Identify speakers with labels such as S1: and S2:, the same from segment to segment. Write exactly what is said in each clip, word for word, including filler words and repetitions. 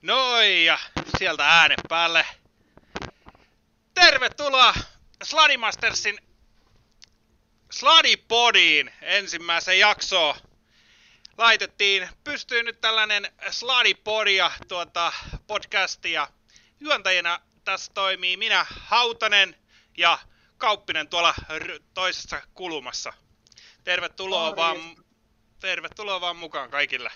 S1: Noin, ja sieltä äänen päälle. Tervetuloa Sladimastersin Sladipodiin ensimmäisen jaksoon. Laitettiin pystyyn nyt tällainen Sladipodia tuota podcastia. Juontajina tässä toimii minä, Hautanen, ja Kauppinen tuolla toisessa kulmassa. Tervetuloa vaan, tervetuloa vaan mukaan kaikille.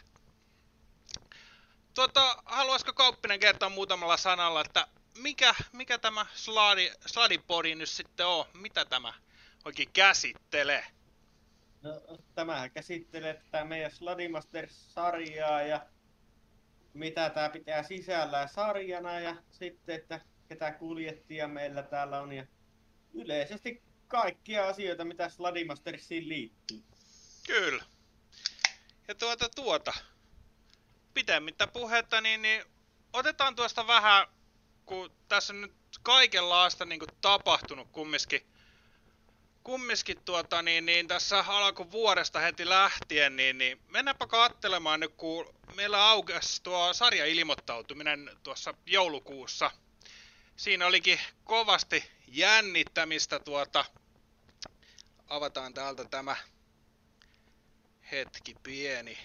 S1: Tuota, haluaisiko Kauppinen kertoa muutamalla sanalla, että mikä, mikä tämä Sladi, Sladipodi nyt sitten on? Mitä tämä oikein käsittelee?
S2: No, tämähän käsittelee tätä meidän Sladimasters-sarjaa ja mitä tämä pitää sisällään sarjana ja sitten, että ketä kuljettia meillä täällä on ja yleisesti kaikkia asioita, mitä Sladimastersiin liittyy.
S1: Kyllä. Ja tuota tuota, pitemmittä puhetta, niin, niin otetaan tuosta vähän, kun tässä on nyt kaikenlaista niin kuin tapahtunut kumminkin, kumminkin tuota, niin, niin tässä alkuvuodesta heti lähtien, niin, niin mennäänpä katselemaan nyt, kun meillä aukesi tuo sarjailmoittautuminen tuossa joulukuussa. Siinä olikin kovasti jännittämistä tuota, avataan täältä tämä hetki pieni.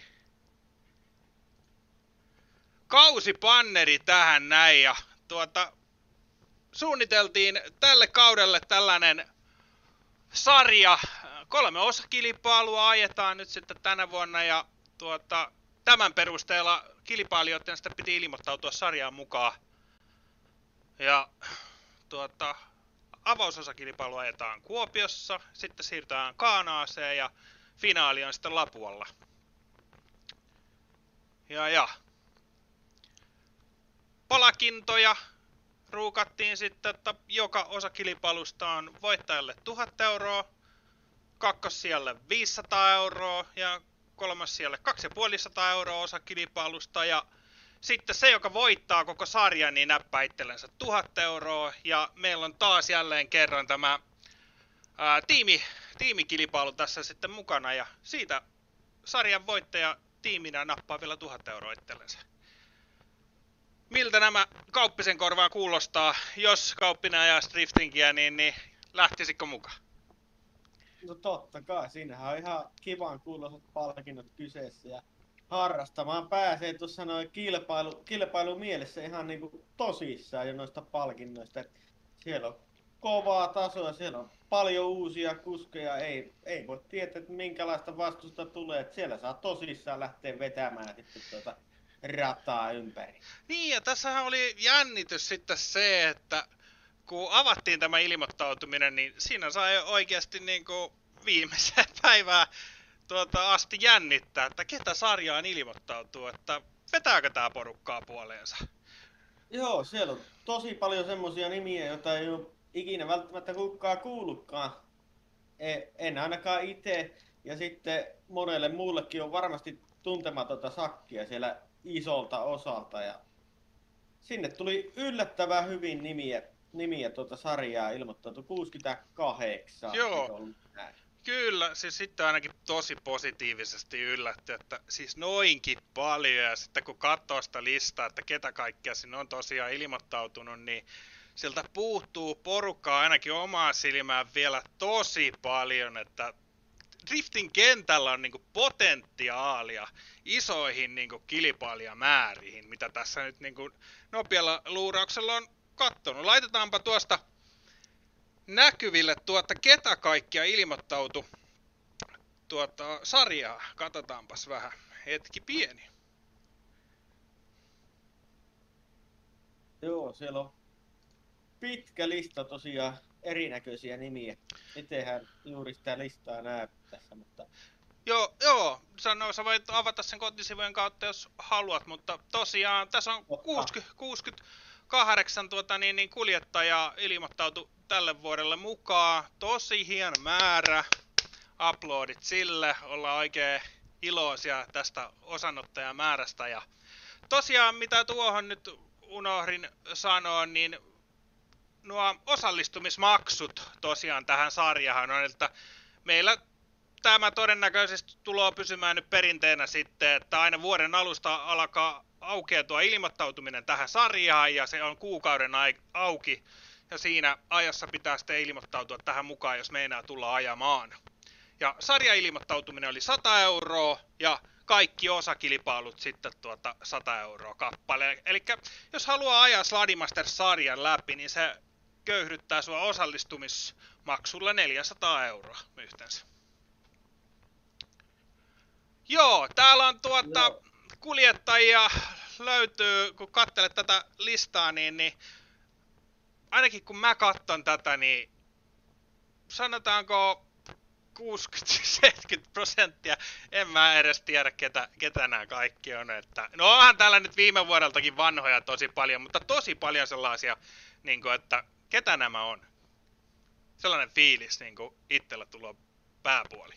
S1: Kausipanneri tähän näin ja tuota, suunniteltiin tälle kaudelle tällainen sarja. Kolme osakilpailua ajetaan nyt sitten tänä vuonna ja tuota, tämän perusteella kilpailijoiden sitä piti ilmoittautua sarjaan mukaan. Ja tuota, avausosakilpailu ajetaan Kuopiossa, sitten siirrytään Kaanaaseen ja finaali on sitten Lapualla. Ja ja. Palakintoja ruukattiin sitten, että joka osa kilpailusta on voittajalle tuhat euroa, kakkossijalle viisisataa euroa ja kolmossijalle kaksisataaviisikymmentä euroa osa kilpailusta. Ja sitten se, joka voittaa koko sarjan, niin näppää itsellensä tuhat euroa. Ja meillä on taas jälleen kerran tämä ää, tiimi, tiimikilpailu tässä sitten mukana. Ja siitä sarjan voittaja tiiminä nappaa vielä tuhat euroa itsellensä. Miltä nämä Kauppisen korvaan kuulostaa? Jos Kauppinen ajaa driftingiä, niin, niin lähtisikö mukaan?
S2: No totta kai, siinähän on ihan kivan kuuloiset palkinnot kyseessä ja harrastamaan pääsee tuossa noin kilpailu, kilpailu mielessä ihan niinku tosissaan jo noista palkinnoista. Et siellä on kovaa tasoa, siellä on paljon uusia kuskeja, ei, ei voi tietää, että minkälaista vastusta tulee. Et siellä saa tosissaan lähteä vetämään sitten tuota rataa ympäri.
S1: Niin, ja tässähän oli jännitys sitten se, että kun avattiin tämä ilmoittautuminen, niin siinä sai oikeasti niin kuin viimeiseen päivään tuota, asti jännittää, että ketä sarjaan ilmoittautuu, että vetääkö tämä porukkaa puoleensa.
S2: Joo, siellä on tosi paljon semmosia nimiä, joita ei ole ikinä välttämättä kukaan kuullutkaan. En ainakaan itse, ja sitten monelle muullekin on varmasti tuntematonta sakkia siellä isolta osalta. Ja sinne tuli yllättävän hyvin nimiä, nimiä tuota sarjaa ilmoittautu kuusikymmentäkahdeksan.
S1: Joo, kyllä, siis sitten ainakin tosi positiivisesti yllätty, että siis noinkin paljon, ja sitten kun katsoo sitä listaa, että ketä kaikkea sinne on tosiaan ilmoittautunut, niin siltä puuttuu porukkaa ainakin omaan silmään vielä tosi paljon, että driftin kentällä on niinku potentiaalia isoihin niinku kilpailijamääriin, mitä tässä nyt niinku nopealla luurauksella on kattonut. Laitetaanpa tuosta näkyville tuota, ketä kaikkia ilmoittautu tuota sarjaa. Katsotaanpas vähän. Hetki pieni.
S2: Joo, siellä on pitkä lista tosiaan erinäköisiä nimiä. Itsehän juuri sitä listaa näe tässä, mutta
S1: Joo, joo. Sano, sä voit avata sen kotisivujen kautta, jos haluat, mutta tosiaan tässä on kuusikymmentä, kuusikymmentäkahdeksan tuota, niin, niin kuljettajaa ilmoittautu tälle vuodelle mukaan. Tosi hieno määrä. Uploadit sille. Ollaan oikein iloisia tästä osanottajamäärästä. Ja tosiaan, mitä tuohon nyt unohdin sanoa, niin nuo osallistumismaksut tosiaan tähän sarjahan on, että meillä tämä todennäköisesti tulee pysymään nyt perinteenä sitten, että aina vuoden alusta alkaa aukeaa tuo ilmoittautuminen tähän sarjaan ja se on kuukauden auki. Ja siinä ajassa pitää sitten ilmoittautua tähän mukaan, jos meinaa tulla ajamaan. Ja sarjailmoittautuminen oli sata euroa ja kaikki osakilpailut sitten tuota sata euroa kappale. Eli jos haluaa ajaa Sladimaster-sarjan läpi, niin se köyhdyttää sua osallistumismaksulla neljäsataa euroa yhteensä. Joo, täällä on tuota Joo. kuljettajia löytyy, kun katselet tätä listaa, niin, niin ainakin kun mä katson tätä, niin sanotaanko kuusikymmentä seitsemänkymmentä prosenttia, en mä edes tiedä ketä, ketä nämä kaikki on. Että, no onhan täällä nyt viime vuodeltakin vanhoja tosi paljon, mutta tosi paljon sellaisia, niin kuin, että ketä nämä on. Sellainen fiilis niin kuin itsellä tulee pääpuoli.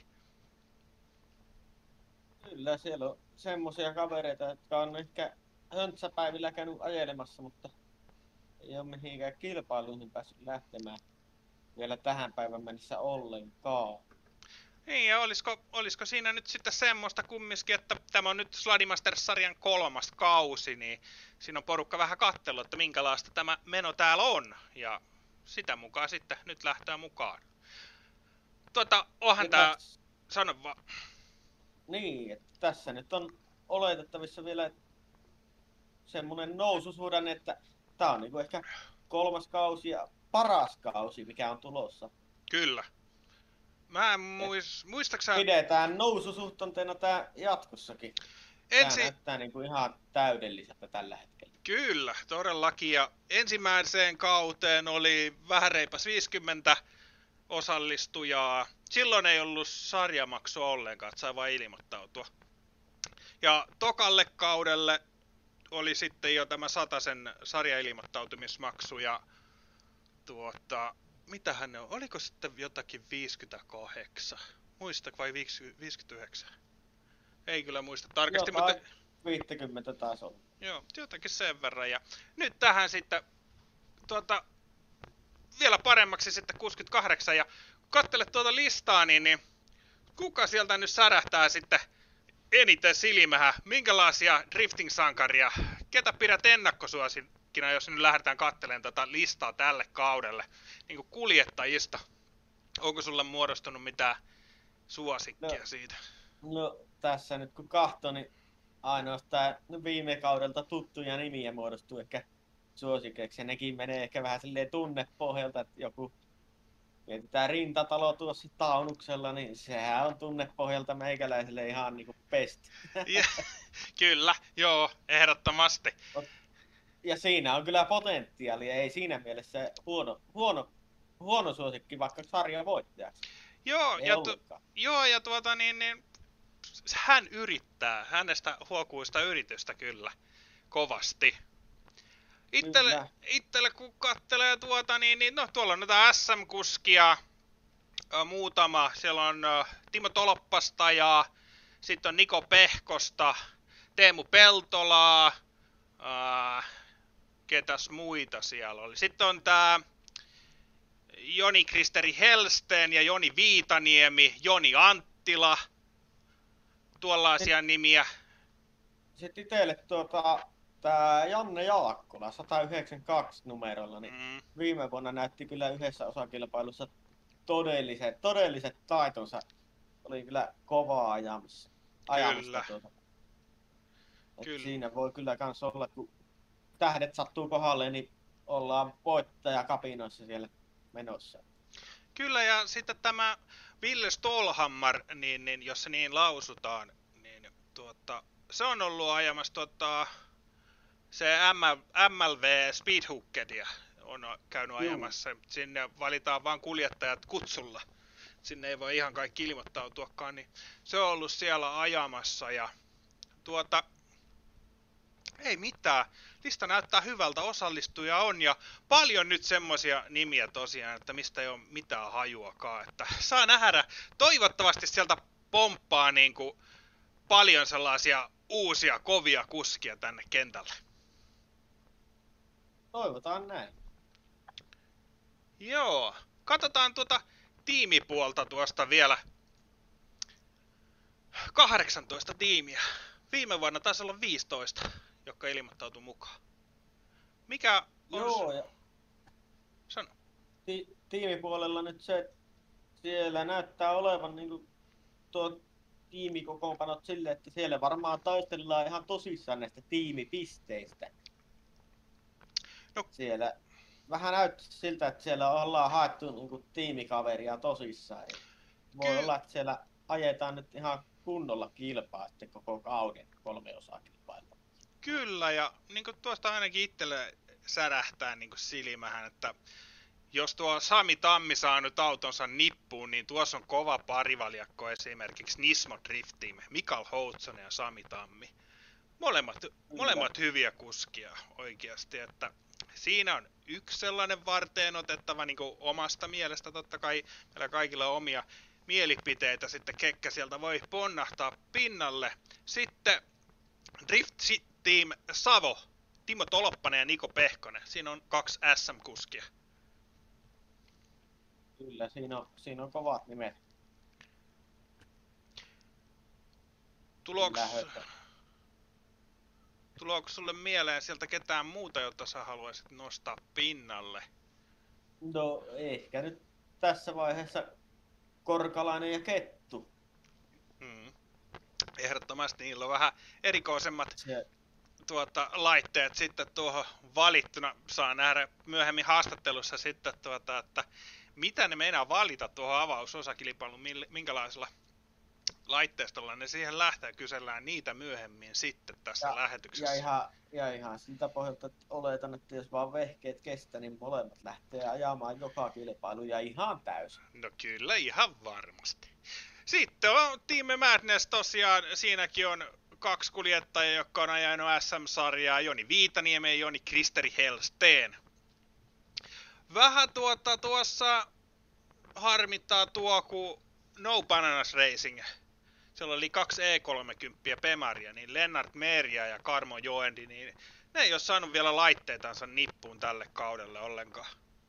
S2: Kyllä, siellä on semmoisia kavereita, jotka on ehkä höntsäpäivillä käynyt ajelemassa, mutta ei ole mihinkään kilpailuihin päässyt lähtemään vielä tähän päivän mennessä ollenkaan.
S1: Niin, ja olisiko, olisiko siinä nyt sitten semmoista kumminkin, että tämä on nyt Sladimaster-sarjan kolmas kausi, niin siinä on porukka vähän katsellut, että minkälaista tämä meno täällä on, ja sitä mukaan sitten nyt lähtee mukaan. Tuota, onhan tää, täs... sano vaan.
S2: Niin, että tässä nyt on oletettavissa vielä semmoinen noususuhdanne, että tää on niinku ehkä kolmas kausi ja paras kausi, mikä on tulossa.
S1: Kyllä. Mä en muist, muistaksä...
S2: Pidetään noususuhtanteena tää jatkossakin. Ensi... Tää näyttää niinku ihan täydelliseltä tällä hetkellä.
S1: Kyllä, todellakin. Ja ensimmäiseen kauteen oli vähän reipas viisikymmentä osallistujaa. Silloin ei ollut sarjamaksua ollenkaan, että sai vain ilmoittautua. Ja tokalle kaudelle oli sitten jo tämä satasen sarjailmoittautumismaksu ja tuota... Mitähän ne on? Oliko sitten jotakin viisikymmentäkahdeksan? Muista vai viisikymmentäyhdeksän? Ei kyllä muista tarkasti,
S2: jotain
S1: mutta...
S2: viisikymmentä taas on.
S1: Joo, jotakin sen verran. Ja nyt tähän sitten tuota, vielä paremmaksi sitten kuusikymmentäkahdeksan. Ja kun katselet tuota listaa, niin, niin kuka sieltä nyt särähtää sitten eniten silmähän? Minkälaisia drifting-sankaria? Ketä pidät ennakkosuosikkina, jos nyt lähdetään katselemaan tätä listaa tälle kaudelle? Niin kuin kuljettajista. Onko sulle muodostunut mitään suosikkia
S2: no,
S1: siitä?
S2: No tässä nyt kun katsoo, niin ainoastaan viime kaudelta tuttuja nimiä muodostuu ehkä suosikeiksi. Ja nekin menee ehkä vähän silleen tunnepohjalta, että joku mietitään Rintatalo tuossa Taunuksella, niin sehän on tunnepohjalta meikäläiselle ihan niinku best.
S1: Ja, kyllä, joo, ehdottomasti.
S2: Ja siinä on kyllä potentiaalia, ei siinä mielessä huono, huono, huono suosikki vaikka sarjan voittajaksi.
S1: Joo, ja, tu, joo ja tuota niin, niin hän yrittää, hänestä huokuista yritystä kyllä, kovasti. Ittele, ittele kun kattelee tuota niin, niin no tuolla on näitä S M-kuskia, ä, muutama, siellä on ä, Timo Tolppasta ja sitten on Niko Pehkosta, Teemu Peltolaa, ä, ketäs muita siellä oli. Sitten on tää Joni Kristeri Helsten ja Joni Viitaniemi, Joni Anttila, tuollaisia
S2: Sitten,
S1: nimiä.
S2: Sitten itselle tuota, tää Janne Jaakkola sata yhdeksänkymmentäkaksi numerolla, niin mm. viime vuonna näytti kyllä yhdessä osakilpailussa todelliset, todelliset taitonsa. Oli kyllä kovaa ajamassa. ajamassa tuota. Kyllä. Siinä voi kyllä kans olla, kun tähdet sattuu kohdalle, niin ollaan voittaja kapinoissa siellä menossa.
S1: Kyllä, ja sitten tämä Ville Stålhammar, niin, niin, jos se niin lausutaan, niin tuota, se on ollut ajamassa tuota, se M L V Speedhookedia on käynyt ajamassa. Juu. Sinne valitaan vain kuljettajat kutsulla. Sinne ei voi ihan kaikki ilmoittautuakaan, niin se on ollut siellä ajamassa ja tuota, ei mitään. Lista näyttää hyvältä, osallistuja on ja paljon nyt semmosia nimiä tosiaan, että mistä ei ole mitään hajuakaan. Että saa nähdä, toivottavasti sieltä pomppaa niin kuin paljon sellaisia uusia kovia kuskia tänne kentälle.
S2: Toivotaan näin.
S1: Joo, katsotaan tuota tiimipuolta tuosta vielä. kahdeksantoista tiimiä. Viime vuonna taisi olla viisitoista. jotka ilmoittautu mukaan. Mikä on...
S2: Joo, ja
S1: Sano.
S2: ti- tiimipuolella nyt se, siellä näyttää olevan niinku tuo tiimikokoonpanot silleen, että siellä varmaan taistellaan ihan tosissaan näistä tiimipisteistä.
S1: No.
S2: Siellä vähän näyttää siltä, että siellä ollaan haettu niinku tiimikaveria tosissaan. Ja voi
S1: Ky-
S2: olla, että siellä ajetaan nyt ihan kunnolla kilpaa sitten koko kauden kolme osaa kilpailua.
S1: Kyllä, ja niin tuosta ainakin itselle särähtää niin silmähän, että jos tuo Sami Tammi saa nyt autonsa nippuun, niin tuossa on kova parivaljakko esimerkiksi Nismo Drift Team, Mikael Houtsonen ja Sami Tammi. Molemmat, molemmat hyviä kuskia oikeasti, että siinä on yksi sellainen varteen otettava niin omasta mielestä, totta kai meillä kaikilla on omia mielipiteitä, sitten kekkä sieltä voi ponnahtaa pinnalle. Sitten Drift Team Savo, Timo Tolppanen ja Niko Pehkonen, siinä on kaksi S M-kuskia.
S2: Kyllä, siinä on, siinä on kovat nimet.
S1: Tuloks,
S2: Lähötä.
S1: tulooko sulle mieleen sieltä ketään muuta, jota sä haluaisit nostaa pinnalle?
S2: No ehkä nyt tässä vaiheessa Korkalainen ja Kettu.
S1: Hmm. Ehdottomasti niillä on vähän erikoisemmat
S2: Se,
S1: tuota, laitteet sitten tuohon valittuna. Saa nähdä myöhemmin haastattelussa sitten, tuota, että mitä ne meinaa valita tuohon avausosakilpailuun, minkälaisella laitteistolla ne siihen lähtee, kysellään niitä myöhemmin sitten tässä
S2: ja,
S1: lähetyksessä.
S2: ja, ihan, ja ihan siltä pohjalta, että oletan, että jos vaan vehkeet kestää, niin molemmat lähtee ajamaan joka kilpailu ja ihan täysin.
S1: No kyllä, ihan varmasti. Sitten on Team Madness tosiaan, siinäkin on kaksi kuljettajaa, jotka on ajanut S M-sarjaa, Joni Viitaniemi ja Joni Kristeri Hellsten. Vähän tuota tuossa harmittaa tuo, kun No Bananas Racing, siellä oli kaksi E kolmekymmentä Pemaria, niin Lennart Meria ja Karmo Joendi, niin ne ei ole saanut vielä laitteitansa nippuun tälle kaudelle ollenkaan.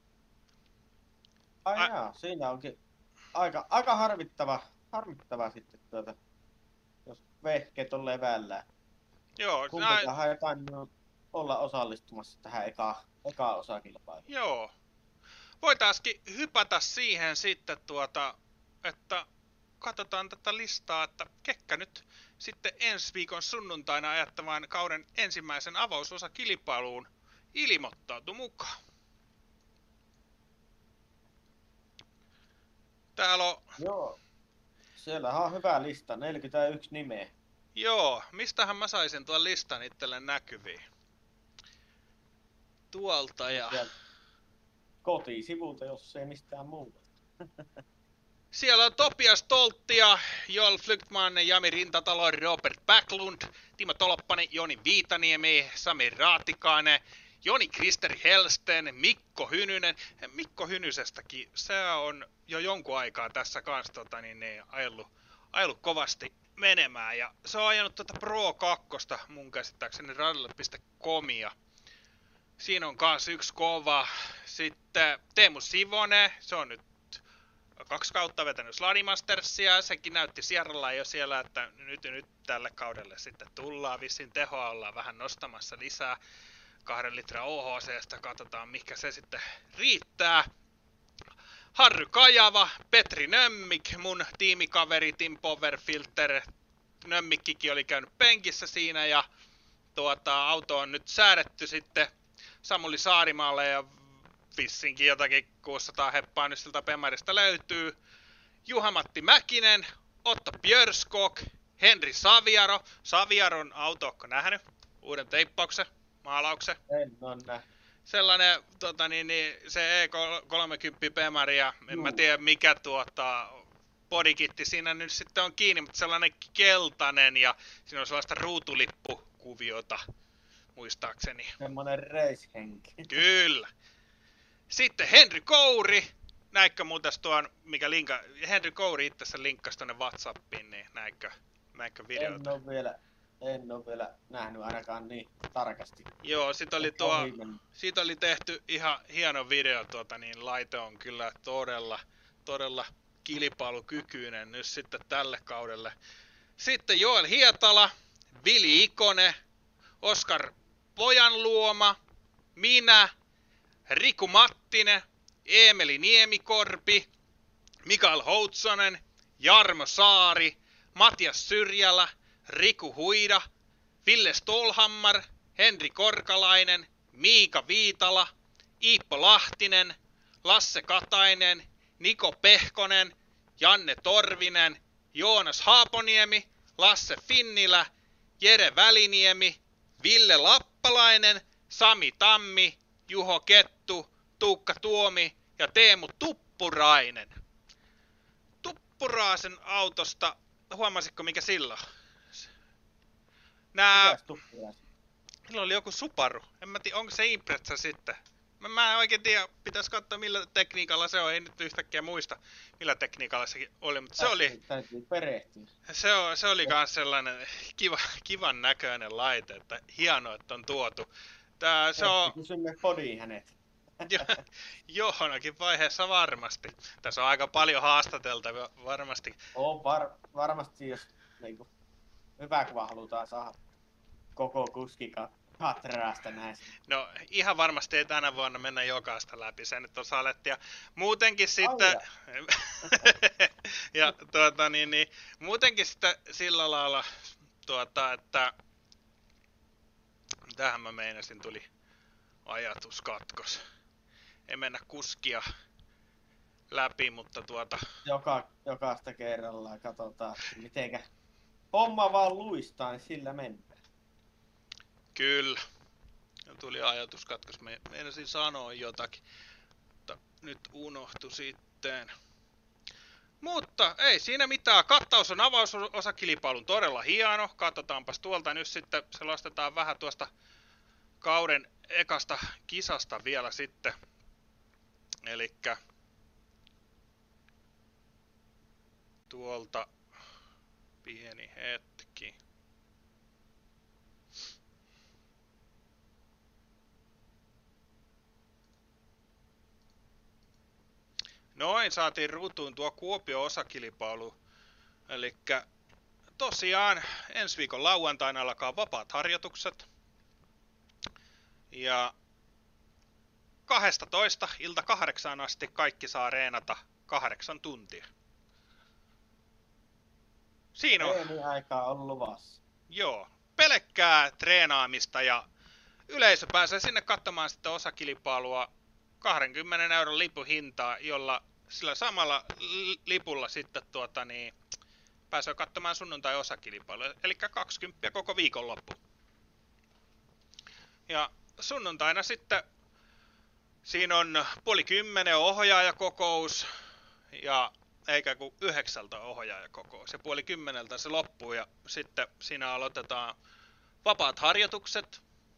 S2: Ai
S1: A-
S2: jaa, siinä onkin aika, aika harmittava, harmittava sitten tuota, jos vehkeet on levällään.
S1: Joo,
S2: Kumpikaan ei tainnut olla osallistumassa tähän eka, eka osakilpailuun.
S1: Joo. Voitaisiin hypätä siihen sitten tuota, että katsotaan tätä listaa, että ketkä nyt sitten ensi viikon sunnuntaina ajattavan kauden ensimmäisen avausosakilpailuun ilmoittautu mukaan. Täällä on...
S2: Joo, siellä on hyvä lista, neljäkymmentäyksi nimeä.
S1: Joo, mistähän mä saisin tuon listan itselle näkyviin? Tuolta ja...
S2: Sieltä kotisivulta, jos ei mistään muuta.
S1: Siellä on Topias Tolttia, Joel Flygtman, Jami Rintatalo, Robert Backlund, Timo Tolppanen, Joni Viitaniemi, Sami Raatikainen, Joni Kristeri Hellsten, Mikko Hynynen. Mikko Hynysestäkin, se on jo jonkun aikaa tässä kanssa tota, niin, niin, ajellut, ajellut kovasti menemään. Ja se on ajanut tuota Pro kaksi mun käsittääkseni radille piste comia. Siinä on kans yksi kova. Sitten Teemu Sivonen, se on nyt kaksi kautta vetänyt Sladimastersia, sekin näytti Sierralla jo siellä, että nyt, nyt tälle kaudelle sitten tullaan, vissiin tehoa ollaan vähän nostamassa lisää kahden litran O H C:stä, katsotaan mikä se sitten riittää. Harry Kajava, Petri Nömmik, mun tiimikaveri Tim Powerfilter, Nömmikkikin oli käynyt penkissä siinä ja tuota, auto on nyt säädetty sitten Samuli Saarimaalle ja vissinkin jotakin kuusisataa heppaa nyt siltä Pemarista löytyy. Juha-Matti Mäkinen, Otto Björskog, Henri Saviaro. Saviaron auto, ootko nähnyt? Uuden teippauksen, maalauksen.
S2: En oo nähnyt.
S1: Sellainen, tota, niin, niin, se E kolmekymmentä Pemari ja en mä tiedä mikä tuota bodykitti siinä nyt sitten on kiinni, mutta sellainen keltainen ja siinä on sellaista ruutulippukuviota muistaakseni.
S2: Semmonen reishenki.
S1: Kyllä. Sitten Henry Kouri, näitkö muuten tuon, mikä linka, Henry Kouri itse sen linkkasi tonne WhatsAppiin, niin näitkö, näitkö videota?
S2: En oo vielä, en oo vielä nähnyt ainakaan niin tarkasti.
S1: Joo, sit oli tuo, siitä oli tehty ihan hieno video, tuota, niin laite on kyllä todella, todella kilpailukykyinen nyt sitten tälle kaudelle. Sitten Joel Hietala, Vili Ikonen, Oskar Pojanluoma, minä, Riku Mattinen, Eemeli Niemikorpi, Mikael Houtsonen, Jarmo Saari, Matias Syrjälä, Riku Huida, Ville Stolhammar, Henri Korkalainen, Miika Viitala, Iippo Lahtinen, Lasse Katainen, Niko Pehkonen, Janne Torvinen, Joonas Haaponiemi, Lasse Finnilä, Jere Väliniemi, Ville Lappalainen, Sami Tammi, Juho Kettu, Tuukka Tuomi ja Teemu Tuppurainen. Tuppuraisen autosta, huomasitko mikä sillä on? Nää...
S2: Mikäs Tuppuraisen?
S1: Sillä oli joku Subaru. En mä tiedä, onko se Impreza sitten. Mä, mä en oikein tiedä, pitäis katsoa millä tekniikalla se on. Ei nyt yhtäkkiä muista millä tekniikalla se oli, mutta se oli...
S2: Täytyy perehtyä.
S1: Se, on, se oli kans sellainen kiva, kivan näköinen laite, että hienoa, että on tuotu. Tää, se on...
S2: Kysymme podiin hänet.
S1: Jo, johonkin vaiheessa varmasti. Tässä on aika paljon haastateltavia varmasti.
S2: On var, varmasti, jos niinku, hyvä kuva halutaan saada koko kuskika katraasta näistä.
S1: No ihan varmasti ei tänä vuonna mennä jokaista läpi, se nyt on salettia. Muutenkin sitten... ja tuota niin, niin, muutenkin sitten sillä lailla, tuota, että... Tähän mä meinasin tuli ajatuskatkos. Ei mennä kuskia läpi, mutta tuota...
S2: Joka, jokaista kerrallaan katsotaan, mitenkä homma vaan luistaa, niin sillä mennään.
S1: Kyllä. Ja tuli ajatuskatkos. Me meinasin sanoa jotakin, mutta nyt unohtu sitten. Mutta ei siinä mitään. Kattaus on avausosakilpailun todella hieno. Katsotaanpas tuolta nyt sitten. Selostetaan vähän tuosta kauden ekasta kisasta vielä sitten. Elikkä tuolta pieni hetki. Noin, saatiin ruutuun tuo Kuopio-osakilpailu. Elikkä tosiaan ensi viikon lauantaina alkaa vapaat harjoitukset. Ja kaksitoista ilta kahdeksaan asti kaikki saa reenata kahdeksan tuntia. Siinä on...
S2: Treeni aikaa on luvassa.
S1: Joo, pelkkää treenaamista ja yleisö pääsee sinne katsomaan sitten osakilpailua kahdenkymmenen euron lipuhintaa, jolla sillä samalla lipulla sitten tuota niin, pääsee katsomaan sunnuntai-osakilpailua, eli kaksikymmentä koko viikonloppu. Ja sunnuntaina sitten siinä on puoli kymmenen ohjaajakokous, ja eikä kuin yhdeksältä ohjaajakokous, ja puoli kymmeneltä se loppuu, ja sitten siinä aloitetaan vapaat harjoitukset,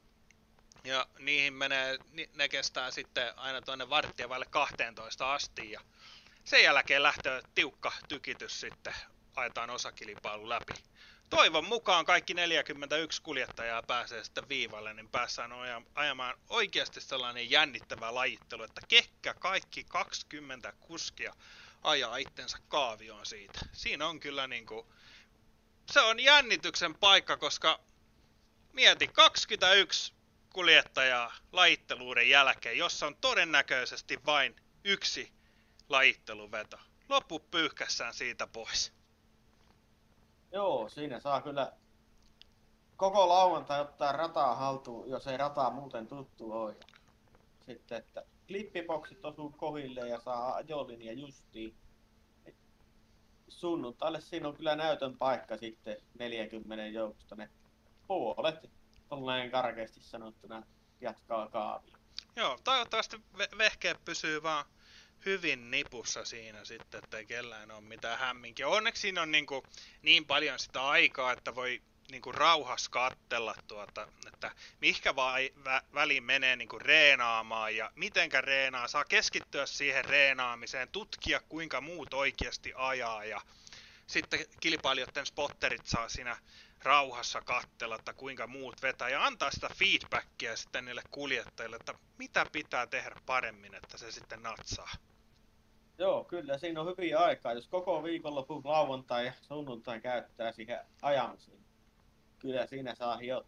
S1: ja niihin menee, ne kestää sitten aina tuonne varttia vaille kahteentoista asti, ja sen jälkeen lähtee tiukka tykitys sitten, ajetaan osakilpailu läpi. Toivon mukaan kaikki neljäkymmentäyksi kuljettajaa pääsee sitten viivalle, niin päässään ajamaan oikeasti sellainen jännittävä lajittelu, että kekkä kaikki kaksikymmentä kuskia ajaa itsensä kaavioon siitä. Siinä on kyllä niinku, se on jännityksen paikka, koska mieti kaksikymmentäyksi kuljettajaa lajitteluuden jälkeen, jossa on todennäköisesti vain yksi lajitteluveto. Loppu pyyhkässään siitä pois.
S2: Joo, siinä saa kyllä koko lauantai ottaa rataa haltuun, jos ei rataa muuten tuttu ole. Sitten, että klippiboksit osuu kohille ja saa ajolinja justiin. Sunnuntaille siinä on kyllä näytön paikka sitten neljäkymmentä joukosta. Ne puolet, tolleen karkeasti sanottuna, jatkaa kaavia.
S1: Joo, toivottavasti ve- vehkeet pysyy vaan hyvin nipussa siinä sitten, ettei kellään ole mitään hämminkiä. Onneksi siinä on niin, kuin niin paljon sitä aikaa, että voi niin kuin rauhassa katsella, tuota, että mihkä vai, vä, väliin menee niin kuin reenaamaan ja mitenkä reenaa. Saa keskittyä siihen reenaamiseen, tutkia kuinka muut oikeasti ajaa ja sitten kilpailijoiden spotterit saa siinä rauhassa katsella, että kuinka muut vetää ja antaa sitä feedbackia sitten niille kuljettajille, että mitä pitää tehdä paremmin, että se sitten natsaa.
S2: Joo, kyllä siinä on hyviä aikaa. Jos koko viikonlopun lauantai ja sunnuntai käyttää siihen ajamiseen, kyllä siinä saa hiottua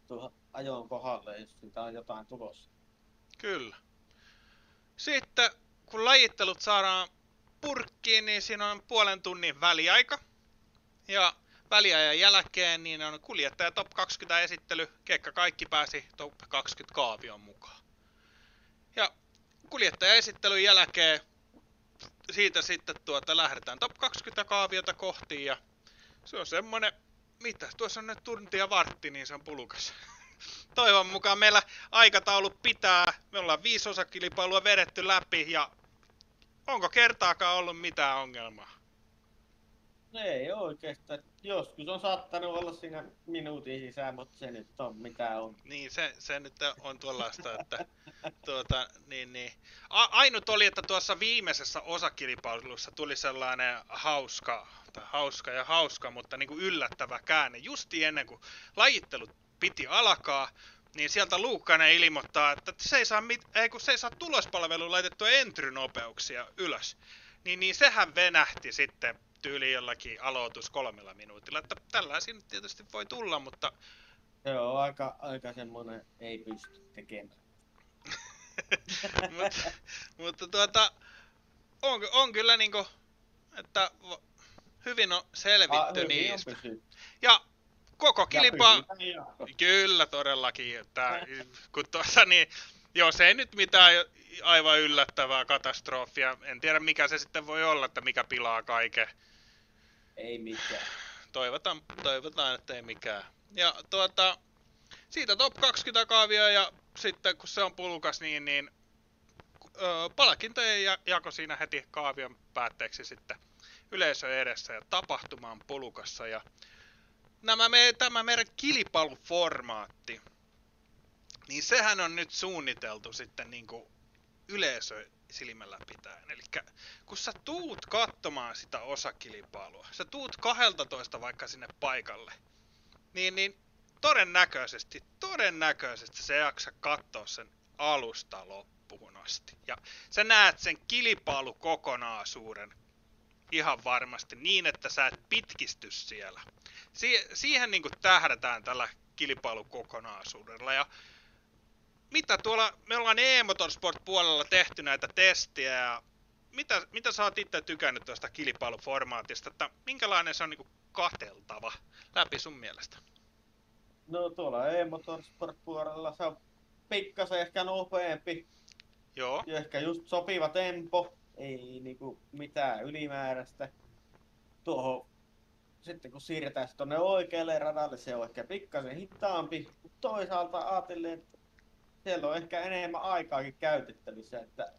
S2: ajon kohdalle, jos siitä on jotain tulossa.
S1: Kyllä. Sitten kun lajittelut saadaan purkkiin, niin siinä on puolen tunnin väliaika. Ja väliajan jälkeen niin on kuljettaja top kaksikymmentä esittely. Kekka kaikki pääsi top kaksikymmentä kaavion mukaan. Ja kuljettaja esittelyn jälkeen siitä sitten tuota lähdetään top kaksikymmentä kaaviota kohti. Ja se on semmonen, mitä? Tuossa on nyt tunti ja vartti, niin se on pulukas. Toivon mukaan meillä aikataulut pitää. Me ollaan viisi osakilpailua vedetty läpi ja onko kertaakaan ollut mitään ongelmaa?
S2: No ei oikeastaan. Joskus on saattanut olla siinä minuutin sisään, mutta se nyt on mitä on.
S1: Niin, se, se nyt on tuollaista, että tuota, niin, niin. A, ainut oli, että tuossa viimeisessä osakilpailussa tuli sellainen hauska, tai hauska ja hauska, mutta niin kuin yllättävä käänne. Justi ennen kuin lajittelut piti alkaa, niin sieltä Luukkanen ilmoittaa, että se ei saa, mit, ei, kun se ei saa tulospalveluun laitettua entry-nopeuksia ylös. Niin, niin sehän venähti sitten tyyli jollakin aloitus kolmella minuutilla. Että tällaisia tietysti voi tulla, mutta...
S2: Se on aika, aika semmoinen, ei pysty tekemään.
S1: Mut, mutta tuota, on, on kyllä niinku, että hyvin on selvitty ah, niistä. On ja koko kilpailu... Kyllä todellakin, että kun tuossa niin, jos ei nyt mitään aivan yllättävää katastrofia, en tiedä mikä se sitten voi olla, että mikä pilaa kaiken.
S2: Ei mikään.
S1: Toivotaan, toivotaan että ei mikään. Ja tuota, siitä top kaksikymmentä kaavia ja sitten kun se on pulkas, niin, niin öö, palkintojen jako siinä heti kaavion päätteeksi sitten yleisö edessä ja tapahtumaan pulukassa. Ja nämä me, tämä meidän kilpailuformaatti, niin sehän on nyt suunniteltu sitten niin kuin yleisö silmällä pitäen. Eli kun sä tuut katsomaan sitä osakilpailua, sä tuut kaksitoista vaikka sinne paikalle, niin, niin todennäköisesti, todennäköisesti sä jaksa katsoa sen alusta loppuun asti. Ja sä näet sen kilpailukokonaisuuden ihan varmasti niin, että sä et pitkisty siellä. Si- siihen niin kuin tähdätään tällä kilpailukokonaisuudella. Ja mitä tuolla, me ollaan e-motorsport-puolella tehty näitä testejä ja mitä, mitä sä oot itse tykännyt tuosta kilpailuformaatista, että minkälainen se on niin kuin katseltava läpi sun mielestä?
S2: No tuolla e-motorsport-puolella se on pikkasen ehkä nopeampi.
S1: Joo.
S2: Ja ehkä just sopiva tempo, ei niinku mitään ylimääräistä. Tuohon sitten kun siirretään tuonne oikealle radalle, se on ehkä pikkasen hitaampi. Toisaalta ajatellen, että siellä on ehkä enemmän aikaakin käytettävissä, että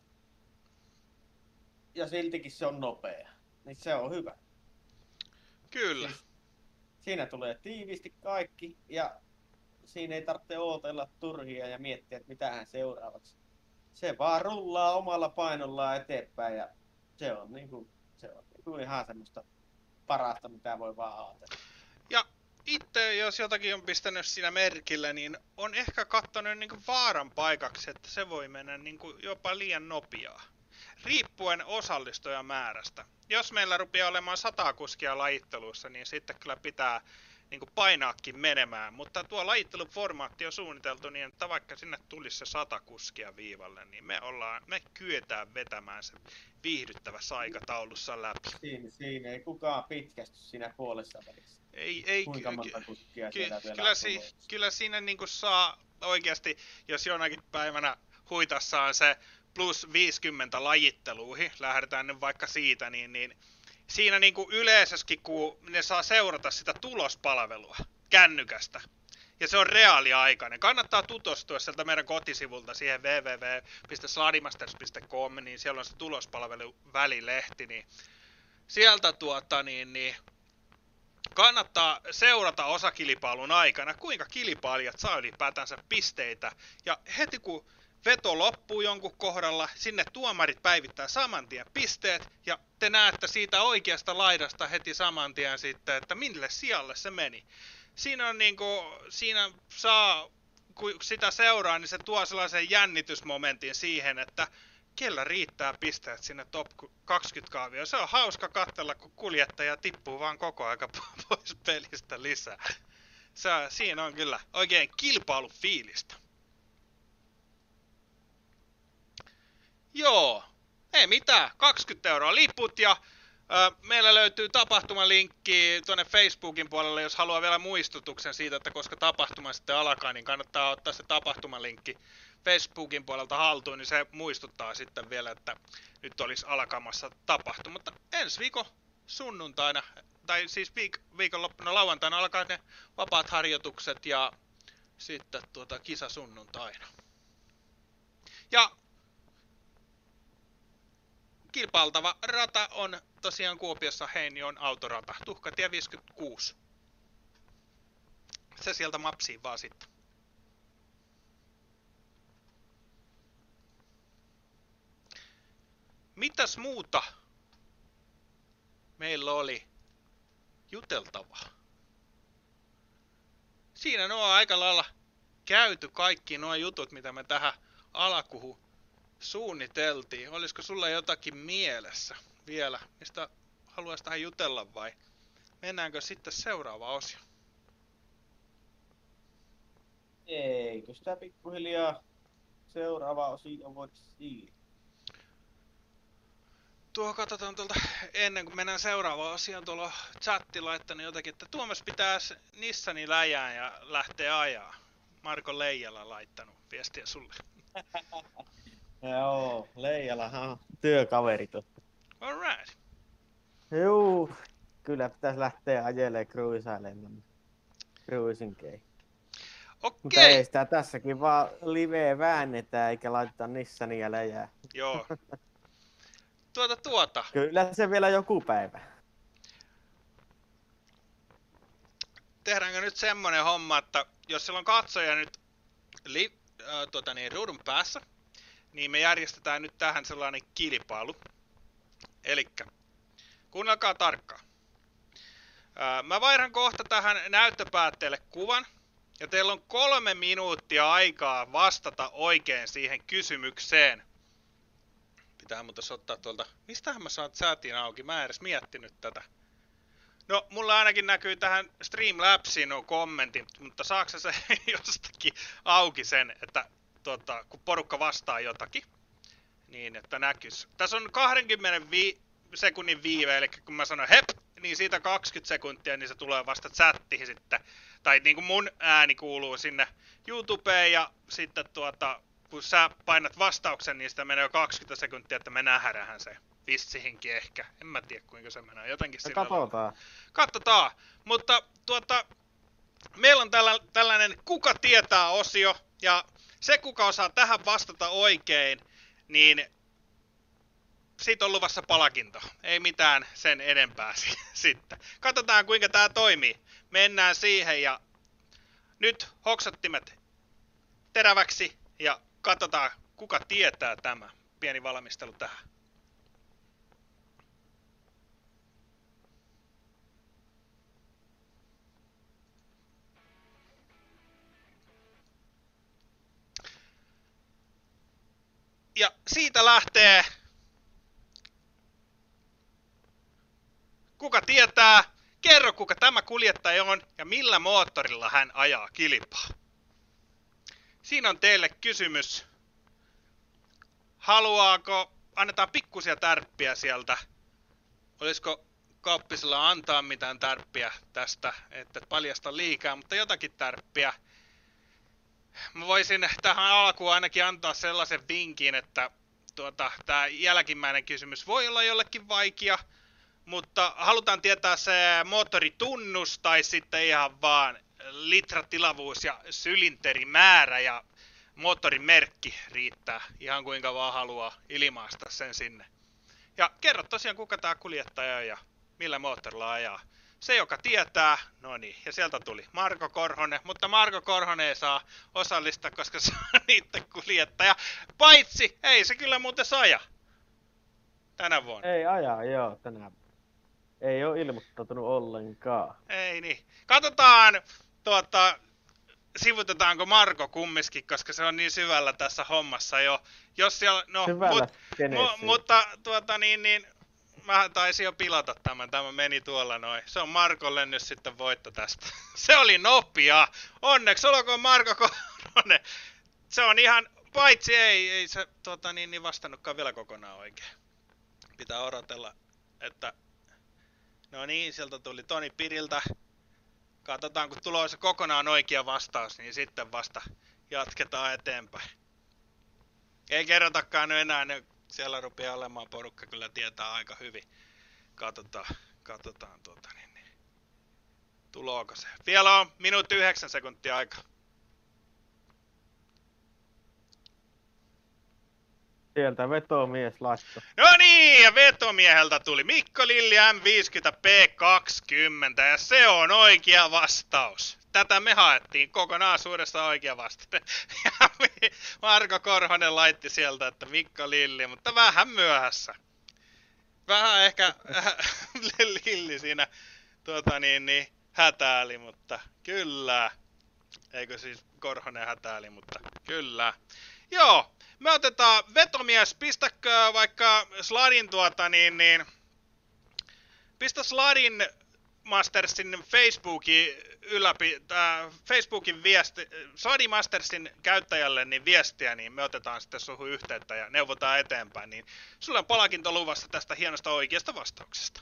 S2: ja siltikin se on nopea. Niin se on hyvä.
S1: Kyllä.
S2: Siis siinä tulee tiiviisti kaikki ja siinä ei tarvitse ootella turhia ja miettiä, että mitähän seuraavaksi. Se vaan rullaa omalla painollaan eteenpäin ja se on niinku, se on niinku ihan semmoista parasta, mitä voi vaan ajatella.
S1: Ja itse, jos jotakin on pistänyt siinä merkillä, niin on ehkä katsonut niinku vaaran paikaksi, että se voi mennä niinku jopa liian nopeaa. Riippuen osallistujan määrästä. Jos meillä rupeaa olemaan sata kuskia lajittelussa, niin sitten kyllä pitää niin kuin painaakin menemään. Mutta tuo lajitteluformaatti on suunniteltu niin, että vaikka sinne tulisi se sata kuskia viivalle, niin me, ollaan, me kyetään vetämään se viihdyttävässä aikataulussa läpi.
S2: Siinä, siinä ei kukaan pitkästy siinä puolessa välissä.
S1: Ei, ei,
S2: Kuinka monta kuskia ky- siellä
S1: ky-
S2: vielä
S1: kyllä, si- kyllä siinä niin kuin saa oikeasti, jos jonakin päivänä huitassaan se plus viisikymmentä lajitteluihin, lähdetään nyt vaikka siitä, niin, niin siinä niin kuin yleisöskin, kun ne saa seurata sitä tulospalvelua kännykästä, ja se on reaaliaikainen. Kannattaa tutustua sieltä meidän kotisivulta siihen double-u double-u double-u piste sladimasters piste com, niin siellä on se tulospalvelu välilehti, niin sieltä tuota, niin, niin kannattaa seurata osakilpailun aikana, kuinka kilpailijat saa ylipäätänsä pisteitä, ja heti kun veto loppuu jonkun kohdalla, sinne tuomarit päivittää saman tien pisteet, ja te näette siitä oikeasta laidasta heti saman tien sitten, että mille sijalle se meni. Siinä on niinku, siinä saa, kun sitä seuraa, niin se tuo sellaisen jännitysmomentin siihen, että kellä riittää pisteet sinne top kaksikymmentä kaavioon. Se on hauska katsella, kun kuljettaja tippuu vaan koko aika pois pelistä lisää. Se, siinä on kyllä oikein kilpailufiilistä. Joo, ei mitään. kaksikymmentä euroa liput ja ö, meillä löytyy tapahtumalinkki tuonne Facebookin puolelle, jos haluaa vielä muistutuksen siitä, että koska tapahtuma sitten alkaa, niin kannattaa ottaa se tapahtumalinkki Facebookin puolelta haltuun, niin se muistuttaa sitten vielä, että nyt olisi alkamassa tapahtuma. Mutta ensi viikon sunnuntaina, tai siis viik- viikonloppuna lauantaina alkaa ne vapaat harjoitukset ja sitten tuota kisa sunnuntaina. Ja kilpailtava rata on tosiaan Kuopiossa Heinion autorata, Tuhkatie viisikymmentäkuusi. Se sieltä mapsiin vaan sitten. Mitäs muuta meillä oli juteltavaa? Siinä nuo on aika lailla käyty kaikki nuo jutut, mitä me tähän alkuun suunniteltiin. Olisiko sulla jotakin mielessä vielä, mistä haluaisit tähän jutella vai mennäänkö sitten seuraava osio?
S2: Eikö sitä pikkuhiljaa seuraava osio voit siirtyä?
S1: Tuo katsotaan tuolta, ennen kuin mennään seuraavaan osioon, tuolla chatti laittanut jotakin, että Tuomas pitää Nissani läjään ja lähtee ajaa. Marko Leijala laittanut viestiä sulle.
S2: Joo, Leijalahan on työkaveri totta.
S1: Alright.
S2: Juu, kyllä pitäisi lähteä ajelemaan cruisailemaan. Cruisin kei.
S1: Okei.
S2: Mutta ei sitä tässäkin vaan liveä väännetään eikä laiteta Nissania läjää.
S1: Joo. Tuota tuota.
S2: Kyllä se vielä joku päivä.
S1: Tehdäänkö nyt semmonen homma, että jos siellä on katsoja nyt li, äh, tuota niin, ruudun päässä, niin me järjestetään nyt tähän sellainen kilpailu. Elikkä, kuunnelkaa tarkkaan. Äh, mä vaihdan kohta tähän näyttöpäätteelle kuvan, ja teillä on kolme minuuttia aikaa vastata oikein siihen kysymykseen. Pitää muuten ottaa tuolta, mistähän mä saan chatin auki, mä en edes miettinyt tätä. No, mulla ainakin näkyy tähän Streamlabsiin nuo kommentit, mutta saako se jostakin auki sen, että tuota, kun porukka vastaa jotakin, niin että näkys. Tässä on kaksikymmentä vi- sekunnin viive, eli kun mä sanon hep, niin siitä kaksikymmentä sekuntia, niin se tulee vasta chattiin sitten. Tai niin kuin mun ääni kuuluu sinne YouTubeen ja sitten tuota, kun sä painat vastauksen, niin sitä menee jo kaksikymmentä sekuntia, että me nähdään se. Vissihinkin ehkä. En mä tiedä kuinka se menee. Jotenkin sillä
S2: Katsotaan.
S1: Katsotaan. Mutta tuota, meillä on tällä, tällainen kuka tietää osio. Ja se kuka osaa tähän vastata oikein, niin siitä on luvassa palkinto. Ei mitään sen enempää sitten. Katsotaan kuinka tää toimii. Mennään siihen ja nyt hoksottimet teräväksi ja katsotaan kuka tietää tämä. Pieni valmistelu tähän. Ja siitä lähtee, kuka tietää, kerro kuka tämä kuljettaja on ja millä moottorilla hän ajaa kilpaa. Siinä on teille kysymys. Haluaako, annetaan pikkusia tärppiä sieltä. Olisiko kauppisella antaa mitään tärppiä tästä, että paljasta liikaa, mutta jotakin tärppiä. Mä voisin tähän alkuun ainakin antaa sellaisen vinkin, että tuota, tämä jälkimmäinen kysymys voi olla jollekin vaikea, mutta halutaan tietää se moottoritunnus tai sitten ihan vaan litratilavuus ja sylinterimäärä ja moottorimerkki riittää ihan kuinka vaan haluaa ilmaista sen sinne. Ja kerro tosiaan kuka tämä kuljettaja on ja millä moottorilla ajaa. Se, joka tietää, no niin, ja sieltä tuli Marko Korhonen, mutta Marko Korhonen ei saa osallistaa, koska se on itse kuljettaja. Paitsi, ei se kyllä muuten aja tänä vuonna.
S2: Ei aja, joo, tänään. Ei ole ilmoittautunut ollenkaan.
S1: Ei niin. Katsotaan, tuota, sivutetaanko Marko kumminkin, koska se on niin syvällä tässä hommassa jo. Jos siellä, no,
S2: Syvällä
S1: mut, mu, mutta tuota niin, niin mä taisin jo pilata tämän, tämä meni tuolla noin. Se on Markolle nyt sitten voitto tästä. Se oli nopea. Onneksi olkoon Marko Korhonen. Se on ihan, paitsi ei, ei se tota, niin, niin vastannutkaan vielä kokonaan oikein. Pitää odotella, että... No niin, sieltä tuli Toni Piriltä. Katsotaan, kun tulee se kokonaan oikea vastaus, niin sitten vasta jatketaan eteenpäin. Ei kerrotakaan nyt enää, ne siellä rupeaa olemaan porukka, kyllä tietää aika hyvin. Katsotaan, katsotaan tuota niin, niin. Tulooko se? Vielä on minuutti yhdeksän sekuntia aika.
S2: Sieltä vetomies laittoi.
S1: No niin, ja vetomieheltä tuli Mikko Lilli M viisikymmentä P kaksikymmentä, ja se on oikea vastaus. Tätä me haettiin kokonaisuudessa oikea vastaus. Ja Marko Korhonen laitti sieltä, että Mikko Lilli, mutta vähän myöhässä. Vähän ehkä Lilli siinä tuota niin, niin, hätääli, mutta kyllä. Eikö siis Korhonen hätääli, mutta kyllä. Joo, me otetaan vetomies, pistäkö vaikka Sladin tuota niin, niin pistä Sladin Mastersin Facebookin ylläpi, äh, Facebookin viesti, Sladin Mastersin käyttäjälle niin viestiä, niin me otetaan sitten suhun yhteyttä ja neuvotaan eteenpäin, niin sulla on palkinto luvassa tästä hienosta oikeasta vastauksesta.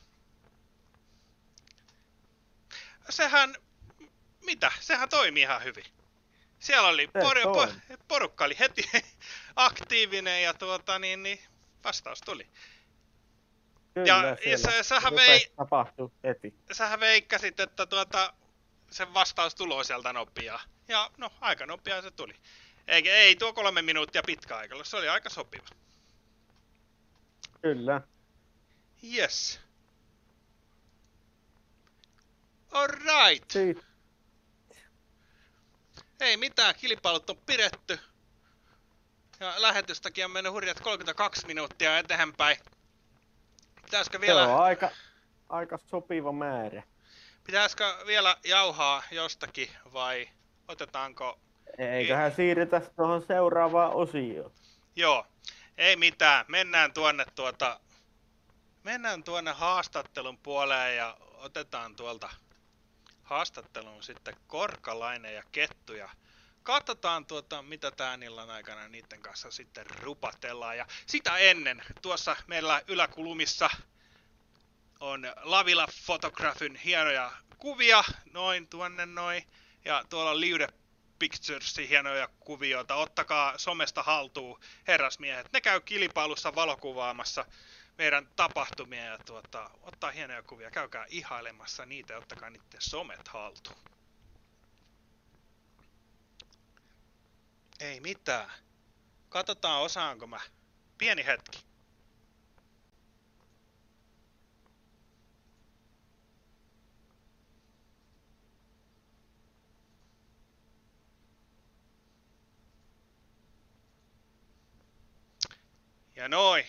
S1: Sehän, mitä? Sehän toimii ihan hyvin. Siellä oli por, por, porukka oli heti aktiivinen ja tuota niin, niin vastaus tuli.
S2: Kyllä,
S1: ja ja sä, sähän, vei,
S2: heti.
S1: sähän veikkasit, että tuota, se vastaus tulee sieltä nopeaa. Ja no, aika nopeaa se tuli. Eikä, ei tuo kolme minuuttia pitkä aika, se oli aika sopiva.
S2: Kyllä.
S1: Yes. Alright.
S2: Siitä.
S1: Ei mitään, kilpailut on pidetty. Ja lähetystäkin on mennyt hurjat kolmekymmentäkaksi minuuttia eteenpäin. Pitäisikö vielä...
S2: Se on aika, aika sopiva määrä.
S1: Pitäisikö vielä jauhaa jostakin vai otetaanko...
S2: Eiköhän siirrytä tuohon seuraavaan osioon.
S1: Joo, ei mitään. Mennään tuonne tuota... Mennään tuonne haastattelun puoleen ja otetaan tuolta haastatteluun sitten Korkalainen ja Kettu ja katsotaan tuota, mitä tän illan aikana niiden kanssa sitten rupatellaan. Ja sitä ennen tuossa meillä yläkulmissa on Lavila Photographin hienoja kuvia, noin tuonne noin. Ja tuolla on Liude Picturesin hienoja kuvioita. Ottakaa somesta haltuun, herrasmiehet. Ne käy kilpailussa valokuvaamassa meidän tapahtumia ja tuota, ottaa hienoja kuvia. Käykää ihailemassa niitä ja ottakaa niiden somet haltuun. Ei mitään. Katsotaan osaanko mä. Pieni hetki. Ja noin.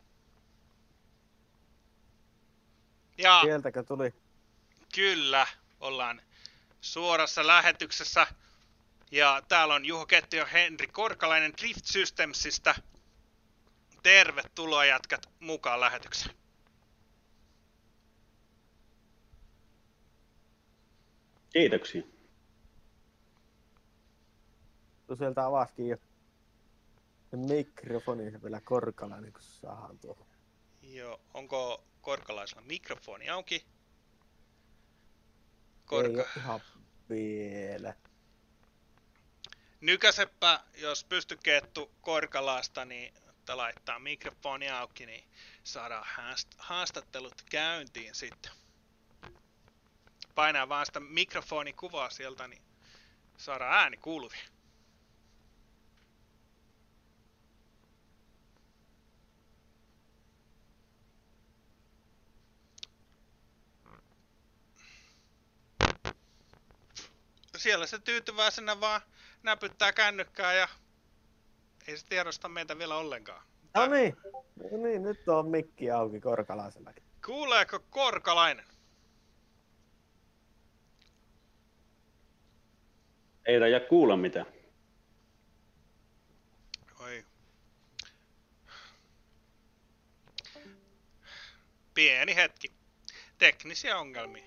S1: Ja
S2: Sieltäkö tuli?
S1: Kyllä, ollaan suorassa lähetyksessä. Ja täällä on Juho Kettu ja Henri Korkalainen Drift Systemsistä. Tervetuloa jätkät mukaan lähetykseen.
S3: Kiitoksia.
S2: Tu sieltä avaskin jo se mikrofoni, se vielä Korkalainen, kun saadaan tuohon.
S1: Joo, onko Korkalaisella mikrofoni auki? Korka...
S2: Ei ole ihan vielä.
S1: Nykäsepä, jos pysty Kettu Korkalaasta, niin laittaa mikrofoni auki, niin saadaan haastattelut käyntiin sitten. Painaa vaan sitä mikrofonikuvaa sieltä, niin saadaan ääni kuuluviin. Siellä se tyytyväisenä vaan näpyttää kännykkää ja ei se tiedosta meitä vielä ollenkaan.
S2: No niin, no niin, nyt on mikki auki Korkalaisellakin.
S1: Kuuleeko Korkalainen?
S3: Ei taida kuulla mitään.
S1: Oi. pieni hetki. Teknisiä ongelmia.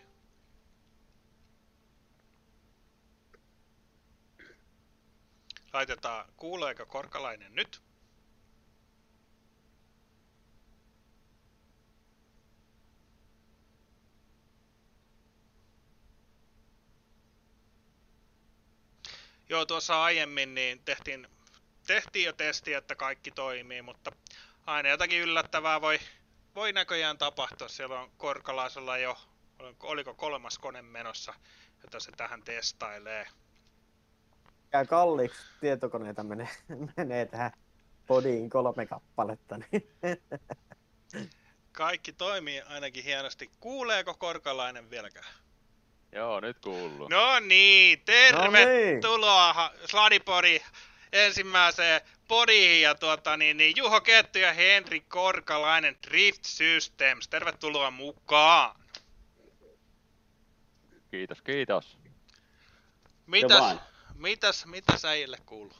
S1: Laitetaan, kuuleeko Korkalainen nyt? Joo, tuossa aiemmin niin tehtiin, tehtiin jo testi, että kaikki toimii, mutta aina jotakin yllättävää voi, voi näköjään tapahtua. Siellä on Korkalaisella jo, oliko kolmas kone menossa, jota se tähän testailee.
S4: Ja kalliiksi tietokoneita menee, menee tähän podiin kolme kappaletta. Niin.
S1: Kaikki toimii ainakin hienosti. Kuuleeko Korkalainen vieläkään?
S5: Joo, nyt kuuluu.
S1: No niin, tervetuloa no niin. Sladipori ensimmäiseen podiin ja tuota niin, niin Juho Kettu ja Henri Korkalainen Drift Systems. Tervetuloa mukaan.
S5: Kiitos, kiitos.
S1: Mitäs, mitäs, mitäs äijille kuuluu?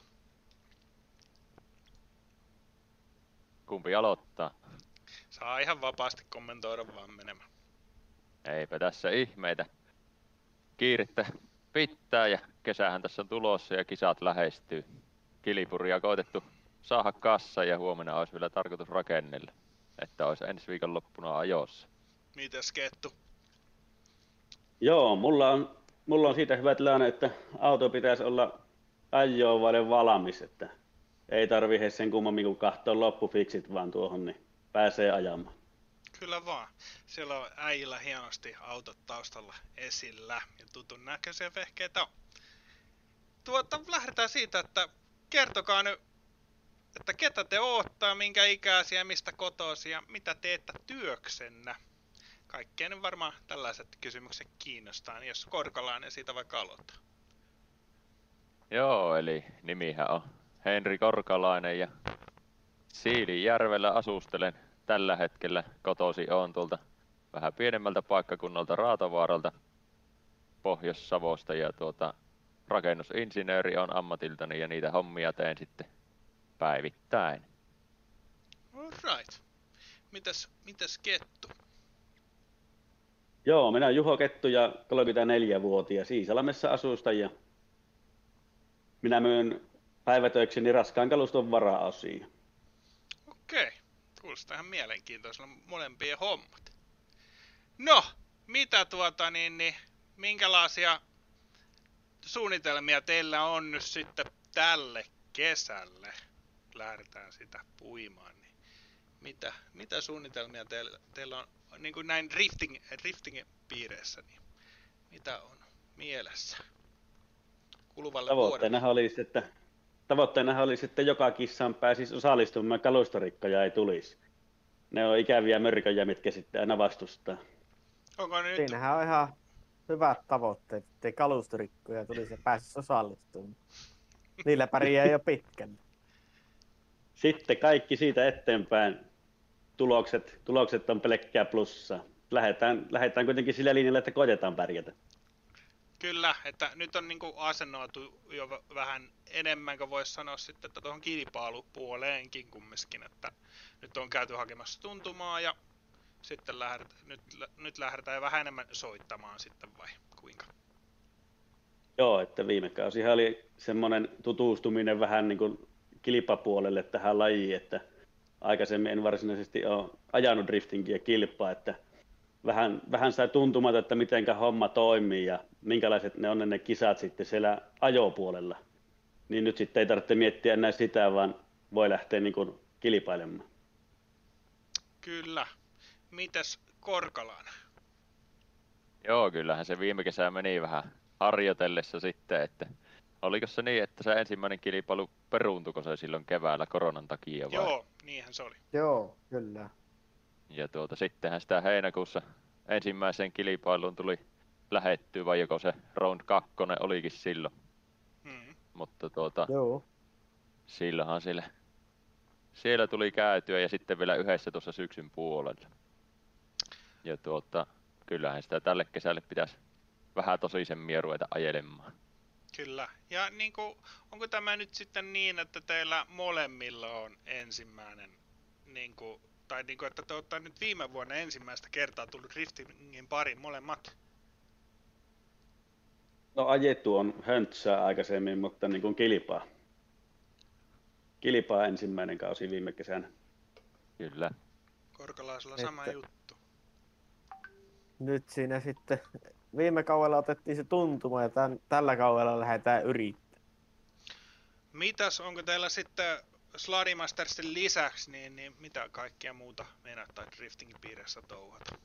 S5: Kumpi aloittaa?
S1: Saa ihan vapaasti kommentoida vaan menemään.
S5: Eipä tässä ihmeitä. Kiirettä pitää ja kesähän tässä on tulossa ja kisat lähestyy. Kilipuria koitettu saada kassa ja huomenna olisi vielä tarkoitus rakennella, että olisi ensi viikon loppuna ajossa.
S1: Mitäs Kettu?
S3: Joo, mulla on, mulla on siitä hyvä tilanne, että auto pitäisi olla ajoa vaille valmis, että ei tarvitse sen kummemmin kuin katsoa loppufiksit vaan tuohon, niin pääsee ajamaan.
S1: Kyllä vaan. Siellä on äijillä hienosti autot taustalla esillä ja tutun näköisiä vehkeitä on. Tuota, lähdetään siitä, että kertokaa nyt, että ketä te oottaa, minkä ikäisiä, mistä kotoisia ja mitä teette työksenne. Kaikkea nyt varmaan tällaiset kysymykset kiinnostaa, niin jos Korkalainen siitä vaikka aloittaa.
S5: Joo, eli nimihän on Henri Korkalainen ja Siilinjärvellä asustelen tällä hetkellä. Kotosi on tuolta vähän pienemmältä paikkakunnalta Raatavaaralta Pohjois-Savosta ja tuota, rakennusinsinööri on ammatiltani ja niitä hommia teen sitten päivittäin.
S1: Alright. Mitäs, mitäs Kettu?
S3: Joo, minä olen Juho Kettu ja kolmekymmentäneljävuotias Iisalmessa asustan ja minä myyn päivätöikseni raskaan kaluston varaosia.
S1: Okei, kuulostaa ihan mielenkiintoisella molempien hommat. No, mitä tuota niin, niin minkälaisia suunnitelmia teillä on nyt sitten tälle kesälle? Lähdetään sitä puimaan. Niin mitä, mitä suunnitelmia teillä, teillä on niin kuin näin drifting, driftingin piireissä? Niin mitä on mielessä kuluvalle
S3: Tavoitteenahan olisi, että Tavoitteenahan olisi, että joka kissaan pääsisi osallistumaan, kalustorikkoja ei tulisi. Ne on ikäviä mörköjä, mitkä sitten aina vastustaa.
S1: Onko nyt...
S4: Siinähän on ihan hyvät tavoitteet, ettei kalustorikkoja tulisi ja pääsisi osallistumaan. Niillä pärjää jo pitkän.
S3: Sitten kaikki siitä eteenpäin tulokset, tulokset on pelkkää plussaa. Lähdetään, lähdetään kuitenkin sillä linjalla, että koitetaan pärjätä.
S1: Kyllä, että nyt on niinku asennoitu jo vähän enemmän, kuin voisi sanoa sitten, että tuohon kilpailupuoleenkin kumminkin, että nyt on käyty hakemassa tuntumaa ja sitten lähdet, nyt, nyt lähdetään vähän enemmän soittamaan sitten vai kuinka?
S3: Joo, että viime kausihan oli semmoinen tutustuminen vähän niin kuin kilpapuolelle tähän lajiin, että aikaisemmin en varsinaisesti ole ajanut driftingiä kilpaa, että vähän, vähän sai tuntumatta, että mitenkä homma toimii ja minkälaiset ne on ne kisat sitten siellä ajopuolella. Niin nyt sitten ei tarvitse miettiä enää sitä, vaan voi lähteä niin kuin kilpailemaan.
S1: Kyllä. Mitäs Korkalainen?
S5: Joo, kyllähän se viime kesä meni vähän harjoitellessa sitten, että oliko se niin, että se ensimmäinen kilpailu peruuntuiko se silloin keväällä koronan takia vai?
S1: Joo, niinhän se oli.
S4: Joo, kyllä.
S5: Ja tuota, sittenhän sitä heinäkuussa ensimmäiseen kilpailuun tuli lähettyä, vai joko se round kakkonen olikin silloin.
S1: Hmm.
S5: Mutta tuota,
S4: Joo.
S5: silloinhan siellä, siellä tuli käytyä ja sitten vielä yhdessä tuossa syksyn puolella. Ja tuota, kyllähän sitä tälle kesälle pitäisi vähän tosisemmin ruveta ajelemaan.
S1: Kyllä. Ja niin kuin, onko tämä nyt sitten niin, että teillä molemmilla on ensimmäinen niin kuin, tai niinku, että te olette nyt viime vuonna ensimmäistä kertaa tullut driftingin pariin molemmat?
S3: No ajettu on höntsää aikaisemmin, mutta niin kuin kilpaa. Kilpaa ensimmäinen kausi viime kesänä.
S5: Kyllä.
S1: Korkalaisella sama
S4: Että-
S1: juttu.
S4: Nyt siinä sitten viime kaudella otettiin se tuntuma ja tämän, tällä kaudella lähdetään yrittämään.
S1: Mitäs, onko teillä sitten Sladimastersin lisäksi, niin, niin mitä kaikkea muuta meinattaa driftingin piirissä touhata?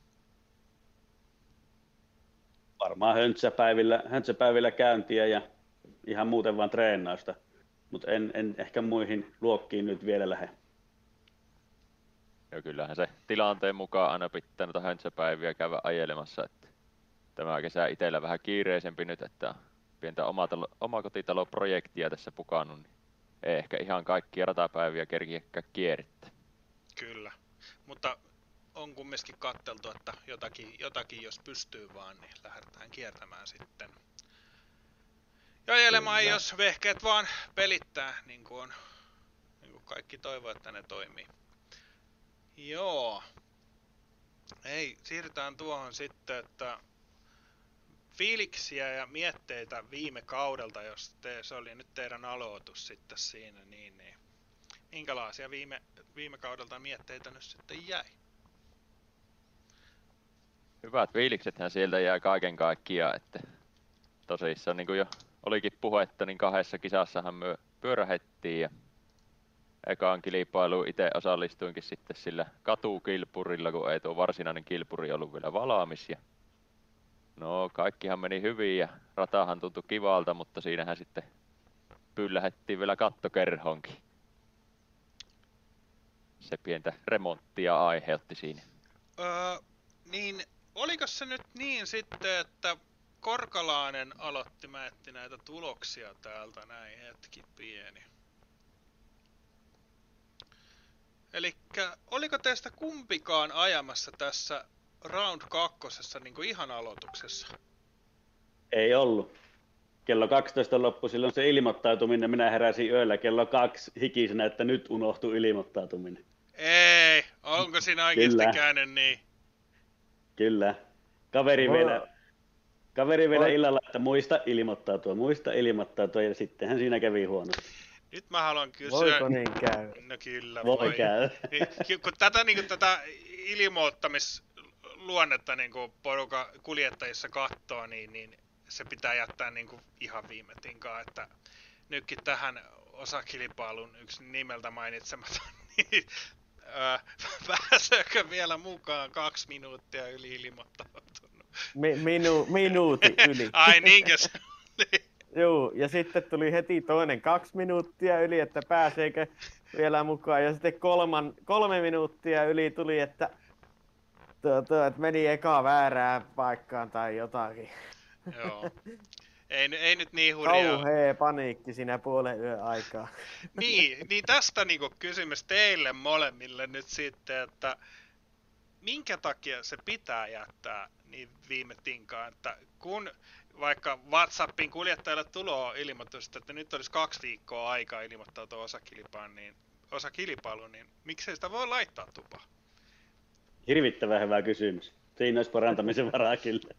S3: Varmaan höntsäpäivillä, höntsäpäivillä käyntiä ja ihan muuten vaan treenausta. Mutta en, en ehkä muihin luokkiin nyt vielä lähde.
S5: Ja kyllähän se tilanteen mukaan aina pitää noita höntsäpäiviä käydä ajelemassa. Että tämä kesä itsellä vähän kiireisempi nyt, että on pientä omatalo, omakotitaloprojektia tässä pukannut, niin ei ehkä ihan kaikkia ratapäiviä kerkiäkään kierittää.
S1: Kyllä, mutta on kumminkin katteltu, että jotakin, jotakin jos pystyy vaan, niin lähdetään kiertämään sitten. Ja ajelemaan,
S4: Kyllä.
S1: jos vehkeet vaan pelittää, niin kuin, on, niin kuin kaikki toivoo, että ne toimii. Joo. Ei, siirrytään tuohon sitten, että fiiliksiä ja mietteitä viime kaudelta, jos te, se oli nyt teidän aloitus sitten siinä, niin, niin minkälaisia viime, viime kaudelta mietteitä nyt sitten jäi?
S5: Hyvät fiiliksethän sieltä jää kaiken kaikkiaan, että tosissaan niin kuin jo olikin puhetta, niin kahdessa kisassahan me pyörähettiin ja ekaan kilpailuun itse osallistuinkin sitten sillä katukilpurilla, kun ei tuo varsinainen kilpuri ollut vielä valmis. Ja no kaikkihan meni hyvin ja ratahan tuntui kivalta, mutta siinähän sitten pyllähettiin vielä kattokerhonkin. Se pientä remonttia aiheutti siinä.
S1: Öö, niin oliko se nyt niin sitten, että Korkalainen aloitti, mä etsin näitä tuloksia täältä näin hetki pieni. Elikkä oliko teistä kumpikaan ajamassa tässä round kakkosessa niin kuin ihan aloituksessa?
S3: Ei ollut. Kello kaksitoista loppui silloin se ilmoittautuminen. Minä heräsin yöllä kello kaksi hikisenä, että nyt unohtui ilmoittautuminen.
S1: Ei, onko siinä oikeasti
S3: Kyllä.
S1: käynyt niin?
S3: Kyllä. Kaveri
S4: Voi-
S3: vielä, kaveri vielä
S4: Voi-
S3: illalla, että muista ilmoittautua, muista ilmoittautua, ja sittenhän siinä kävi huonosti.
S1: Nyt mä haluan kysyä.
S4: Voiko niin käydä?
S1: No kyllä
S3: Voi
S1: voi.
S3: käydä.
S1: Niin, kun tätä, niin kuin, tätä ilmoittamisluonnetta niin kuin porukan kuljettajissa katsoo, niin, niin se pitää jättää niin kuin ihan viime tinkaan, että nytkin tähän osakilpailun yksi nimeltä mainitsematon, niin öö, pääseekö vielä mukaan kaksi minuuttia yli ilmoittautunut?
S4: Mi- minu- minuutin yli.
S1: Ai niinkö se oli?
S4: Joo, ja sitten tuli heti toinen kaksi minuuttia yli, että pääseekö vielä mukaan. Ja sitten kolman, kolme minuuttia yli tuli, että, tuo, tuo, että meni eka väärään paikkaan tai jotakin.
S1: Joo. Ei, ny- ei nyt niin hurjaa.
S4: Kauhea paniikki siinä puolen yön aikaa.
S1: Niin, niin tästä niinku kysymys teille molemmille nyt sitten, että minkä takia se pitää jättää niin viime tinkaan, että kun vaikka WhatsAppin kuljettajalle tulo ilmoitus, että nyt olisi kaksi viikkoa aikaa ilmoittautua osakilpailuun, niin, osakilpailuun, niin miksei sitä voi laittaa tupaan?
S3: Hirvittävän hyvä kysymys. Siinä olisi parantamisen varaa kyllä.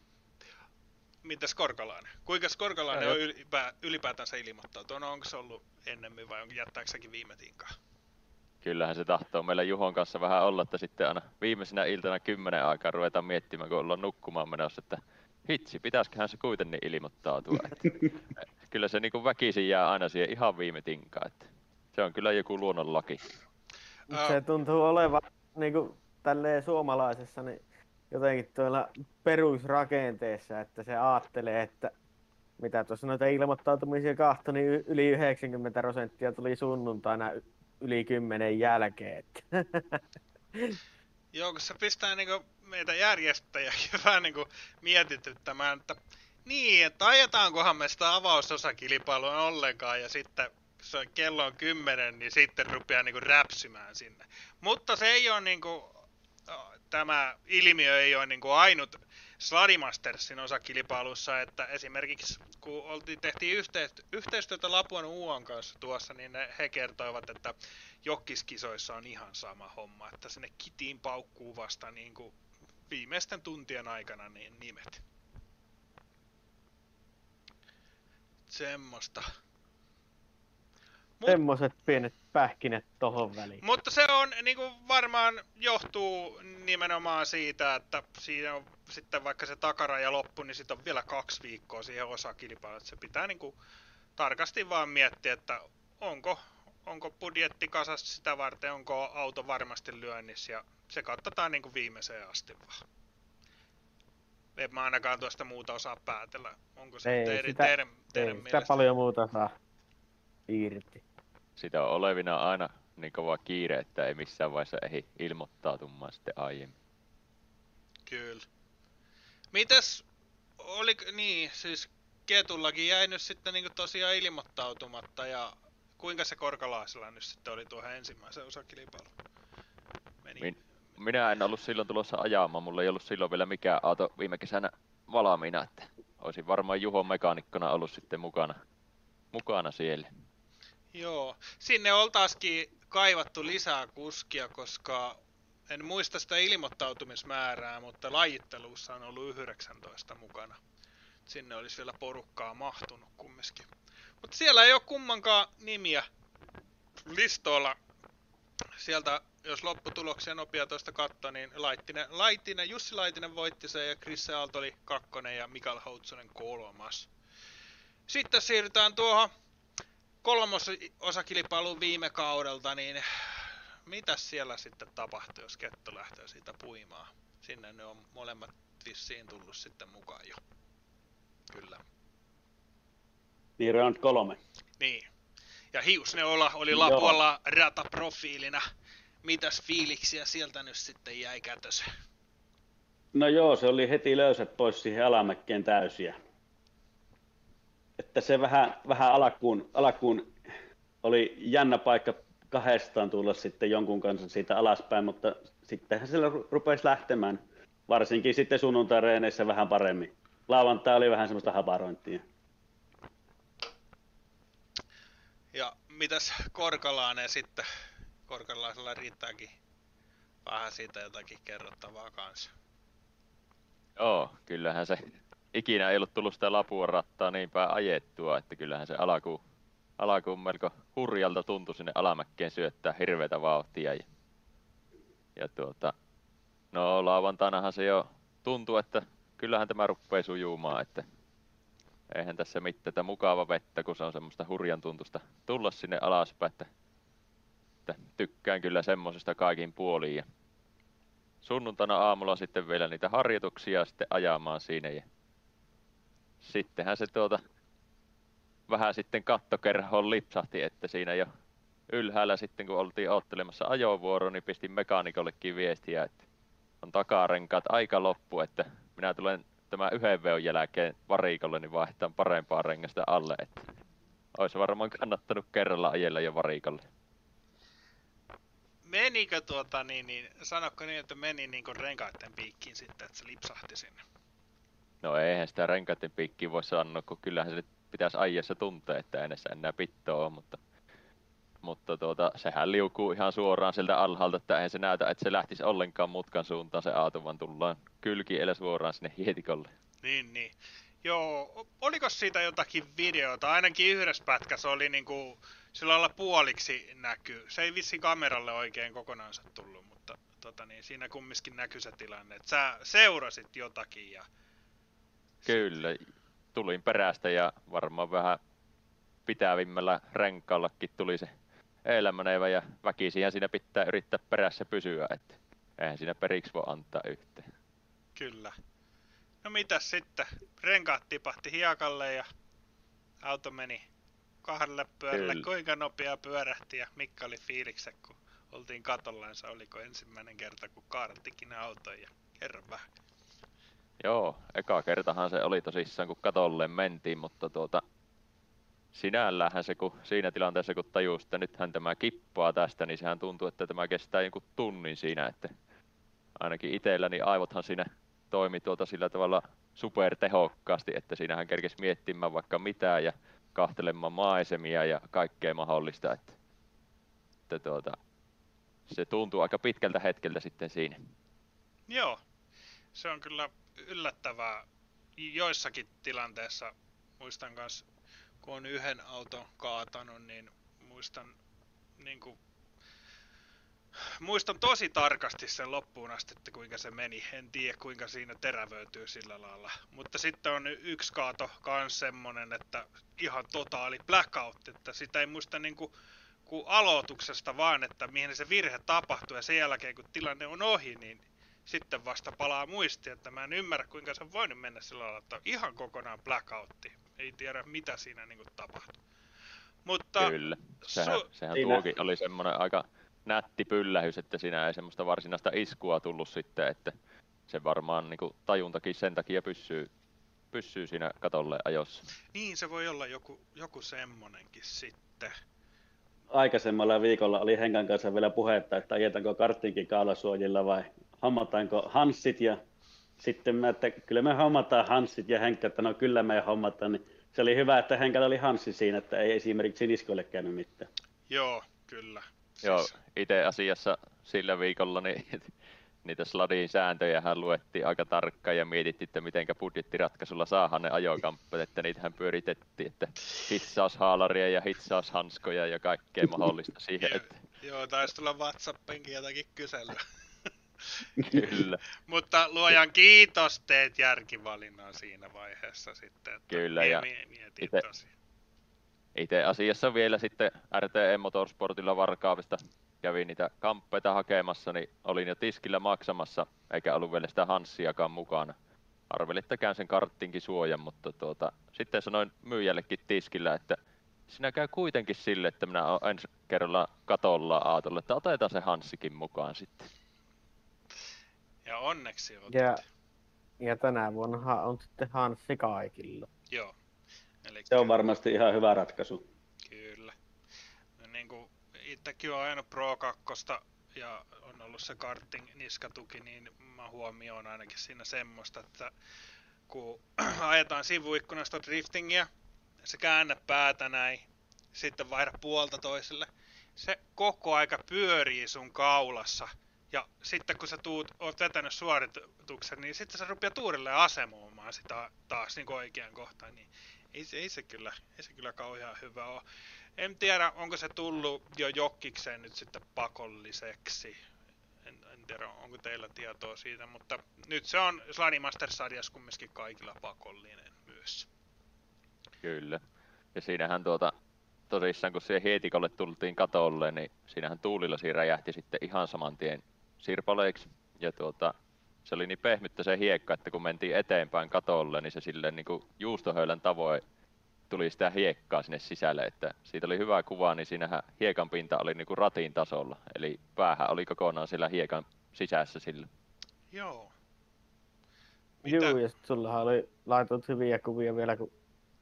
S1: Mitäs Korkalainen? Kuinka Korkalainen
S4: Joo.
S1: on ylipä, ylipäätänsä ilmoittautunut? No, onko se ollut ennemmin vai onko jättääkö sekin viime tinkaan?
S5: Kyllähän se tahtoo meillä Juhon kanssa vähän olla, että sitten aina viimeisenä iltana kymmenen aikaa ruvetaan miettimään, kun ollaan nukkumaan menossa, että hitsi, pitäisiköhän se kuitenkin ilmoittautua. Että kyllä se niin kuin väkisin jää aina siihen ihan viime tinkaan, että se on kyllä joku luonnonlaki.
S4: Mut se tuntuu olevan niin kuin tälleen suomalaisessa niin jotenkin tuolla perusrakenteessa, että se aattelee, että mitä tuossa noita ilmoittautumisia kahto, niin y- yli yhdeksänkymmentä prosenttia tuli sunnuntaina y- yli kymmenen jälkeen. Että.
S1: Joo, kun se pistää niinku meitä järjestäjiäkin vähän niinku mietityttämään, että niin, että ajetaankohan me sitä avausosakilpailua ollenkaan ja sitten kun se on kello on kymmenen, niin sitten rupeaa niinku räpsymään sinne. Mutta se ei ole niinku tämä ilmiö ei ole niin kuin ainut Sladimastersin osakilpailussa, että esimerkiksi kun oltiin, tehtiin yhteistyötä Lapuan U A:n kanssa tuossa, niin ne, he kertoivat, että jokkiskisoissa on ihan sama homma, että sinne kitiin paukkuu vasta niin kuin viimeisten tuntien aikana niin nimet. Semmosta. Mut,
S4: Semmoiset pienet pähkinät tohon väliin.
S1: mutta se on niinku varmaan johtuu nimenomaan siitä, että siinä on sitten vaikka se takaraja loppu, niin sitten on vielä kaksi viikkoa siihen osakilpailuun. Se pitää niinku tarkasti vaan miettiä, että onko, onko budjetti kasassa sitä varten, onko auto varmasti lyönnissä ja se katsotaan niinku viimeiseen asti vaan. En mä ainakaan tuosta muuta osaa päätellä. Onko se
S4: Ei
S1: teidän,
S4: sitä-
S1: teidän, teidän
S4: Ei sitä
S1: mielestä?
S4: paljon muuta saa irti.
S5: Sitä on olevina aina niin kova kiire, että ei missään vaiheessa ehdi ilmoittautumaan sitten aiemmin.
S1: Kyllä. Mitäs, oli, niin, siis Ketullakin jäi nyt sitten niin tosiaan ilmoittautumatta ja kuinka se Korkalaisella nyt sitten oli tuohon ensimmäisen osakilpailuun? Meni.
S5: Min, minä en ollut silloin tulossa ajamaan, mulla ei ollut silloin vielä mikään auto viime kesänä valmiina, että olisin varmaan Juhon mekaanikkona ollut sitten mukana, mukana siellä.
S1: Joo, sinne oltaisikin kaivattu lisää kuskia, koska en muista sitä ilmoittautumismäärää, mutta lajittelussa on ollut yhdeksäntoista mukana. Sinne olisi vielä porukkaa mahtunut kumminkin. Mutta siellä ei ole kummankaan nimiä listoilla. Sieltä, jos lopputuloksia nopea tuosta katsoa, niin Laittinen, Laittinen, Jussi Laitinen voitti sen ja Chris Aalto oli kakkonen ja Mikael Houtsonen kolmas. Sitten siirrytään tuohon kolmososakilpailuun viime kaudelta, niin mitäs siellä sitten tapahtui, jos Ketto lähtee siitä puimaan? Sinne ne on molemmat vissiin tullut sitten mukaan jo. Kyllä.
S3: Niin round kolme.
S1: Niin. Ja Hiusneola oli
S3: Joo.
S1: Lapualla rataprofiilina. Mitäs fiiliksiä sieltä nyt sitten jäi kätösen?
S3: No joo, se oli heti löysät pois siihen alamäkkeen täysiä. Että se vähän, vähän alkuun, alkuun oli jännä paikka kahdestaan tulla sitten jonkun kanssa siitä alaspäin, mutta sittenhän sillä rupesi lähtemään. Varsinkin sitten sunnuntai-reeneissä vähän paremmin. Lauantai oli vähän semmoista haparointia.
S1: Ja mitäs Korkalainen sitten? Korkalaisella riittääkin vähän siitä jotakin kerrottavaa kanssa.
S5: Joo, kyllähän se ikinä ei ollut tullut sitä Lapuan rattaa niin päin ajettua, että kyllähän se alkuun, alkuun melko hurjalta tuntui sinne alamäkkeen syöttää hirveätä vauhtia. Ja, ja tuota, no lauantainahan se jo tuntui, että kyllähän tämä ruppee sujumaan, että eihän tässä mitään tätä mukava vettä, kun se on semmoista hurjan tuntusta tulla sinne alaspäin, että, että tykkään kyllä semmosesta kaikin puoliin. Ja sunnuntaina aamulla sitten vielä niitä harjoituksia sitten ajamaan siinä ja sittenhän se tuota vähän sitten kattokerhoon lipsahti, että siinä jo ylhäällä sitten kun oltiin odottelemassa ajovuoroa, niin pistin mekaanikollekin viestiä, että on takarenkaat aika loppu, että minä tulen tämän yhden veon jälkeen varikolle, niin vaihdetaan parempaa rengasta alle, että olisi varmaan kannattanut kerralla ajella jo varikolle.
S1: Menikö tuota niin, niin sanokko niin, että meni niinku renkaiden piikkiin sitten, että se lipsahti sinne?
S5: No eihän sitä renkaiden piikkiä voi sanoa, kun kyllähän se pitäisi ajassa tuntea, että ei näissä enää pittoa ole, mutta, mutta tuota, sehän liukuu ihan suoraan sieltä alhaalta, että eihän se näytä, että se lähtisi ollenkaan mutkan suuntaan se auto, vaan tullaan kylki suoraan sinne hietikolle.
S1: Niin, niin. Joo, oliko siitä jotakin videota? Ainakin yhdessä pätkässä oli niinku sillä lailla puoliksi näkyy. Se ei vissi kameralle oikein kokonaansa tullut, mutta tota niin, siinä kumminkin näkyy se tilanne, että sä seurasit jotakin ja...
S5: Kyllä, tulin perästä ja varmaan vähän pitävimmällä renkaallakin tuli se elämänevä ja väkisihän siinä pitää yrittää perässä pysyä, että eihän siinä periksi voi antaa yhteen.
S1: Kyllä. No mitäs sitten? Renkaat tipahti hiekalle ja auto meni kahdelle pyörälle.
S5: Kyllä.
S1: Kuinka nopea pyörähti ja Mikka oli fiilikset, kun oltiin katollansa. Oliko ensimmäinen kerta, kun kaarattikin auton ja kerro vähän.
S5: Joo, eka kertahan se oli tosissaan, kun katolle mentiin, mutta tuota, sinällähän se, kun siinä tilanteessa, kun tajusi, että nythän tämä kippaa tästä, niin sehän tuntuu, että tämä kestää jonkun tunnin siinä, että ainakin itselläni aivothan siinä toimi tuota sillä tavalla supertehokkaasti, että siinähän kerkesi miettimään vaikka mitään ja kahtelemaan maisemia ja kaikkea mahdollista, että, että tuota, se tuntuu aika pitkältä hetkeltä sitten siinä.
S1: Joo, se on kyllä yllättävää. Joissakin tilanteissa, muistan kanssa, kun on yhden auton kaatanut, niin muistan, niin kuin, muistan tosi tarkasti sen loppuun asti, että kuinka se meni. En tiedä, kuinka siinä terävöityy sillä lailla. Mutta sitten on yksi kaato kans semmonen, että ihan totaali blackout, että sitä ei muista niin kuin, kuin aloituksesta vaan, että mihin se virhe tapahtuu, ja sen jälkeen kun tilanne on ohi, niin sitten vasta palaa muisti, että mä en ymmärrä, kuinka se on voinut mennä sillä lailla, että on ihan kokonaan blackoutti. Ei tiedä, mitä siinä niin kuin tapahtui. Mutta
S5: Kyllä, sehän,
S1: su-
S5: sehän
S3: Siinä-
S5: tuokin oli semmoinen aika nätti pyllähys, että siinä ei semmoista varsinaista iskua tullut sitten, että se varmaan niin kuin tajuntakin sen takia pysyy, pysyy siinä katolle ajossa.
S1: niin se voi olla joku, joku semmonenkin sitten.
S3: Aikaisemmalla viikolla oli Henkan kanssa vielä puhetta, että ajetaanko karttinkin kaalasuojilla vai hommataanko hanssit, ja sitten mä, että kyllä me hommataan hanssit, ja Henkka, että no kyllä me hommataan, niin se oli hyvä, että Henkalla oli hanssi siinä, että ei esimerkiksi niskoille käynyt mitään.
S1: Joo, kyllä.
S5: Joo,
S1: Siis,
S5: itse asiassa sillä viikolla niin, niitä Sladin sääntöjähän luettiin aika tarkkaan ja mietittiin, että mitenkä budjettiratkaisulla saadaan ne ajokamppat, että niitähän pyöritettiin, että hitsaushaalaria ja hitsaushanskoja ja kaikkea mahdollista siihen, että
S1: joo, taisi tulla WhatsAppinkin jotakin kyselyä.
S5: kyllä,
S1: Mutta luojan kiitos, teet järkivalinnan siinä vaiheessa sitten. Että
S5: Kyllä,
S1: mie-
S5: ja
S1: mie- mietin
S5: ite-
S1: tosiaan.
S5: itse asiassa vielä sitten R T E Motorsportilla Varkaavista kävin niitä kamppeita hakemassa, niin olin jo tiskillä maksamassa, eikä ollut vielä sitä hanssiakaan mukana. Arvelin, että käyn sen karttinkin suojan, mutta tuota, sitten sanoin myyjällekin tiskillä, että sinä käy kuitenkin sille, että minä olen ensi kerralla katolla aatolla, että otetaan se hanssikin mukaan sitten.
S1: Ja onneksi otit.
S4: Ja, ja tänä vuonna on sitten Hanssi kaikilla.
S1: Joo. Eli
S3: Se on varmasti ihan hyvä ratkaisu.
S1: Kyllä. No, niin kuin itsekin olen ajanut Pro kaksi ja on ollut se karting niskatuki, niin mä huomioon ainakin siinä semmoista, että kun ajetaan sivuikkunasta driftingiä, se käännä päätä näin, sitten vaihda puolta toiselle, se koko aika pyörii sun kaulassa. Ja sitten kun sä tuut, oot vetänyt suorituksen, niin sitten se rupeaa tuurille asemoimaan sitä taas niin oikeaan kohtaan. Niin ei, se, ei, se kyllä, ei se kyllä kauhean hyvä ole. En tiedä, onko se tullut jo jokkikseen nyt sitten pakolliseksi. En, en tiedä, onko teillä tietoa siitä, mutta nyt se on Sliding Masters-sarjassa kumminkin kaikilla pakollinen myös.
S5: Kyllä. Ja siinähän tuota, tosissaan kun siihen hietikolle tultiin katolle, niin siinähän tuulilasi räjähti sitten ihan saman tien sirpaleiksi. Ja tuota, se oli niin pehmyttä se hiekka, että kun mentiin eteenpäin katolle, niin se silleen niin kuin juustohöylän tavoin tuli sitä hiekkaa sinne sisälle. Että siitä oli hyvä kuva, niin siinähän hiekan pinta oli niin kuin ratin tasolla. Eli päähän oli kokonaan siellä hiekan sisässä sillä.
S1: Joo. Mitä?
S4: Juu, ja sit sullahan oli laitettu hyviä kuvia vielä, kun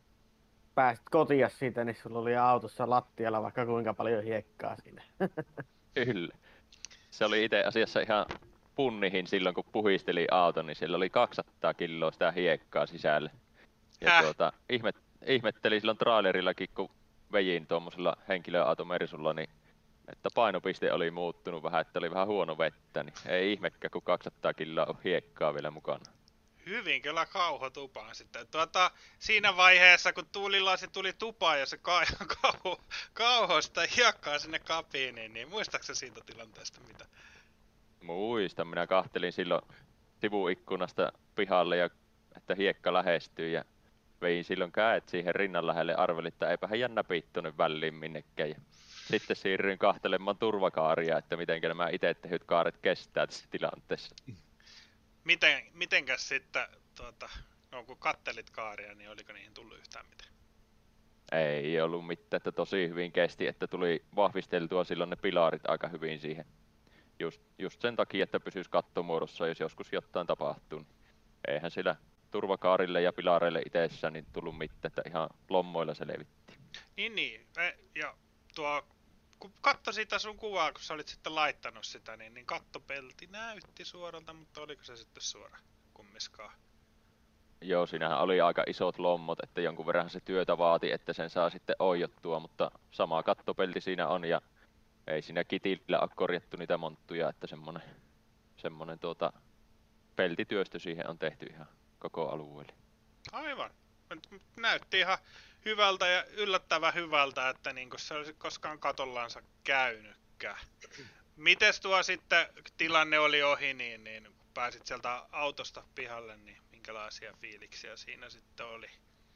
S4: pääsit kotia siitä, niin sulla oli autossa lattialla vaikka kuinka paljon hiekkaa siinä.
S5: Kyllä. Se oli itse asiassa ihan punnihin silloin, kun puhisteli auton, niin siellä oli kaksisataa kiloa sitä hiekkaa sisällä. Ja
S1: Häh?
S5: tuota, ihmet, ihmettelin silloin trailerillakin, kun vejin tuommoisella henkilöautomersulla, niin että painopiste oli muuttunut vähän, että oli vähän huono vettä, niin ei ihmekään, kun kaksisataa kiloa on hiekkaa vielä mukana.
S1: Hyvin kyllä kauho tupaan sitten. Tuota, siinä vaiheessa, kun tuulilasi tuli tupaan ja se ka- kauho, kauhosta hiekkaa sinne kabiiniin, niin muistaaksä siitä tilanteesta mitä?
S5: Muistan, minä kahtelin silloin sivuikkunasta pihalle, ja, että hiekka lähestyy, ja vein silloin kädet siihen rinnan lähelle, arvelin, että eipähän jännä piittunen väliin minnekään. Ja sitten siirryin kahtelemaan turvakaaria, että miten nämä itse tehdyt kaaret kestää tässä tilanteessa.
S1: Miten, mitenkäs sitten, tuota, no kun kattelit kaaria, niin oliko niihin tullut yhtään mitään?
S5: Ei ollut mitään, että tosi hyvin kesti, että tuli vahvisteltua silloin ne pilarit aika hyvin siihen. Just, just sen takia, että pysyisi kattomuodossa, jos joskus jotain tapahtuu. Niin eihän sillä turvakaarille ja pilareille itsessään niin tullut mitään, että ihan lommoilla selvittiin.
S1: Niin, niin. E- Ja tuo kun katso sitä sun kuvaa, kun sä olit sitten laittanut sitä, niin, niin kattopelti näytti suoralta, mutta oliko se sitten suora kummiskaan?
S5: Joo, siinähän oli aika isot lommot, että jonkun verran se työtä vaati, että sen saa sitten oijottua, mutta sama kattopelti siinä on ja ei siinä kitillä ole korjattu niitä monttuja, että semmonen, semmonen tuota peltityöstö siihen on tehty ihan koko alueelle.
S1: Aivan. Näytti ihan hyvältä ja yllättävän hyvältä, että niin se olisi koskaan katollansa käynytkään. Mites tuo sitten tilanne oli ohi, niin, niin kun pääsit sieltä autosta pihalle, niin minkälaisia fiiliksiä siinä sitten oli?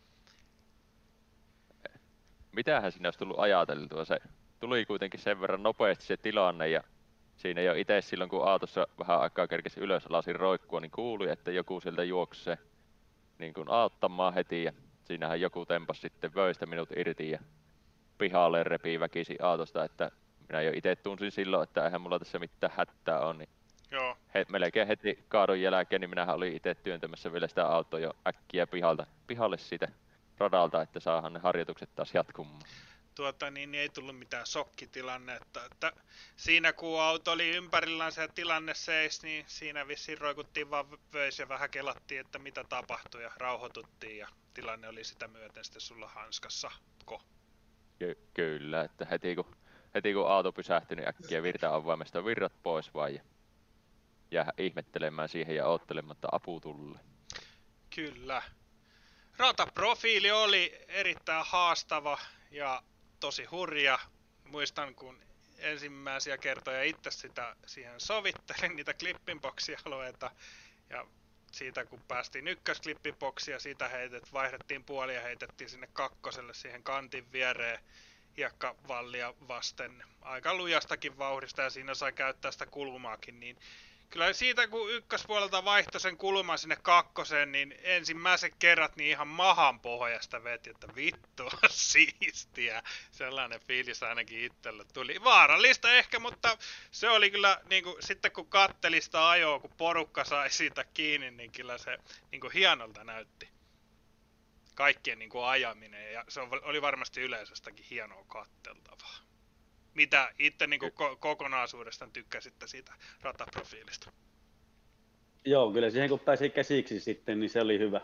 S5: Mitähän siinä olisi tullut ajateltua? Se tuli kuitenkin sen verran nopeasti se tilanne ja siinä jo itse silloin kun autossa vähän aikaa kerkesi ylös alasin roikkua, niin kuului, että joku sieltä juoksi se niin kuin auttamaan heti ja siinähän joku tempas sitten vöistä minut irti ja pihalle repii väkisin autosta, että minä jo itse tunsin silloin, että eihän mulla tässä mitään hätää on, niin
S1: Joo.
S5: He, melkein heti kaadon jälkeen, niin minähän olin itse työntämässä vielä sitä autoa jo äkkiä pihalta, pihalle siitä radalta, että saahan ne harjoitukset taas jatkumaan.
S1: Tuota, niin, niin ei tullut mitään shokkitilannetta. Että siinä kun auto oli ympärillään se tilanne seis, niin siinä vissiin roikuttiin vaan vöis ja vähän kelattiin, että mitä tapahtui ja rauhoituttiin ja tilanne oli sitä myöten sitten sulla hanskassa. Ko?
S5: Ky- kyllä, että heti kun, heti kun auto pysähtyi, niin äkkiä virta-avaimesta virrat pois vaan ja jää ihmettelemään siihen ja odottelemaan, että apu tulee.
S1: Kyllä. Rataprofiili oli erittäin haastava ja tosi hurja. Muistan, kun ensimmäisiä kertoja itse sitä siihen sovittelin, niitä klippinboksi-alueita. Ja siitä kun päästiin ykkösklippiboksiin ja siitä heitet, vaihdettiin puolia ja heitettiin sinne kakkoselle siihen kantin viereen hiekkavallia vasten. Aika lujastakin vauhdista ja siinä sai käyttää sitä kulmaakin, niin kyllä siitä kun ykköspuolelta vaihtoi sen kulman sinne kakkoseen, niin ensimmäiset kerrat niin ihan mahan pohjasta veti, että vittu on siistiä. Sellainen fiilis ainakin itsellä tuli. Vaarallista ehkä, mutta se oli kyllä, niin kuin, sitten kun katteli sitä ajoa, kun porukka sai siitä kiinni, niin kyllä se niin kuin hienolta näytti. Kaikkien niin kuin ajaminen ja se oli varmasti yleisöstäkin hienoa katteltavaa. Mitä itse niin kuin ko- kokonaisuudestaan tykkäsitte siitä rataprofiilista?
S3: Joo, kyllä siihen kun pääsi käsiksi sitten, niin se oli hyvä.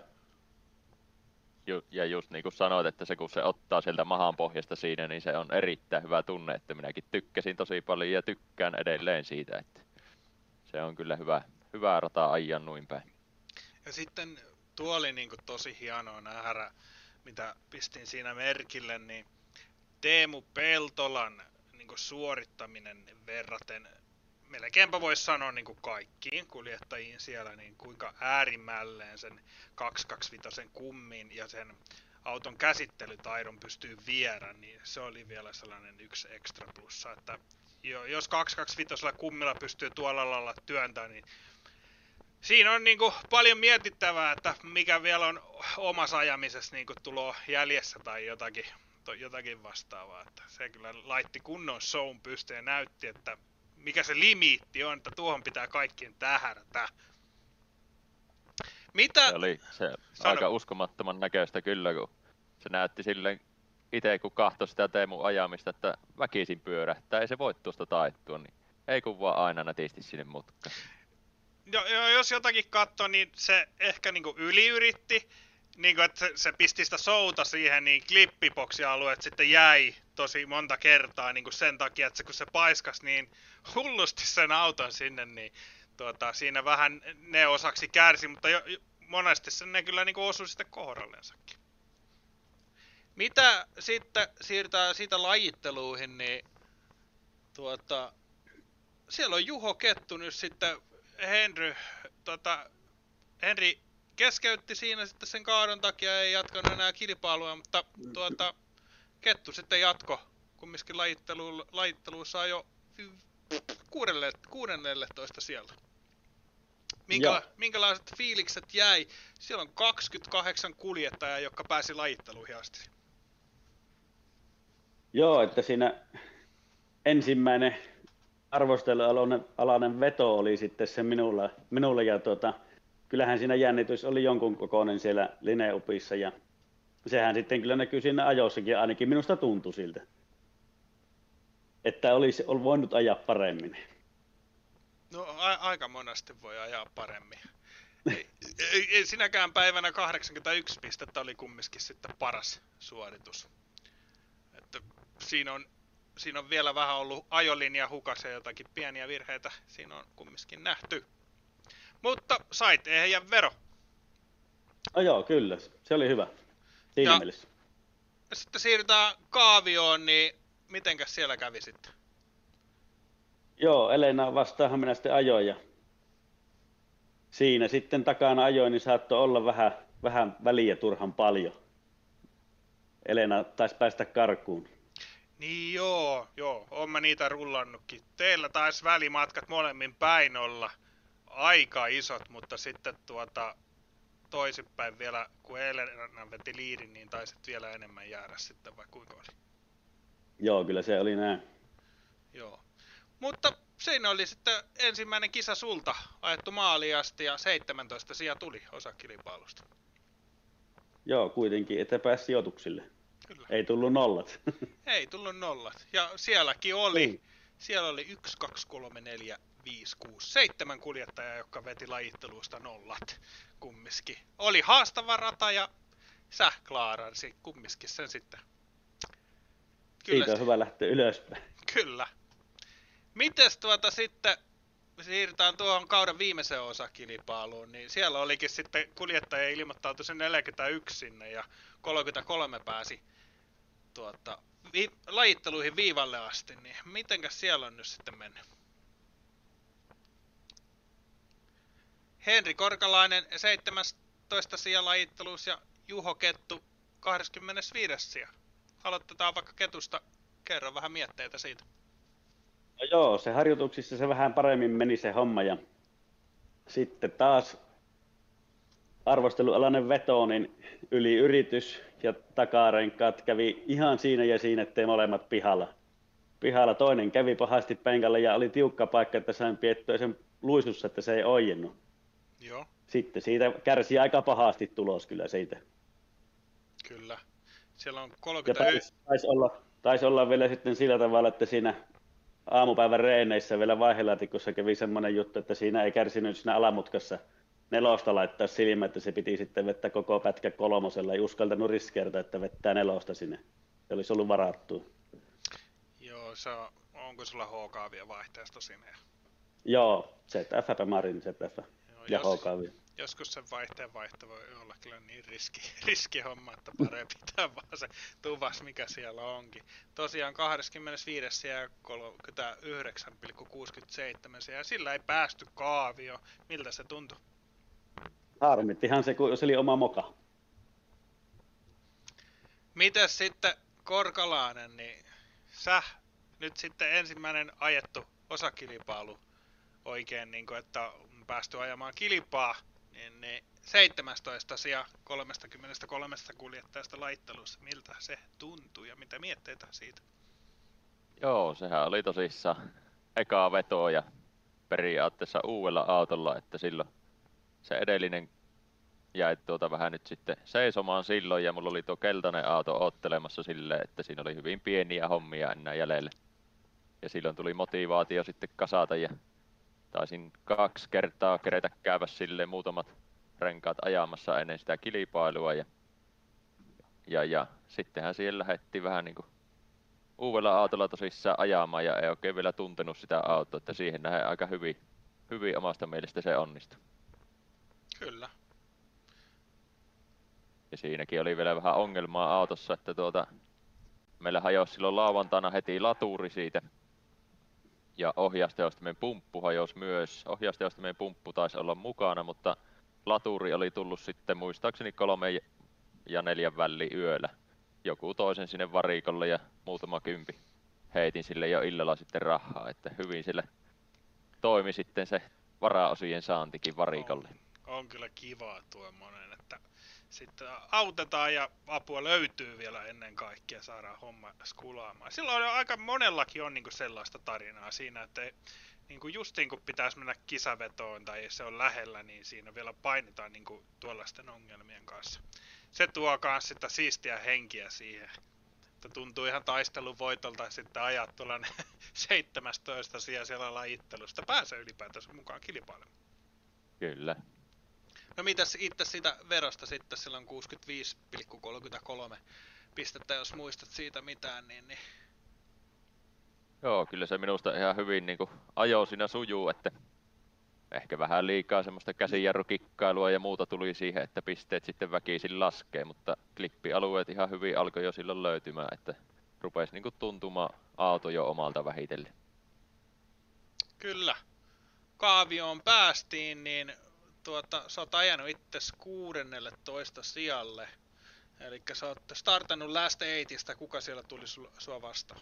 S5: Ju- ja just niin kuin sanoit, että se kun se ottaa sieltä mahan pohjasta siinä, niin se on erittäin hyvä tunne, että minäkin tykkäsin tosi paljon ja tykkään edelleen siitä, että se on kyllä hyvä, hyvä rata ajaa noin päin.
S1: Ja sitten tuo oli niin kuin tosi hienoa nähdä, mitä pistin siinä merkille, niin Teemu Peltolan niin kuin suorittaminen verraten, melkeinpä voisi sanoa niin kuin kaikkiin kuljettajiin siellä, niin kuinka äärimmälleen sen kaksisataakaksikymmentäviisi kummin ja sen auton käsittelytaidon pystyy viedä, niin se oli vielä sellainen yksi ekstra plussa, että jos kaksisataakaksikymmentäviisi kummilla pystyy tuolla lailla työntämään, niin siinä on niin kuin paljon mietittävää, että mikä vielä on omassa ajamisessa niin kuin tulo jäljessä tai jotakin, jotakin vastaavaa. Että se kyllä laitti kunnon shown pystyyn ja näytti, että mikä se limiitti on, että tuohon pitää kaikkien tähdätä. Mitä?
S5: Se oli se aika uskomattoman näköistä kyllä, kun se näytti silleen itse kun kahtoi sitä Teemun ajamista, että väkisin pyörähtää, ei se voi tuosta taittua, niin ei kun vaan aina nätisti sinne mutkaan.
S1: Jo, jo, jos jotakin katsoo, niin se ehkä niinku yliyritti, niinku, että se, se pisti sitä showta siihen, niin klippiboksialueet sitten jäi tosi monta kertaa niinku sen takia, että se, kun se paiskas niin hullusti sen auton sinne, niin tuota, siinä vähän ne osaksi kärsi, mutta jo, jo, monesti se ne kyllä niinku osui sitten kohdalleensakin. Mitä sitten siirtää siitä lajitteluihin, niin tuota, siellä on Juho Kettu nyt sitten. Henry, tota, Henri keskeytti siinä sitten sen kaadon takia, ei jatkanut enää kilpailua, mutta tuota, Kettu sitten jatko, kumminkin lajittelu, lajitteluissa jo kuudennelletoista siellä. Minkäla, minkälaiset fiilikset jäi? Siellä on kaksikymmentäkahdeksan kuljettajaa, jotka pääsi lajitteluihin asti.
S3: Joo, että siinä ensimmäinen arvostelualainen veto oli sitten se minulla, minulla ja tuota, kyllähän siinä jännitys oli jonkun kokoinen siellä Lineupissa ja sehän sitten kyllä näkyy siinä ajossakin, ainakin minusta tuntui siltä. että olisi voinut ajaa paremmin.
S1: No a- aika monesti voi ajaa paremmin. Ei, ei, ei sinäkään päivänä kahdeksankymmentäyksi pistettä oli kumminkin sitten paras suoritus. Että siinä on, siinä on vielä vähän ollut ajolinja hukassa ja jotakin pieniä virheitä. Siinä on kumminkin nähty. Mutta sait ehjän vero.
S3: No joo, kyllä. Se oli hyvä. Siinä
S1: Ja-
S3: mielessä.
S1: Sitten siirrytään kaavioon, niin mitenkäs siellä kävi sitten?
S3: Joo, Elena vastaahan minä sitten ajoin ja siinä sitten takana ajoin, niin saattoi olla vähän, vähän väliä turhan paljon. Elena taisi päästä karkuun.
S1: Niin joo, joo, oon mä niitä rullannutkin. Teillä taisi välimatkat molemmin päin olla aika isot, mutta sitten tuota toisinpäin vielä, kun Elena veti liidin, niin taisit vielä enemmän jäädä sitten, vai kuinka oli?
S3: Joo, kyllä se oli näin.
S1: Joo. Mutta siinä oli sitten ensimmäinen kisa sulta, ajettu maaliin asti ja seitsemäntoista sija tuli osakilpailusta.
S3: Joo, kuitenkin, että pääsi sijoituksille.
S1: Kyllä.
S3: Ei tullut nollat.
S1: Ei tullut nollat. Ja sielläkin oli,
S3: Ei.
S1: siellä oli yksi, kaksi, kolme, neljä, viisi, kuusi, seitsemän kuljettajaa, jotka veti lajittelusta nollat kumminkin. Oli haastava rata ja sä klaarasi kumminkin sen sitten. Kyllä,
S3: Siitä on hyvä lähteä ylöspäin.
S1: kyllä. Mites tuota sitten, siirrytään tuohon kauden viimeiseen osakilpailuun, niin siellä olikin sitten kuljettaja ilmoittautui sen neljäkymmentäyksi sinne ja kolmekymmentäkolme pääsi tuota, vi- lajitteluihin viivalle asti, niin mitenkäs siellä on nyt sitten mennyt? Henri Korkalainen seitsemäntoista sija lajittelussa ja Juho Kettu kaksikymmentäviisi sija. Aloitetaan vaikka Ketusta, kerro vähän mietteitä siitä.
S3: No joo, se harjoituksissa se vähän paremmin meni se homma ja sitten taas arvostelualainen veto, niin yli yritys ja takarenkaat kävi ihan siinä ja siinä, ettei molemmat pihalla. Pihalla toinen kävi pahasti penkalle ja oli tiukka paikka, että sain piettyä sen luisussa, että se ei ojennut.
S1: Joo,
S3: Sitten siitä kärsi aika pahasti tulos kyllä siitä.
S1: kyllä. Siellä on
S3: Ja
S1: kolmekymmentäyksi.
S3: taisi, taisi, olla, taisi olla vielä sitten sillä tavalla, että siinä aamupäivän reeneissä vielä vaihelaatikossa kävi semmoinen juttu, että siinä ei kärsinyt siinä alamutkassa nelosta laittaa silmä, että se piti sitten vettä koko pätkä kolmosella. Ei uskaltanut riskeerata, että vettää nelosta sinne. Se olisi ollut varattu.
S1: Joo, se on, onko sulla H-kaavia vaihteesta sinne?
S3: Joo, Z F, Marin Z F
S1: Joo,
S3: ja
S1: jos,
S3: H-kaavia.
S1: joskus sen vaihteen vaihto voi olla kyllä niin riski, riskihomma, että parempi pitää vaan se tuvas, mikä siellä onkin. Tosiaan kaksikymmentäviisi ja kolmekymmentäyhdeksän pilkku kuusikymmentäseitsemän ja sillä ei päästy kaavio. Miltä se tuntui?
S3: Harmittihan se, kun se oli oma moka.
S1: Mites sitten Korkalainen, niin sä nyt sitten ensimmäinen ajettu osakilpailu oikein, niin kuin, että on päästy ajamaan kilpaa, niin, niin seitsemäntoista sija kolmekymmentäkolme kuljettajasta laittelussa. Miltä se tuntuu ja mitä mietteitä siitä?
S5: Joo, sehän oli tosissaan ekaa vetoa ja periaatteessa uudella autolla, että silloin se edellinen jäi tuota vähän nyt sitten seisomaan silloin ja mulla oli tuo keltainen auto oottelemassa silleen, että siinä oli hyvin pieniä hommia enää jäljellä. Ja silloin tuli motivaatio sitten kasata ja taisin kaksi kertaa kerätä käydä silleen muutamat renkaat ajamassa ennen sitä kilpailua ja, ja, ja sittenhän siellä lähdettiin vähän niinku uudella autolla tosissaan ajamaan ja ei oikein vielä tuntenut sitä autoa, että siihen nähden aika hyvin, hyvin omasta mielestä se onnistui.
S1: Kyllä.
S5: Ja siinäkin oli vielä vähän ongelmaa autossa, että tuota, meillä hajosi silloin lauantaina heti laturi siitä. Ja ohjaustehostimen pumppu hajosi myös. Ohjaustehostimen pumppu taisi olla mukana, mutta laturi oli tullut sitten muistaakseni kolme ja neljän väliin yöllä. Joku toisen sinne varikolle ja muutama kympi heitin sille jo illalla sitten rahaa, että hyvin sille toimi sitten se varaosien saantikin varikolle.
S1: On, on kyllä kivaa tuommoinen, että sitten autetaan ja apua löytyy vielä ennen kaikkea, saadaan homma skulaamaan. Silloin aika monellakin on niinku sellaista tarinaa siinä, että niinku justiin kun pitäisi mennä kisavetoon tai se on lähellä, niin siinä vielä painitaan niinku tuollaisten ongelmien kanssa. Se tuo myös sitä siistiä henkiä siihen Että tuntuu ihan taistelun voitolta sitten ajaa tuolla seitsemästoista sija siellä lajittelusta. Pääsee ylipäätänsä mukaan kilpailemaan.
S5: Kyllä.
S1: No mitäs itse siitä verosta sitten, sillä on kuusikymmentäviisi pilkku kolmekymmentäkolme pistettä, jos muistat siitä mitään, niin... niin...
S5: Joo, kyllä se minusta ihan hyvin niin kuin ajo siinä sujuu, että ehkä vähän liikaa semmoista käsijarrukikkailua ja muuta tuli siihen, että pisteet sitten väkisin laskee, mutta klippialueet ihan hyvin alkoi jo silloin löytymään, että rupesi niin kuin tuntumaan auto jo omalta vähitellen.
S1: Kyllä. Kaavioon päästiin, niin tuota, sä oot ajanut itses kuudennelletoista sijalle. Eli sä oot startannut Last Eightistä, kuka siellä tuli sua vastaan?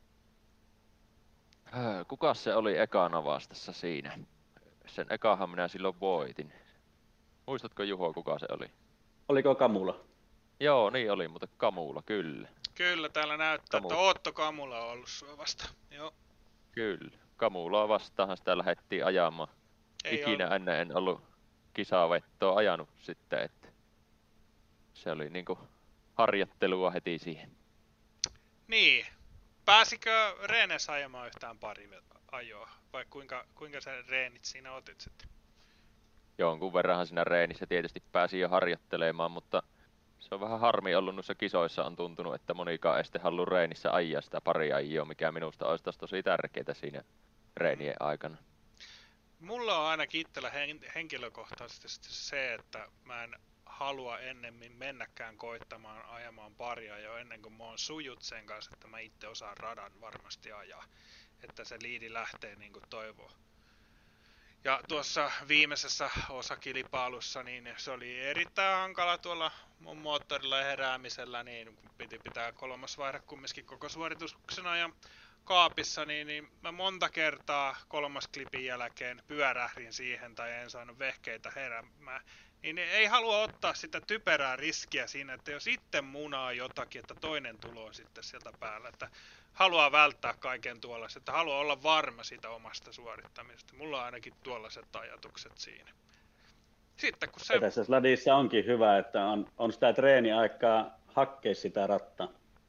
S5: Kukas se oli ekana vastassa siinä? Sen ekahan minä silloin voitin. Muistatko Juho, kuka se oli?
S3: Oliko Kamula?
S5: Joo, niin oli, mutta Kamula, kyllä.
S1: Kyllä, täällä näyttää,
S5: Kamula.
S1: että Otto Kamula on ollut sua vastaan. Joo.
S5: Kyllä. Kamulaa vastaanhan sitä lähdettiin ajamaan.
S1: Ei
S5: Ikinä
S1: ollut.
S5: ennen en ollut kisavettoa ajanut sitten, että se oli niinku harjoittelua heti siihen.
S1: Niin. Pääsikö Reenes ajamaan yhtään pari ajoa? Vai kuinka, kuinka sä reenit siinä otit sitten?
S5: Jonkun verranhan siinä reenissä tietysti pääsi jo harjoittelemaan, mutta se on vähän harmi ollut noissa kisoissa, on tuntunut, että monikaan ei sitten halua reenissä ajaa sitä pari ajoa, mikä minusta olisi taas tosi tärkeää siinä reenien aikana.
S1: Mulla on ainakin itsellä hen- henkilökohtaisesti se, että mä en halua ennemmin mennäkään koittamaan ajamaan paria jo ennen kuin mä oon sujut sen kanssa, että mä itse osaan radan varmasti ajaa. Että se liidi lähtee niin kuin toivoo. Ja tuossa viimeisessä osakilpailussa niin se oli erittäin hankala tuolla mun moottorilla heräämisellä, niin kun piti pitää kolmas vaihde kumminkin koko suorituksen ajan kaapissa, niin, niin mä monta kertaa kolmas klipin jälkeen pyörähdin siihen tai en saanut vehkeitä heräämään. Niin ei halua ottaa sitä typerää riskiä siinä, että jos itse munaa jotakin, että toinen tulee sitten sieltä päällä. Että haluaa välttää kaiken tuollaiset, että haluaa olla varma siitä omasta suorittamisesta. Mulla on ainakin tuollaiset ajatukset siinä. Sitten kun se...
S3: Ja tässä sladissa onkin hyvä, että on, on sitä treeniaikaa hakkea sitä rattaa.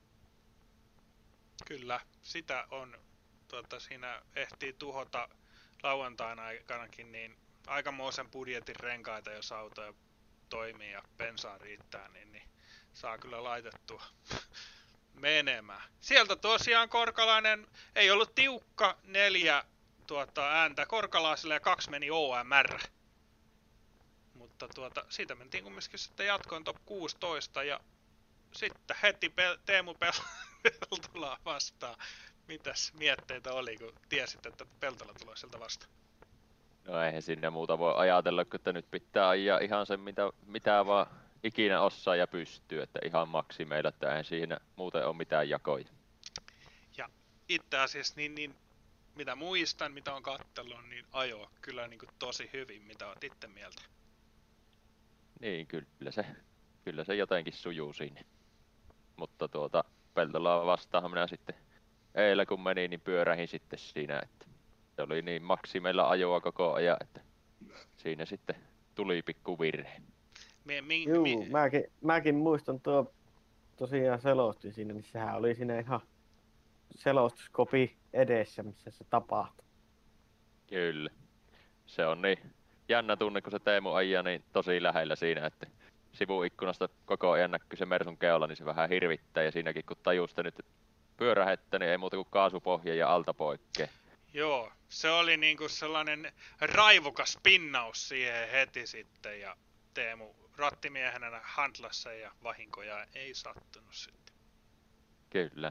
S1: Kyllä, sitä on. Tuota, siinä ehtii tuhota lauantaina aikanakin niin aikamoisen budjetin renkaita, jos auto toimii ja bensaa riittää, niin, niin saa kyllä laitettua menemään. Sieltä tosiaan Korkalainen, ei ollut tiukka neljä tuota, ääntä Korkalaiselle ja kaksi meni O M R. Mutta tuota, siitä mentiin kumminkin sitten jatkoon top kuusitoista ja sitten heti Pel- Teemu Pel- Peltola vastaan. Mitäs mietteitä oli, kun tiesit, että Peltola tulee sieltä vastaan?
S5: No eihän sinne muuta voi ajatella, että nyt pitää ajaa ihan sen, mitä, mitä vaan ikinä osaa ja pystyy, että ihan maksimeilla, että eihän siinä muuten ole mitään jakoja.
S1: Ja itse asiassa, niin, niin, mitä muistan, mitä on katsellut, niin ajo kyllä niin kuin tosi hyvin, mitä oot itse mieltä.
S5: Niin, kyllä se, kyllä se jotenkin sujuu sinne. Mutta tuota, Peltolaa vastaan minä sitten eilen kun meni, niin pyörähin sitten siinä, että se oli niin maksimeilla ajoa koko ajan, että siinä sitten tuli pikku virhe.
S1: Mi- mi-
S4: Juu,
S1: mi-
S4: mäkin, mäkin muistan tuo tosiaan selostin siinä, niin sehän oli siinä ihan selostuskopi edessä, missä se tapahtui.
S5: Kyllä. Se on niin jännä tunne, kun se Teemu ajaa niin tosi lähellä siinä, että sivuikkunasta koko ajan näkyy se Mersun keula, niin se vähän hirvittää. Ja siinäkin kun tajuste nyt pyörähettä, niin ei muuta kuin kaasupohja ja alta poikkea.
S1: Joo, se oli niinku sellainen raivokas pinnaus siihen heti sitten ja Teemu rattimiehenä handlassa ja vahinkoja ei sattunut sitten.
S5: Kyllä.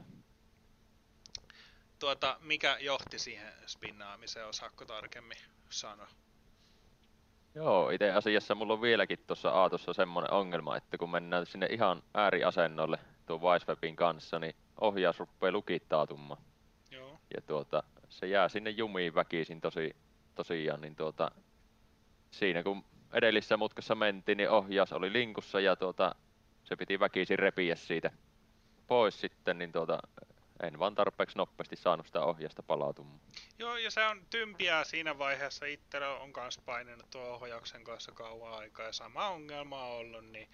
S1: Tuota, mikä johti siihen spinnaamiseen, osaatko tarkemmin sanoa?
S5: Joo, itse asiassa mulla on vieläkin tuossa aatossa semmoinen ongelma, että kun mennään sinne ihan ääriasennolle tuon Wisewebin kanssa, niin ohjaus rupeaa lukittautumaan.
S1: Joo.
S5: Ja tuota, se jää sinne jumiin väkisin tosi, tosiaan, niin tuota, siinä kun edellisessä mutkassa mentiin, niin ohjaus oli linkussa ja tuota, se piti väkisin repiä siitä pois sitten, niin tuota, en vaan tarpeeksi nopeasti saanut sitä ohjasta palautumaan.
S1: Joo, ja se on tympiää siinä vaiheessa. Itsellä on kanssa painanut tuon ohjauksen kanssa kauan aikaa ja sama ongelma on ollut, niin,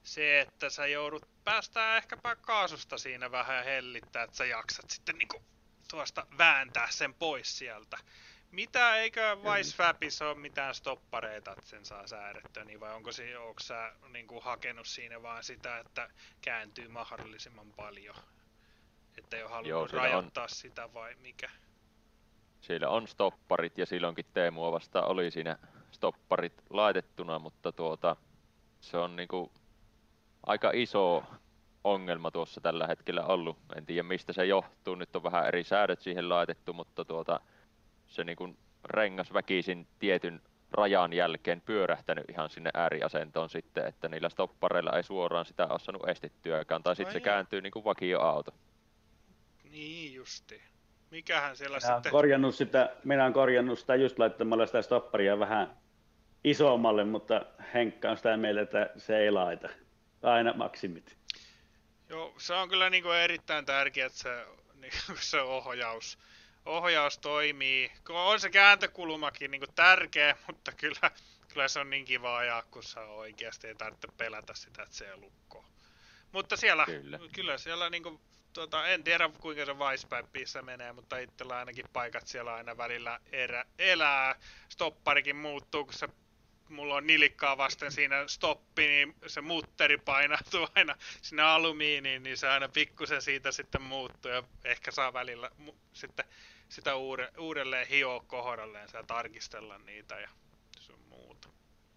S1: se, että sä joudut päästään ehkäpä kaasusta siinä vähän ja hellittää, että sä jaksat sitten niinku tuosta vääntää sen pois sieltä. Mitä, eikö Vicefabissa ole mitään stoppareita, että sen saa säädettyä, niin vai onko, se, onko sä niinku hakenut siinä vaan sitä, että kääntyy mahdollisimman paljon? Että ei ole halunnut
S5: Joo,
S1: rajoittaa
S5: on,
S1: sitä vai mikä?
S5: Siellä on stopparit ja silloinkin Teemua vastaan oli siinä stopparit laitettuna, mutta tuota, se on niinku aika iso ongelma tuossa tällä hetkellä ollut. En tiedä mistä se johtuu, nyt on vähän eri säädöt siihen laitettu, mutta tuota, se niinku rengas väkisin tietyn rajan jälkeen pyörähtänyt ihan sinne ääriasentoon sitten, että niillä stoppareilla ei suoraan sitä ole saanut estettyäkään, tai sitten se kääntyy niinku vakioauto.
S1: Niin justi. Mikähän siellä
S3: Minä
S1: sitten...
S3: Korjannut sitä, minä olen korjannut sitä just laittamalla sitä stopparia vähän isommalle, mutta Henkka on sitä mieltä, että se ei laita. Aina maksimit.
S1: Joo, se on kyllä niinku erittäin tärkeää, että se, niinku se ohjaus, ohjaus toimii. On se kääntökulmakin niinku tärkeä, mutta kyllä, kyllä se on niin kiva ajaa, kun se oikeasti ei tarvitse pelätä sitä, että se ei lukko. Mutta siellä, kyllä, kyllä siellä niinku... Tuota, en tiedä kuinka se Vicepapissä menee, mutta itsellä ainakin paikat siellä aina välillä erä, elää. Stopparikin muuttuu, kun se, mulla on nilikkaa vasten siinä stoppi, niin se mutteri painautuu aina sinne alumiiniin, niin se aina pikkusen siitä sitten muuttuu ja ehkä saa välillä mu, sitten sitä uude, uudelleen hioa kohdalleen ja tarkistella niitä ja sun muuta.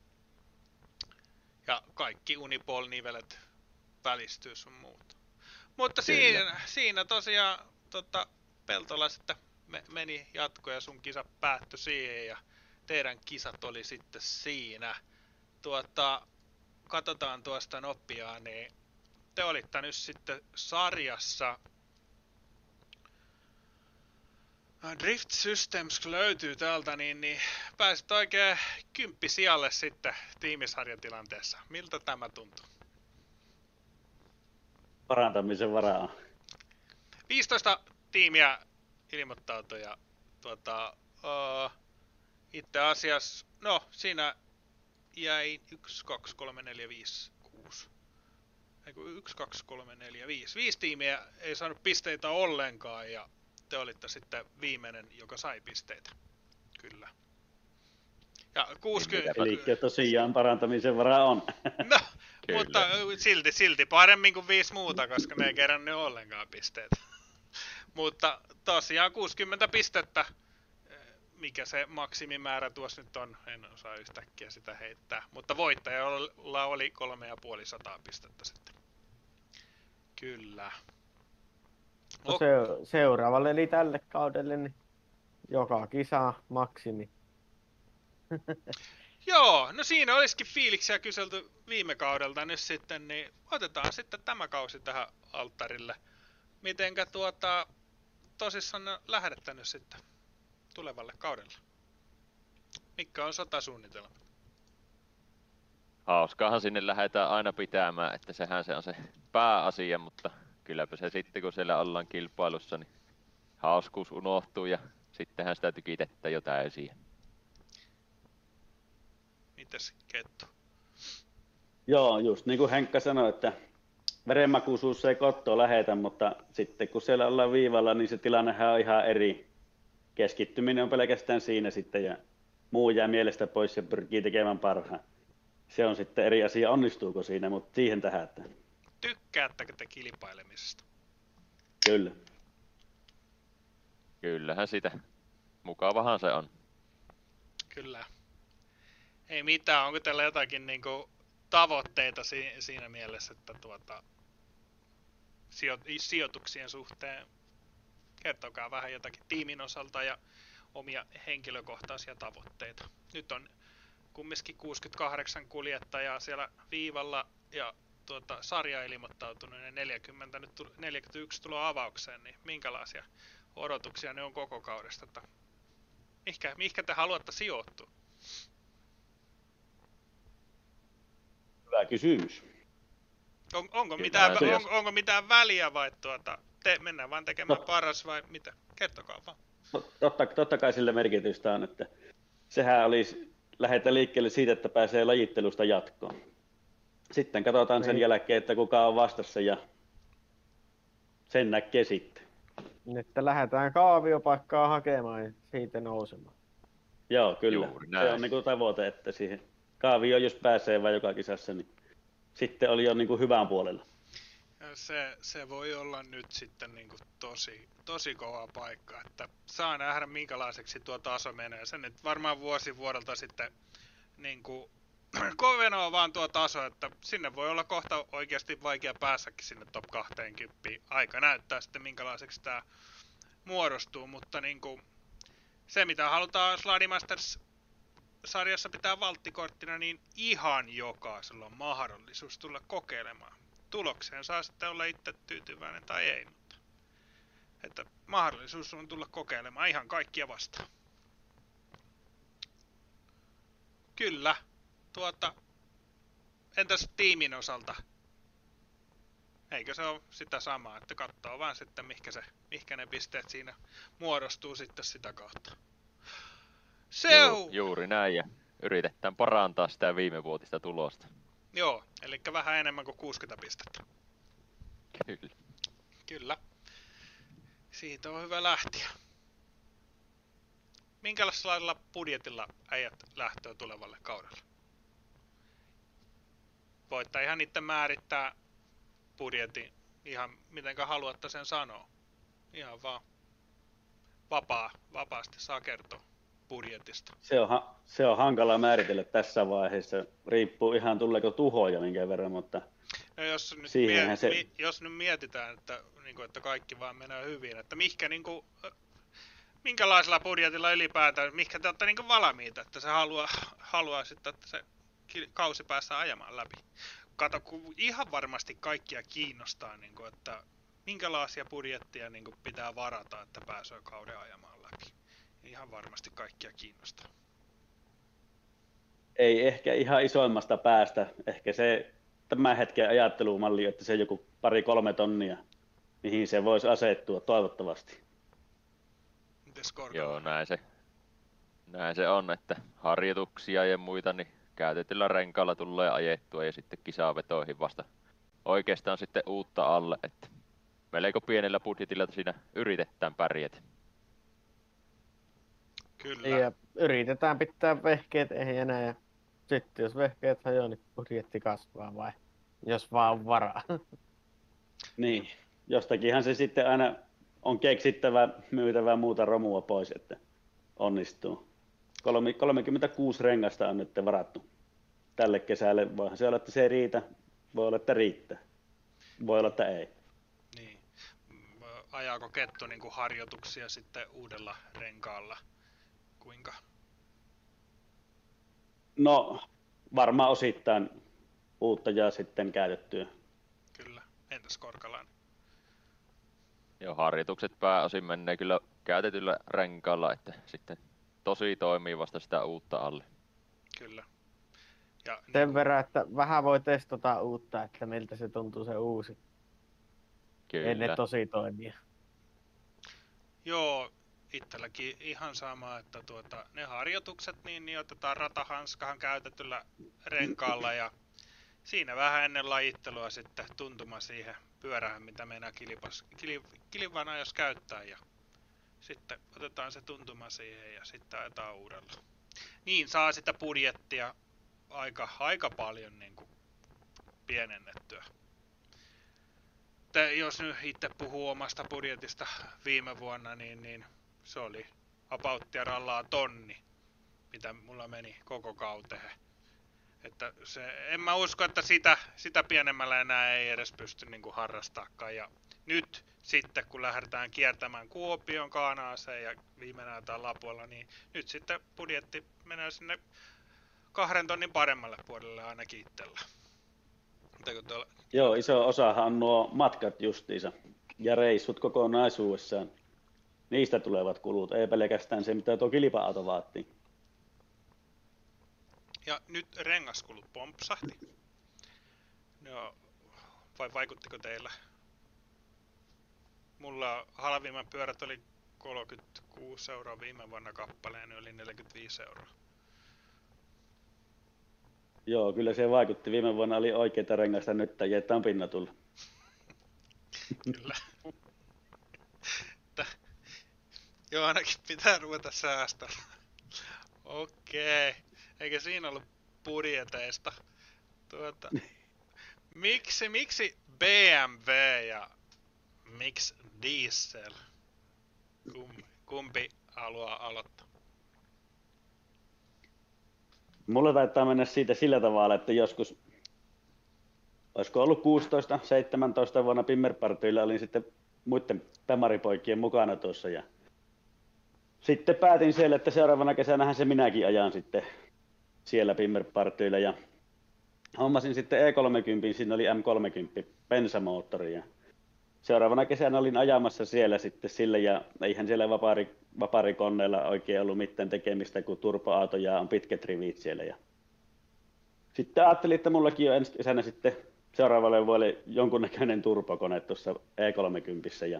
S1: Ja kaikki Unipol-nivelet välistyy sun muuta. Mutta siinä, siinä tosiaan tota, Peltola sitten me, meni jatko ja sun kisa päättyi siihen ja teidän kisat oli sitten siinä. Tuota, katsotaan tuosta nopeaa, niin te olitte nyt sitten sarjassa. Drift Systems löytyy täältä, niin, niin pääsit oikein kymppisijalle sitten tiimisarjatilanteessa. Miltä tämä tuntuu?
S3: Parantamisen varaa.
S1: viisitoista tiimiä ilmoittautui ja tuota, uh, itse asiassa, no siinä jäi yksi, kaksi, kolme, neljä, viisi, kuusi. Eiku yksi, kaksi, kolme, neljä, viisi. Viisi tiimiä ei saanut pisteitä ollenkaan ja te olitte sitten viimeinen, joka sai pisteitä. Kyllä. Ja kuusikymmentä...
S3: Eli tosiaan parantamisen varaa on.
S1: No, kyllä. Mutta silti, silti paremmin kuin viisi muuta, koska ne ei kerännyt ollenkaan pisteitä. Mutta tosiaan kuusikymmentä pistettä, mikä se maksimimäärä tuossa nyt on, en osaa yhtäkkiä sitä heittää. Mutta voittajalla oli kolme ja puoli sataa pistettä sitten. Kyllä.
S4: No se, seuraavalle eli tälle kaudelle, niin joka kisa maksimi.
S1: Joo, no siinä olisikin fiiliksiä kyselty viime kaudelta nyt sitten, niin otetaan sitten tämä kausi tähän alttarille. Mitenkä tuota, tosissaan lähdette nyt sitten tulevalle kaudelle? Mikä on sotasuunnitelma?
S5: Hauskaahan sinne lähdetään aina pitämään, että sehän se on se pääasia, mutta kylläpä se sitten kun siellä ollaan kilpailussa, niin hauskuus unohtuu ja sittenhän sitä tykitettä jo täysiä.
S1: Mitäs Kettu?
S3: Joo, just niin kuin Henkka sanoi, että verenmakuisuus ei kotoa lähetä, mutta sitten kun siellä ollaan viivalla, niin se tilannehan on ihan eri. Keskittyminen on pelkästään siinä sitten ja muu jää mielestä pois ja pyrkii tekemään parhaan. Se on sitten eri asia, onnistuuko siinä, mutta siihen tähdätään.
S1: Tykkäättekö te kilpailemisesta?
S3: Kyllä.
S5: Kyllähän sitä. Mukavahan se on.
S1: Kyllä. Ei mitään, onko teillä jotakin niinku tavoitteita si- siinä mielessä, että tuota, sijo- sijoituksien suhteen kertokaa vähän jotakin tiimin osalta ja omia henkilökohtaisia tavoitteita. Nyt on kumminkin kuusikymmentäkahdeksan kuljettajaa siellä viivalla ja tuota, sarja ilmoittautunut ja neljäkymmentä, nyt tuli, neljäkymmentäyksi tulee avaukseen, niin minkälaisia odotuksia ne on koko kaudesta? Että mihinkä, mihinkä te haluatte sijoittua?
S3: Hyvä kysymys.
S1: On, onko, mitään, on, onko mitään väliä vai tuota, te, mennään vaan tekemään no. paras vai mitä? Kertokaa vaan.
S3: Totta, totta kai sillä merkitystä on, että sehän olisi, lähdetään liikkeelle siitä, että pääsee lajittelusta jatkoon. sitten katsotaan sen
S4: Niin.
S3: jälkeen, että kuka on vastassa ja sen näkee sitten.
S4: Nyt lähdetään kaaviopaikkaa hakemaan ja siitä nousemaan.
S3: Joo, kyllä.
S5: Juuri
S3: Se
S5: näin.
S3: on niinku tavoite, että siihen kaavioon jos pääsee vai joka kisassa, niin sitten oli jo niinku hyvän puolella.
S1: Ja se, se voi olla nyt sitten niin kuin tosi, tosi kova paikka, että saa nähdä minkälaiseksi tuo taso menee. Se nyt varmaan vuosi vuodelta sitten niin kuin kovenoo vaan tuo taso, että sinne voi olla kohta oikeasti vaikea päässäkin sinne top kaksikymmentä. Aika näyttää sitten minkälaiseksi tämä muodostuu, mutta niin kuin se mitä halutaan Slide Masters sarjassa pitää valttikorttina, niin ihan jokaisella on mahdollisuus tulla kokeilemaan. Tulokseen saa sitten olla itse tyytyväinen tai ei, mutta että mahdollisuus on tulla kokeilemaan ihan kaikkia vastaan. Kyllä. Tuota, entäs tiimin osalta? Eikö se ole sitä samaa, että katsoo vaan sitten, mihkä, se, mihkä ne pisteet siinä muodostuu sitten sitä kautta. Seu!
S5: Ju, juuri näin, ja yritetään parantaa sitä viimevuotista tulosta.
S1: Joo, eli vähän enemmän kuin kuusikymmentä pistettä.
S5: Kyllä.
S1: Kyllä. Siitä on hyvä lähteä. Minkälaisella budjetilla äijät lähtöä tulevalle kaudelle? Voitte ihan itse määrittää budjetin ihan mitenkä haluatte sen sanoa. Ihan vaan vapaa, vapaasti saa kertoa budjetista.
S3: Se on, ha- se on hankala määritellä tässä vaiheessa. Riippuu ihan tuleeko tuhoja minkä verran, mutta
S1: No jos nyt, mie-
S3: Siihenhän se-
S1: mi- jos nyt mietitään, että, niin kuin, että kaikki vaan menee hyvin, että mihkä, niin kuin, minkälaisella budjetilla ylipäätään, mihkä te olette niin kuin valmiita, että se haluaa, haluaa sitten, että se ki- kausi päästään ajamaan läpi. Kato, kun ihan varmasti kaikkia kiinnostaa, niin kuin, että minkälaisia budjettia niin kuin pitää varata, että pääsee kauden ajamaan läpi. Ihan varmasti kaikkia kiinnostaa.
S3: ei ehkä ihan isoimmasta päästä. Ehkä se tämän hetken ajattelumalli, että se joku pari-kolme tonnia, mihin se voisi asettua toivottavasti.
S1: Mites Korka?
S5: Joo, näin se, näin se on, että harjoituksia ja muita niin käytetyllä renkaalla tulee ajettua ja sitten kisavetoihin vasta oikeastaan sitten uutta alle, että melko pienellä budjetilla siinä yritetään pärjätä.
S1: Kyllä.
S4: Ja yritetään pitää vehkeet ehjänä ja sitten jos vehkeet hajoaa, niin budjetti kasvaa vai jos vaan on varaa.
S3: Niin, jostakinhan se sitten aina on keksittävä, myytävä muuta romua pois, että onnistuu. Kolmi- kolmekymmentäkuusi rengasta on nyt varattu tälle kesälle. Voihan se olla, että se ei riitä. Voi olla, että riittää. Voi olla, että ei.
S1: Niin. Mm, Ajaako Kettu niin kuin harjoituksia sitten uudella renkaalla? Kuinka?
S3: No, varmaan osittain uutta ja sitten käytettyä.
S1: Kyllä. Entäs Korkalainen?
S5: Joo, harjoitukset pääosin menee kyllä käytetyllä renkaalla, että sitten tosi toimii vasta sitä uutta alle.
S1: Kyllä. Ja
S4: Sen verran, että vähän voi testata uutta, että miltä se tuntuu se uusi.
S5: Kyllä.
S4: Ennen tosi toimia.
S1: Joo, itselläkin ihan sama, että tuota, ne harjoitukset, niin, niin otetaan ratahanskahan käytetyllä renkaalla ja siinä vähän ennen lajittelua sitten tuntuma siihen pyörähän, mitä meinaa kilpas, kil, kilvan ajos käyttää ja sitten otetaan se tuntuma siihen ja sitten ajetaan uudella. Niin saa sitä budjettia aika, aika paljon niin kuin pienennettyä. Te, jos nyt itse puhuu omasta budjetista viime vuonna, niin, niin se oli apauttia rallaa tonni, mitä mulla meni koko kauteen. Että se, en mä usko, että sitä, sitä pienemmällä enää ei edes pysty niin kuin harrastaakaan. Ja nyt sitten, kun lähdetään kiertämään Kuopion Kaanaaseen ja viimein näytään Lapualla, niin nyt sitten budjetti menee sinne kahden tonnin paremmalle puolelle ainakin itsellä. Tuolla...
S3: Joo, iso osahan on nuo matkat justiinsa ja reissut kokonaisuudessaan. Niistä tulevat kulut, ei pelkästään se, mitä tuo kilpa-auto vaatii.
S1: Ja nyt rengaskulut pompsahti. No, vai vaikuttiko teillä? Mulla halvimman pyörät oli kolmekymmentäkuusi euroa viime vuonna kappaleen, oli neljäkymmentäviisi euroa.
S3: Joo, kyllä se vaikutti. Viime vuonna oli oikeita rengasta, nyt ajetaan pinnatulla.
S1: Kyllä. Joo, ainakin pitää ruveta säästämään. Okei. Eikä siinä ollut budjeteista. Tuota, miksi, miksi B M W ja miksi Diesel? Kumpi, kumpi haluaa aloittaa?
S3: Mulla taitaa mennä siitä sillä tavalla, että joskus, olisiko ollut kuusitoista seitsemäntoista vuonna Pimmerpartyillä, olin sitten muiden Pemaripoikien mukana tuossa. Ja sitten päätin siellä, että seuraavana kesänähän se minäkin ajan sitten siellä Pimmerpartyillä. Ja hommasin sitten E kolmekymmentä, siinä oli M kolmekymmentä bensamoottori. Ja seuraavana kesänä olin ajamassa siellä sitten sille, ja eihän siellä vapaari, vapaarikonneilla oikein ollut mitään tekemistä, kun turpoautoja on pitkät rivit siellä. Ja sitten ajattelin, että mullakin on ensi kesänä sitten seuraavalle vuodelle jonkunnäköinen turbokone tuossa E kolmekymmentä. Ja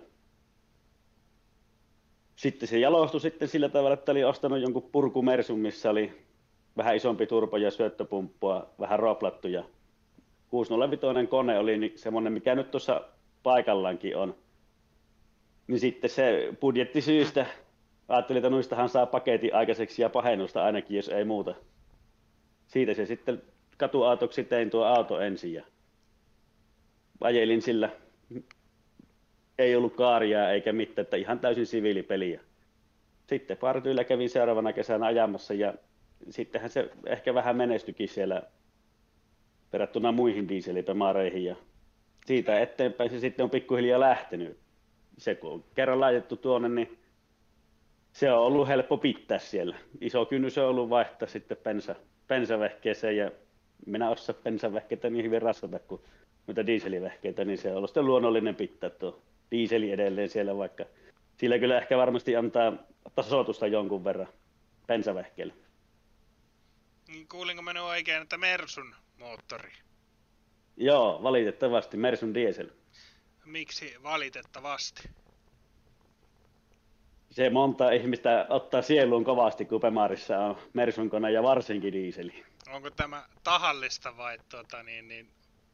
S3: sitten se jalostui sitten sillä tavalla, että olin ostanut jonkun purkumersun, missä oli vähän isompi turbo ja syöttöpumppua, vähän roplattu. Ja kuusisataaviisi kone oli niin semmoinen, mikä nyt tuossa paikallaankin on. Niin sitten se budjettisyystä ajattelin, että noistahan saa paketin aikaiseksi ja pahennusta ainakin, jos ei muuta. Siitä se sitten katuautoksi tein tuo auto ensin ja ajelin sillä. Ei ollut kaaria eikä mitään, että ihan täysin siviilipeliä. Sitten partyillä kävin seuraavana kesänä ajamassa ja sittenhän se ehkä vähän menestyikin siellä verrattuna muihin dieselipemareihin. Ja siitä eteenpäin se sitten on pikkuhiljaa lähtenyt. Se kun on kerran laitettu tuonne, niin se on ollut helppo pitää siellä. Iso kynnys on ollut vaihtaa sitten bensa, bensavehkeeseen ja minä osaa bensavehkeitä niin hyvin rassata kuin noita dieselivehkeitä, niin se on ollut sitten luonnollinen pitää tuo dieseli edelleen siellä, vaikka sillä kyllä ehkä varmasti antaa tasoitusta jonkun verran bensavehkeelle.
S1: Kuulinko minä oikein, että Mersun moottori?
S3: Joo, valitettavasti Mersun diesel.
S1: Miksi valitettavasti?
S3: Se monta ihmistä ottaa sieluun kovasti, kun Pemarissa on Mersun kone ja varsinkin dieseli.
S1: Onko tämä tahallista vai tota niin, niin...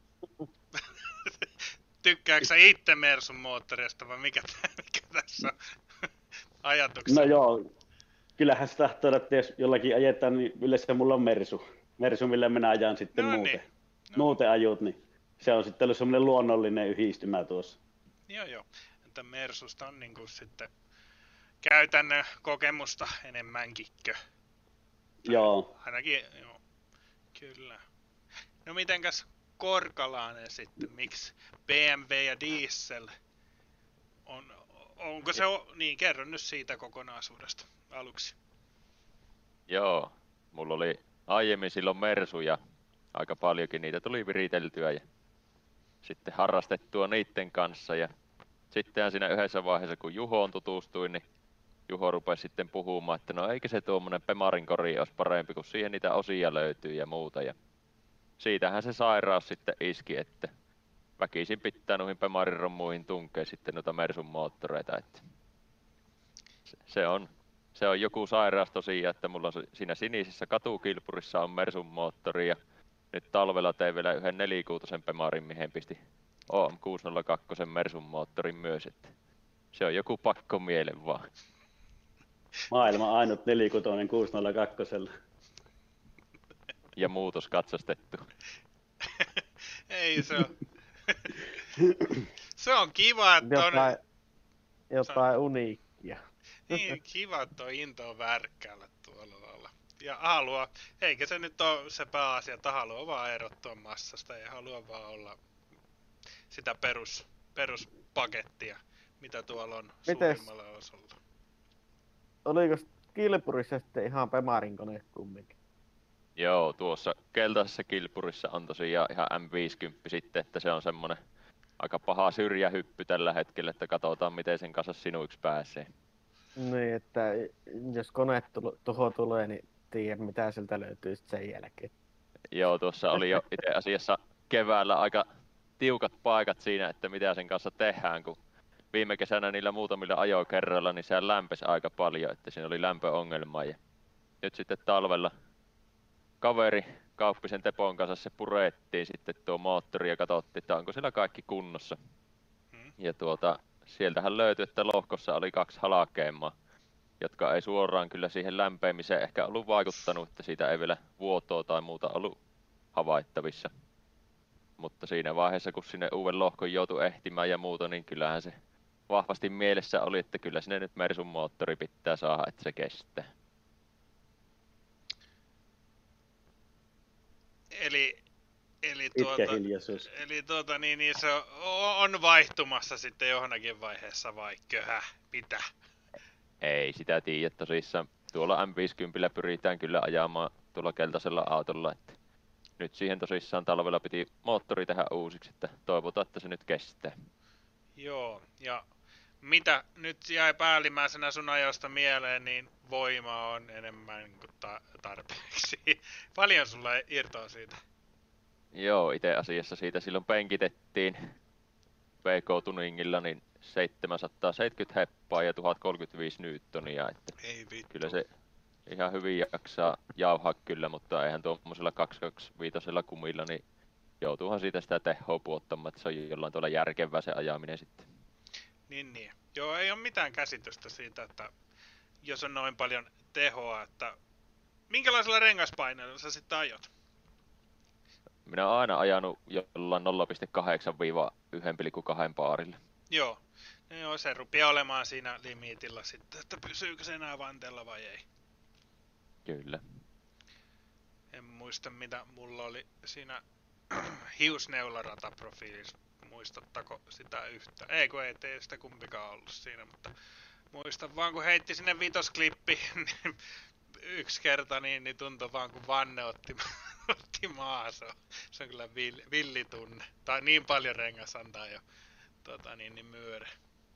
S1: tykkääksä sä itse Mersun moottorista vai mikä, mikä tässä on ajatuksena?
S3: No joo, kyllähän se tahtoo, että jos jollakin ajetaan, niin yleensä mulla on Mersu. Mersu, millä minä ajan sitten
S1: no
S3: muuten.
S1: Niin. No.
S3: Muuten ajut, niin se on sitten ollut semmoinen luonnollinen yhdistymä tuossa.
S1: Joo joo, että Mersusta on niinku sitten käytännön kokemusta enemmänkinkö?
S3: Joo.
S1: Ainakin, joo, kyllä. No mitenkäs Korkalainen sitten, miksi B M W ja Diesel on, onko se, niin kerro nyt siitä kokonaisuudesta aluksi.
S5: Joo, mulla oli aiemmin silloin Mersu ja aika paljonkin niitä tuli viriteltyä ja sitten harrastettua niitten kanssa ja sittenhän siinä yhdessä vaiheessa kun Juhoon tutustuin, niin Juho rupesi sitten puhumaan, että no eikä se tuommoinen Pemarin kori olisi parempi, kun siihen niitä osia löytyy ja muuta ja siitähän se sairaus sitten iski, että väkisin pitää noihin Pemarin rommuihin tunkea sitten noita Mersun moottoreita, että se on, se on joku sairaus tosiaan, että mulla on siinä sinisessä katukilpurissa on Mersun moottori ja nyt talvella tein vielä yhden nelikuutosen Pemarin, mihin pisti O M kuusisataakaksi Mersun moottorin myös, että se on joku pakko mielen vaan.
S3: Maailman ainut nelikuutoinen kuusisataakaksi.
S5: Ja muutos katsastettu.
S1: Ei se on. Se on kiva, että on...
S4: Jotain, jotain uniikkia.
S1: Niin, kiva, että on intoa värkkäällä tuolla lailla. Ja haluaa, eikä se nyt ole se pääasia, että haluaa vaan erottua massasta ja haluaa vaan olla sitä perus, peruspakettia, mitä tuolla on
S4: Mites?
S1: suurimmalla osalla.
S4: Oliko Kilpurissa sitten ihan Pemarin kone kumminkin?
S5: Joo, tuossa keltaisessa kilpurissa on tosiaan ihan M viisikymmentä sitten, että se on semmonen aika paha syrjähyppy tällä hetkellä, että katsotaan miten sen kanssa sinuiksi pääsee.
S4: Niin, että jos kone tuho tulee, niin tiedä mitä sieltä löytyy sitten sen jälkeen.
S5: Joo, tuossa oli jo itse asiassa keväällä aika tiukat paikat siinä, että mitä sen kanssa tehdään, kun viime kesänä niillä muutamilla ajokerroilla, niin se lämpesi aika paljon, että siinä oli lämpöongelmaa. Ja nyt sitten talvella kaveri Kauppisen Tepon kanssa se purettiin sitten tuo moottori ja katsottiin, että onko siellä kaikki kunnossa.
S1: Hmm.
S5: Ja tuota, sieltähän löytyi, että lohkossa oli kaksi halkeamaa, jotka ei suoraan kyllä siihen lämpeemiseen ehkä ollut vaikuttanut, että siitä ei vielä vuotoa tai muuta ollut havaittavissa. Mutta siinä vaiheessa, kun sinne uuden lohkon joutui ehtimään ja muuta, niin kyllähän se vahvasti mielessä oli, että kyllä sinne nyt Mersun moottori pitää saada, että se kestää.
S1: Eli, eli,
S3: Pitkä
S1: tuota,
S3: hiljaisuus.
S1: eli tuota, niin, niin se on vaihtumassa sitten johonkin vaiheessa vai köhä? Mitä?
S5: Ei sitä tiedä tosissaan. Tuolla M viisikymmentä pyritään kyllä ajamaan tuolla keltaisella autolla. Että nyt siihen tosissaan talvella piti moottori tehdä uusiksi, että toivotaan, että se nyt kestää.
S1: Joo, ja mitä nyt jäi päällimmäisenä sun ajosta mieleen, niin voima on enemmän kuin ta- tarpeeksi. Paljon sulla irtoa siitä?
S5: Joo, itse asiassa siitä silloin penkitettiin V K-tuningilla niin seitsemänsataaseitsemänkymmentä heppaa ja tuhat kolmekymmentäviisi newtonia, että
S1: Ei vittu.
S5: kyllä se ihan hyvin jaksaa jauhaa kyllä, mutta eihän tuommoisella kaksisataakaksikymmentäviisi kumilla, niin joutuuhan siitä sitä tehoa puottamaan, että se on jollain tuolla järkevää se ajaminen sitten.
S1: Niin, niin. Joo, ei ole mitään käsitystä siitä, että jos on noin paljon tehoa, että minkälaisella rengaspaineella sä sitten ajot?
S5: Minä olen aina ajanut jollain nolla pilkku kahdeksan yksi pilkku kaksi baarille.
S1: Joo. No joo, se rupeaa olemaan siinä limitillä sitten, että pysyykö se enää vanteella vai ei.
S5: Kyllä.
S1: En muista mitä mulla oli siinä hiusneularataprofiilissa. Muistattako sitä yhtä? Ei kun ei tee sitä kumpikaan ollut siinä, mutta muistan vaan kun heitti sinne vitosklippi niin yksi kerta niin, niin tuntui vaan kun vanne otti, otti maassa. Se on kyllä villi, villitunne. Tai niin paljon rengas antaa jo tota, niin, niin myöre.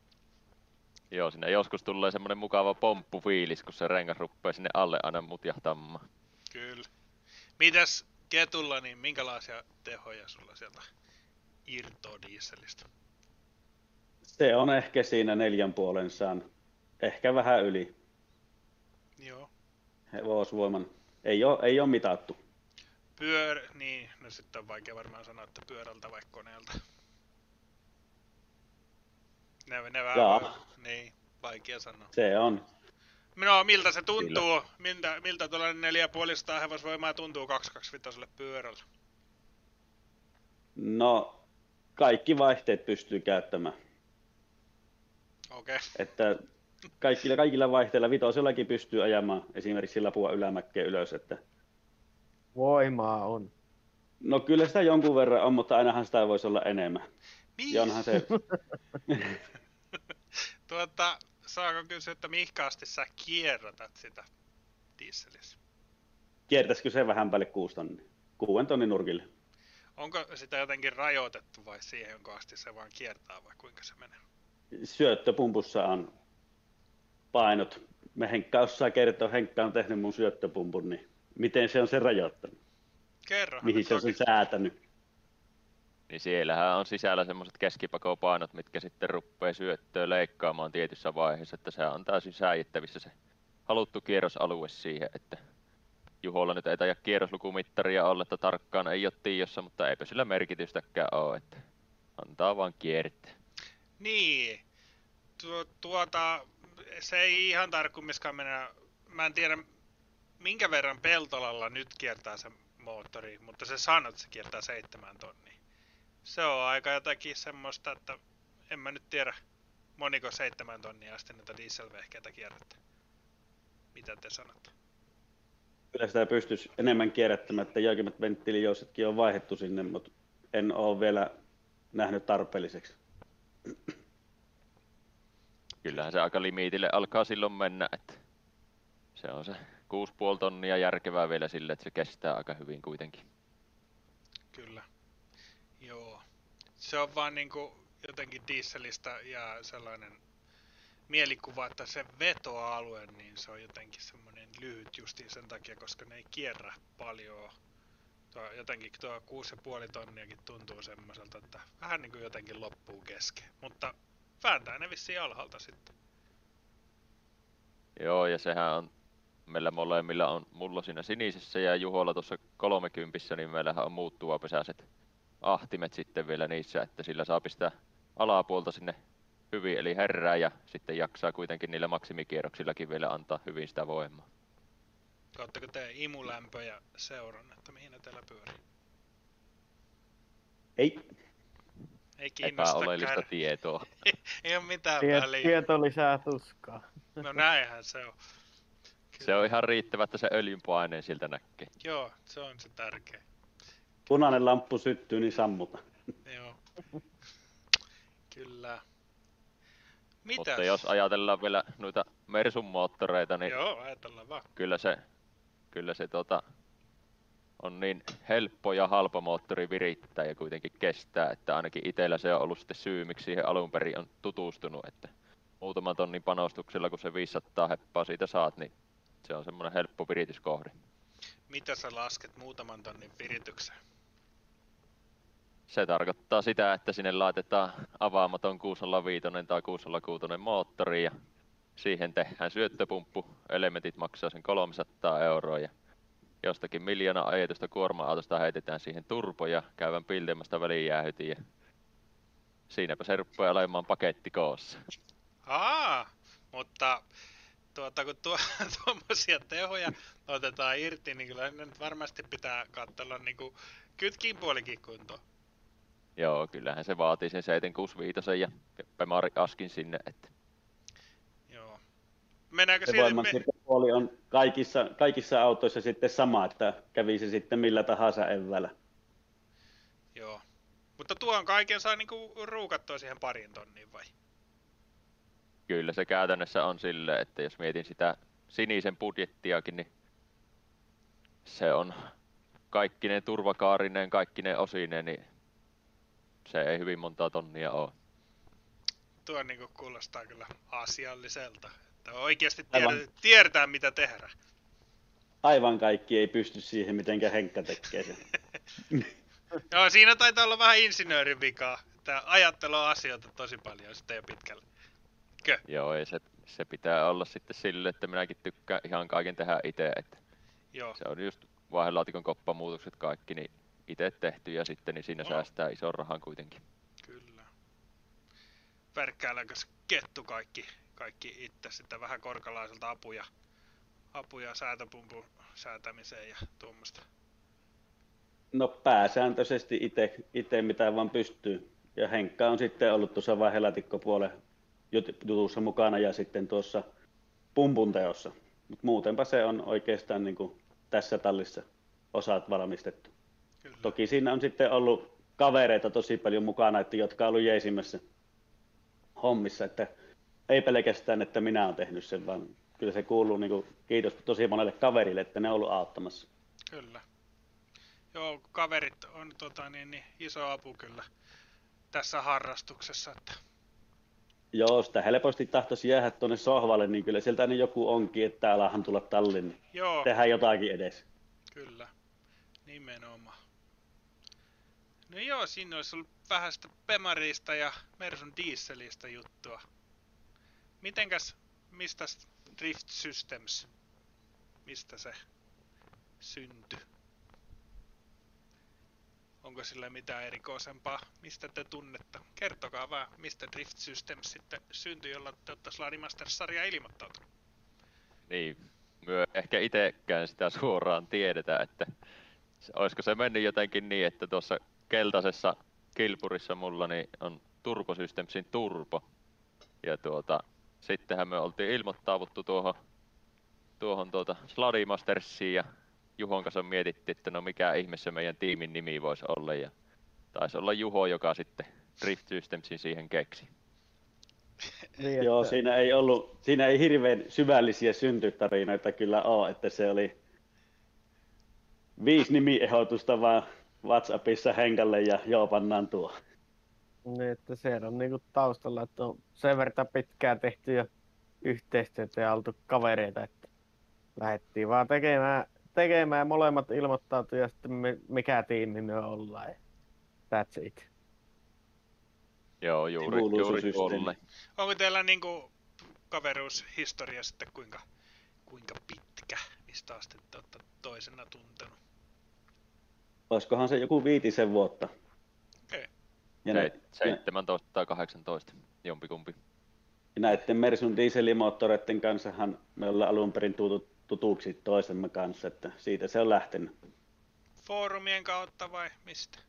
S5: Joo, sinne joskus tulee semmonen mukava pomppufiilis, kun se rengas ruppee sinne alle aina mutjahtamaan.
S1: Kyllä. Mitäs ketulla, niin minkälaisia tehoja sulla sieltä irtoo dieselistä?
S3: Se on ehkä siinä neljän puolen saan. Ehkä vähän yli.
S1: Joo.
S3: Hevosvoiman. Ei ole, ei ole mitattu.
S1: Pyör... Niin, no sitten on vaikea varmaan sanoa, että pyörältä vai koneelta. Ne, ne vähän...
S3: Jaa.
S1: Niin, vaikea sanoa.
S3: Se on.
S1: No, miltä se tuntuu? Miltä, miltä tuollainen neljä pilkku viisi hevosvoimaa tuntuu kaksisataakaksikymmentäviisi pyörällä?
S3: No, kaikki vaihteet pystyy käyttämään.
S1: Okei. Okay.
S3: Että kaikilla, kaikilla vaihteilla vitosellakin pystyy ajamaan esimerkiksi lapua ylämäkeen ylös. Että...
S4: Voimaa on.
S3: No kyllä sitä jonkun verran on, mutta ainahan sitä voisi olla enemmän.
S1: Mihin?
S3: Ja onhan se...
S1: tuota, saako kysyä, että mihinkä asti sä kierrätät sitä dieselissä?
S3: Kiertäisikö se vähän päälle kuusi tonnia? Kuuden tonnin nurkille.
S1: Onko sitä jotenkin rajoitettu vai siihen, jonka asti se vaan kiertää vai kuinka se menee?
S3: Syöttöpumpussa on painot. Me Henkka osaa kertoa, Henkka on tehnyt mun syöttöpumpun, niin miten se on sen rajoittanut?
S1: Kerro.
S3: Mihin se on sen säätänyt?
S5: Niin siellähän on sisällä semmoiset keskipakopainot, mitkä sitten ruppee syöttöä leikkaamaan tietyssä vaiheessa, että se on täysin sääjittävissä se haluttu kierrosalue siihen, että Juholla nyt ei taida kierroslukumittaria olla, että tarkkaan ei ole tiedossa, mutta eipä sillä merkitystäkään ole, että antaa vaan kiertää.
S1: Niin, tu- tuota, se ei ihan tarkkummiskaan mennä, mä en tiedä minkä verran Peltolalla nyt kiertää se moottori, mutta se sanoo, että se kiertää seitsemän tonnia. Se on aika jotakin semmoista, että en mä nyt tiedä moniko seitsemän tonnia asti näitä dieselvehkeitä kierrättää. Mitä te sanotte?
S3: Kyllä sitä pystyisi enemmän kierrättämään, että joikimmat venttiilijousetkin on vaihdettu sinne, mutta en ole vielä nähnyt tarpeelliseksi.
S5: Kyllähän se aika limitille alkaa silloin mennä, että se on se kuusi pilkku viisi tonnia järkevää vielä sille, että se kestää aika hyvin kuitenkin.
S1: Kyllä. Joo. Se on vaan niinku jotenkin dieselistä ja sellainen mielikuva, että se vetoalue, niin se on jotenkin semmoinen lyhyt justiin sen takia, koska ne ei kierrä paljon. Tuo, jotenkin tuo kuusi pilkku viisi tonniakin tuntuu semmoiselta, että vähän niin kuin jotenkin loppuu kesken. Mutta vääntää ne vissiin alhaalta sitten.
S5: Joo, ja sehän on meillä molemmilla on, mulla siinä sinisessä ja Juholla tuossa kolmekympissä, niin meillähän on muuttuvapesäiset ahtimet sitten vielä niissä, että sillä saa pistää alapuolta sinne hyvin, eli herää ja sitten jaksaa kuitenkin niillä maksimikierroksillakin vielä antaa hyvin sitä voimaa.
S1: Oletteko te imulämpöjä seurannut, että mihin ne teillä pyörii?
S3: Ei.
S1: Ei kiinnosta
S5: Epäoleellista
S1: kär...
S5: tietoa.
S1: Ei oo mitään
S4: Tiet,
S1: väliä.
S4: tieto lisää tuskaa.
S1: No näinhän se on.
S5: Se on ihan riittävä, että se öljynpaineen siltä näkee.
S1: Joo, se on se tärkeä.
S3: Punainen lamppu syttyy, niin sammuta.
S1: Joo. Kyllä. Mitäs?
S5: Mutta jos ajatellaan vielä noita Mersun moottoreita, niin
S1: Joo, ajatellaan vaan.
S5: kyllä se, kyllä se tota, on niin helppo ja halpa moottori virittää ja kuitenkin kestää, että ainakin itsellä se on ollut sitten syy, miksi siihen alun perin on tutustunut, että muutaman tonnin panostuksella, kun se viisisataa heppaa siitä saat, niin se on semmoinen helppo virityskohde.
S1: Mitä sä lasket muutaman tonnin viritykseen?
S5: Se tarkoittaa sitä, että sinne laitetaan avaamaton kuusisataaviisi tai kuusisataakuusi moottori ja siihen tehdään syöttöpumppu. Elementit maksaa sen kolmesataa euroa ja jostakin miljoona ajetusta kuorma-autosta heitetään siihen turbo ja käyvän piltemästä välijäähytin ja siinäpä se rupeaa olemaan paketti koossa.
S1: Aa, mutta tuota, kun tuo, tuommoisia tehoja otetaan irti, niin kyllä ne nyt varmasti pitää katsella niinku kytkin puolikin kuntoon.
S5: Joo, kyllähän se vaatii sen seitsemänsataakuusikymmentäviisi ja Pemari Askin sinne, että
S1: Joo. Mennäänkö
S3: Se
S1: siihen?
S3: voimansiirtopuoli on kaikissa, kaikissa autoissa sitten sama, että kävisi sitten millä tahansa eväällä.
S1: Joo. Mutta tuon kaiken saa niinku ruukattua siihen parin tonniin vai?
S5: kyllä se käytännössä on silleen, että jos mietin sitä sinisen budjettiakin, niin se on kaikki ne turvakaarineen, kaikki ne osineen, niin se ei hyvin montaa tonnia ole.
S1: Tuo niinku kuulostaa kyllä asialliselta. Että oikeasti
S3: Aivan.
S1: tiedetään, tiedetään mitä tehdä.
S3: Aivan kaikki ei pysty siihen, mitenkä Henkka tekee sen.
S1: Joo, siinä taitaa olla vähän insinöörin vikaa. Että ajattelee asioita tosi paljon sitten jo pitkälle. Kö?
S5: Joo, ja se, se pitää olla sitten sille, että minäkin tykkään ihan kaiken tehdä itse, että
S1: Joo.
S5: se on just vaihelaatikon koppamuutokset kaikki niin itse tehty ja sitten niin siinä
S1: Oh.
S5: säästää ison rahan kuitenkin.
S1: Kyllä. Värkkäälänkö se kettu kaikki, kaikki itse sitten vähän korkalaiselta apuja, apuja säätöpumpun säätämiseen ja tuommoista.
S3: No pääsääntöisesti itse, itse mitä vaan pystyy. Ja Henkka on sitten ollut tuossa vaihelaatikkopuolen jutussa mukana ja sitten tuossa pumpun teossa. Mut muutenpa se on oikeastaan niin kuin tässä tallissa osaat valmistettu.
S1: Kyllä.
S3: Toki siinä on sitten ollut kavereita tosi paljon mukana, että jotka on ollut jeesimmässä hommissa, että ei pelkästään, että minä olen tehnyt sen, vaan kyllä se kuuluu niin kuin, kiitos tosi monelle kaverille, että ne on ollut auttamassa.
S1: Kyllä. Joo, kaverit on tota, niin, niin, iso apu kyllä tässä harrastuksessa. Että...
S3: Joo, sitä helposti tahtoisi jäädä tuonne sohvalle, niin kyllä sieltä niin joku onkin, että alahan tulla talliin, niin
S1: Joo,
S3: tehdään jotakin edes.
S1: kyllä. Nimenomaan. No joo, siinä olisi ollut vähän sitä Pemarista ja Mersun dieselistä juttua. Mitenkäs, mistä Drift Systems, mistä se syntyi? Onko sillä mitään erikoisempaa, mistä te tunnetta? Kertokaa vähän, mistä Drift Systems sitten syntyi, jolla te olette Sladi Masters-sarjaa ilmoittautunut.
S5: Niin, myö ehkä itsekään sitä suoraan tiedetä, että se- olisiko se mennyt jotenkin niin, että tuossa keltaisessa kilpurissa mulla niin on Turbo Systemsin turbo. Ja tuota, sittenhän me oltiin ilmoittauduttu tuohon, tuohon tuota Sladi Mastersiin ja Juhon kanssa mietittiin, että no mikä ihme se meidän tiimin nimi voisi olla. Ja taisi olla Juho, joka sitten Drift Systemsin siihen keksi.
S4: Niin,
S3: Joo,
S4: että-
S3: siinä ei ollut, siinä ei hirveän syvällisiä syntytarinoita kyllä ole, että se oli viisi nimiehdotusta vaan WhatsAppissa Henkalle ja joo, pannaan tuo.
S4: Niin, että siellä on niinku taustalla, että on sen verran pitkään tehty jo yhteistyötä ja oltu kavereita, että lähdettiin vaan tekemään, tekemään molemmat ilmoittautui ja sitten mi- mikä tiimi me ollaan. Ja that's it.
S5: Joo, juuri,
S3: Kuuluisuussysteemi.
S5: juuri tuolle.
S1: Onko teillä niinku kaveruushistoria sitten kuinka, kuinka pitkä? kaksitoista asti totta, toisena tuntenut.
S3: Olisikohan se joku viitisen vuotta.
S1: Okei. Okay.
S3: Ja,
S5: Se,
S3: ne,
S5: seitsemäntoista tai kahdeksantoista, jompikumpi.
S3: ja näiden Mersun dieselimoottoreiden kanssahan me ollaan alun perin tutut, tutuksi toisemme kanssa, että siitä se on lähtenyt.
S1: Foorumien kautta vai mistä?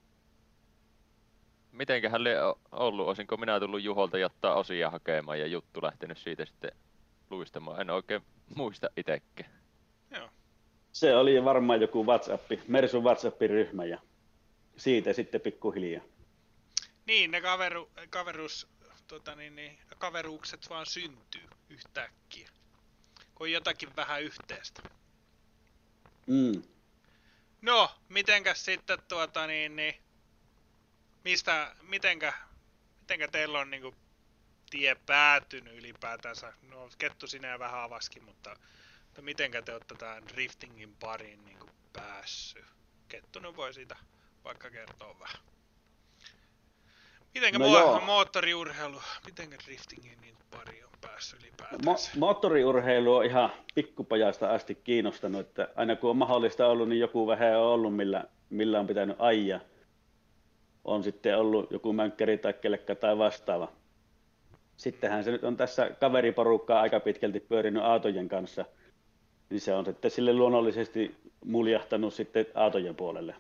S5: Mitenköhän lie o- ollut? Olisinko minä tullut Juholta jättää osia hakemaan ja juttu lähtenyt siitä sitten luistamaan? En oikein muista itsekään.
S1: Joo.
S3: Se oli varmaan joku WhatsApp, Mersun WhatsApp-ryhmä ja siitä sitten pikkuhiljaa.
S1: Niin, ne kaveru, kaverus, tota niin, niin, kaveruukset vaan syntyy yhtäkkiä. Kun on jotakin vähän yhteistä.
S3: Mm.
S1: No, mitenkäs sitten tuota niin, niin mistä, mitenkä, mitenkä teillä on niinku tie päätynyt ylipäätänsä? No, Kettu sinä ja vähän avaskin, mutta, mutta mitenkä te olette tämän driftingin pariin niinku päässyt? Kettu nyt voi siitä vaikka kertoa vähän. Mitenkä
S3: No
S1: mo-
S3: joo.
S1: moottoriurheilu, mitenkä driftingin niin pari on päässyt ylipäätänsä?
S3: Mo- moottoriurheilu on ihan pikkupajasta asti kiinnostanut, että aina kun on mahdollista ollut, niin joku vähän on ollut, millä, millä on pitänyt ajaa. On sitten ollut joku mönkkäri tai kelekka tai vastaava. Sittenhän se nyt on tässä kaveriporukkaa aika pitkälti pyörinyt autojen kanssa, niin se on sitten sille luonnollisesti muljahtanut sitten autojen puolelle.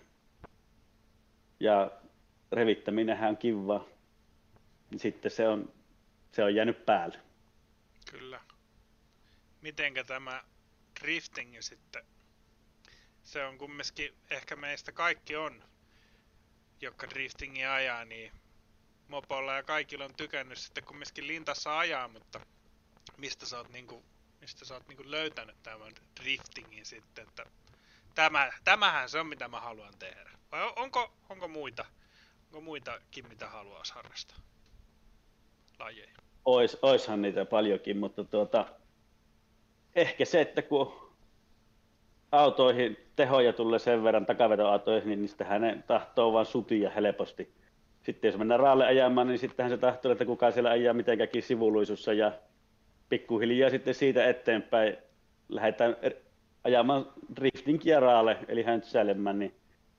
S3: Ja revittäminenhän on kivaa, niin sitten se on, se on jäänyt päälle.
S1: Kyllä. Mitenkä tämä drifting sitten, se on kumminkin, ehkä meistä kaikki on, jotka driftingia ajaa, niin mopolla ja kaikilla on tykännyt sitten kumminkin lintassa ajaa, mutta mistä sä oot niinku, mistä sä oot niinku löytänyt tämän driftingin sitten, että tämä, tämähän se on mitä mä haluan tehdä. Vai on- onko, onko muita, onko muitakin mitä haluaisi harrastaa? Lajeja.
S3: Ois, oishan niitä paljonkin, mutta tuota, ehkä se, että kun autoihin tehoja tulee sen verran takavetoautoihin, niin niistähän ne tahtoo vaan sutia helposti. Sitten jos mennään raalle ajamaan, niin sittenhän se tahtoo, että kuka siellä ajaa mitenkäkin sivuluisussa ja pikkuhiljaa sitten siitä eteenpäin lähdetään er- ajamaan driftingia raalle, eli höntsäilemään, niin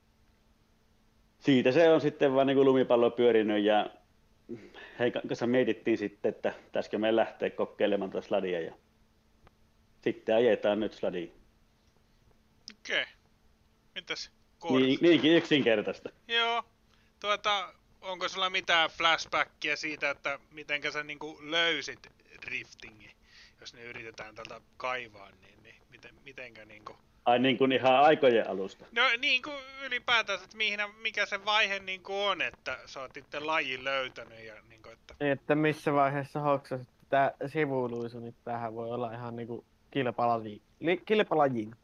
S3: siitä se on sitten vaan niin kuin lumipallo pyörinyt ja Heikan kanssa mietittiin sitten, että pitäisikö me lähteä kokeilemaan tuota sladia ja sitten ajetaan nyt sladia.
S1: Okei. Okay. Mitäs Kor?
S3: Niin, niinkin yksinkertaista.
S1: Joo. Tuota, onko sulla mitään flashbackia siitä, että mitenkä sä niinku löysit driftingin, jos ne yritetään tältä kaivaa, niin, niin miten, mitenkä niinku...
S3: Ai niin kuin ihan aikojen alusta.
S1: No niin kuin ylipäätänsä, että mihin, mikä se vaihe niinku on, että sä oot itse lajin löytänyt ja niinku, että...
S4: Että missä vaiheessa hoksasit tää sivuuluisu, niin tämähän voi olla ihan niinku kilpalaji. Li- kilpalajin.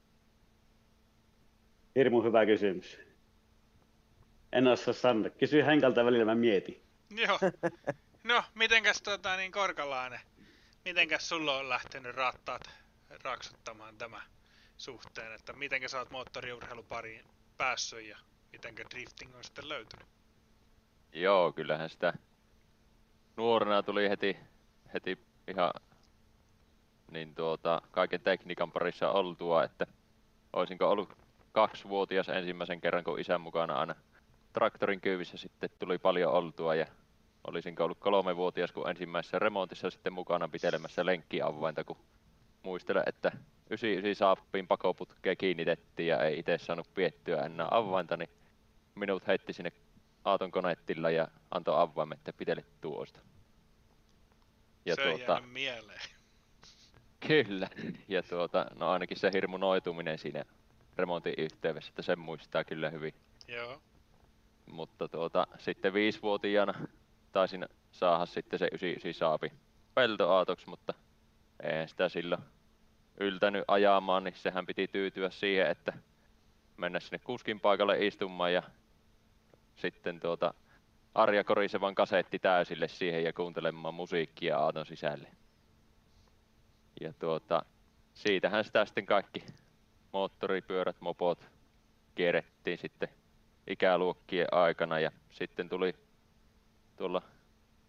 S3: Hirmu hyvä kysymys. En osaa sanoa. Kysy Henkalta välillä, mä mietin.
S1: Joo. No, mitenkäs tota niin Korkalainen, mitenkäs sulla on lähtenyt rattaat raksuttamaan tämä suhteen, että mitenkä sä oot moottoriurheilupariin päässyt ja mitenkä drifting on sitten löytynyt?
S5: Joo, kyllähän sitä nuorena tuli heti, heti ihan niin tuota, kaiken tekniikan parissa oltua, että olisinko ollut kaksivuotias ensimmäisen kerran, kun isän mukana aina traktorin kyyvissä sitten tuli paljon oltua ja olisinko ollut kolmevuotias, kun ensimmäisessä remontissa sitten mukana pitelemässä lenkkiavainta, kun muistelen, että yhdeksänkymmentäyhdeksän saappiin pakoputkeen kiinnitettiin ja ei itse saanut piettyä enää avainta, niin minut heitti sinne Aaton konettilla ja antoi avaimet ja piteli tuosta. Ja
S1: se on
S5: tuota,
S1: jäänyt mieleen.
S5: kyllä. Ja tuota, no ainakin se hirmu noituminen siinä remontin yhteydessä, että sen muistaa kyllä hyvin.
S1: Joo.
S5: Mutta tuota, sitten viisivuotiaana taisin saada sitten se yhdeksänkymmentäyhdeksän saapi peltoaatoksi, mutta ei sitä silloin yltänyt ajamaan, niin sehän piti tyytyä siihen, että mennä sinne kuskin paikalle istumaan ja sitten tuota Arja Korisevan kasetti täysille siihen ja kuuntelemaan musiikkia auton sisälle. Ja tuota, siitähän sitä sitten kaikki moottoripyörät, mopot kierrettiin sitten ikäluokkien aikana ja sitten tuli tuolla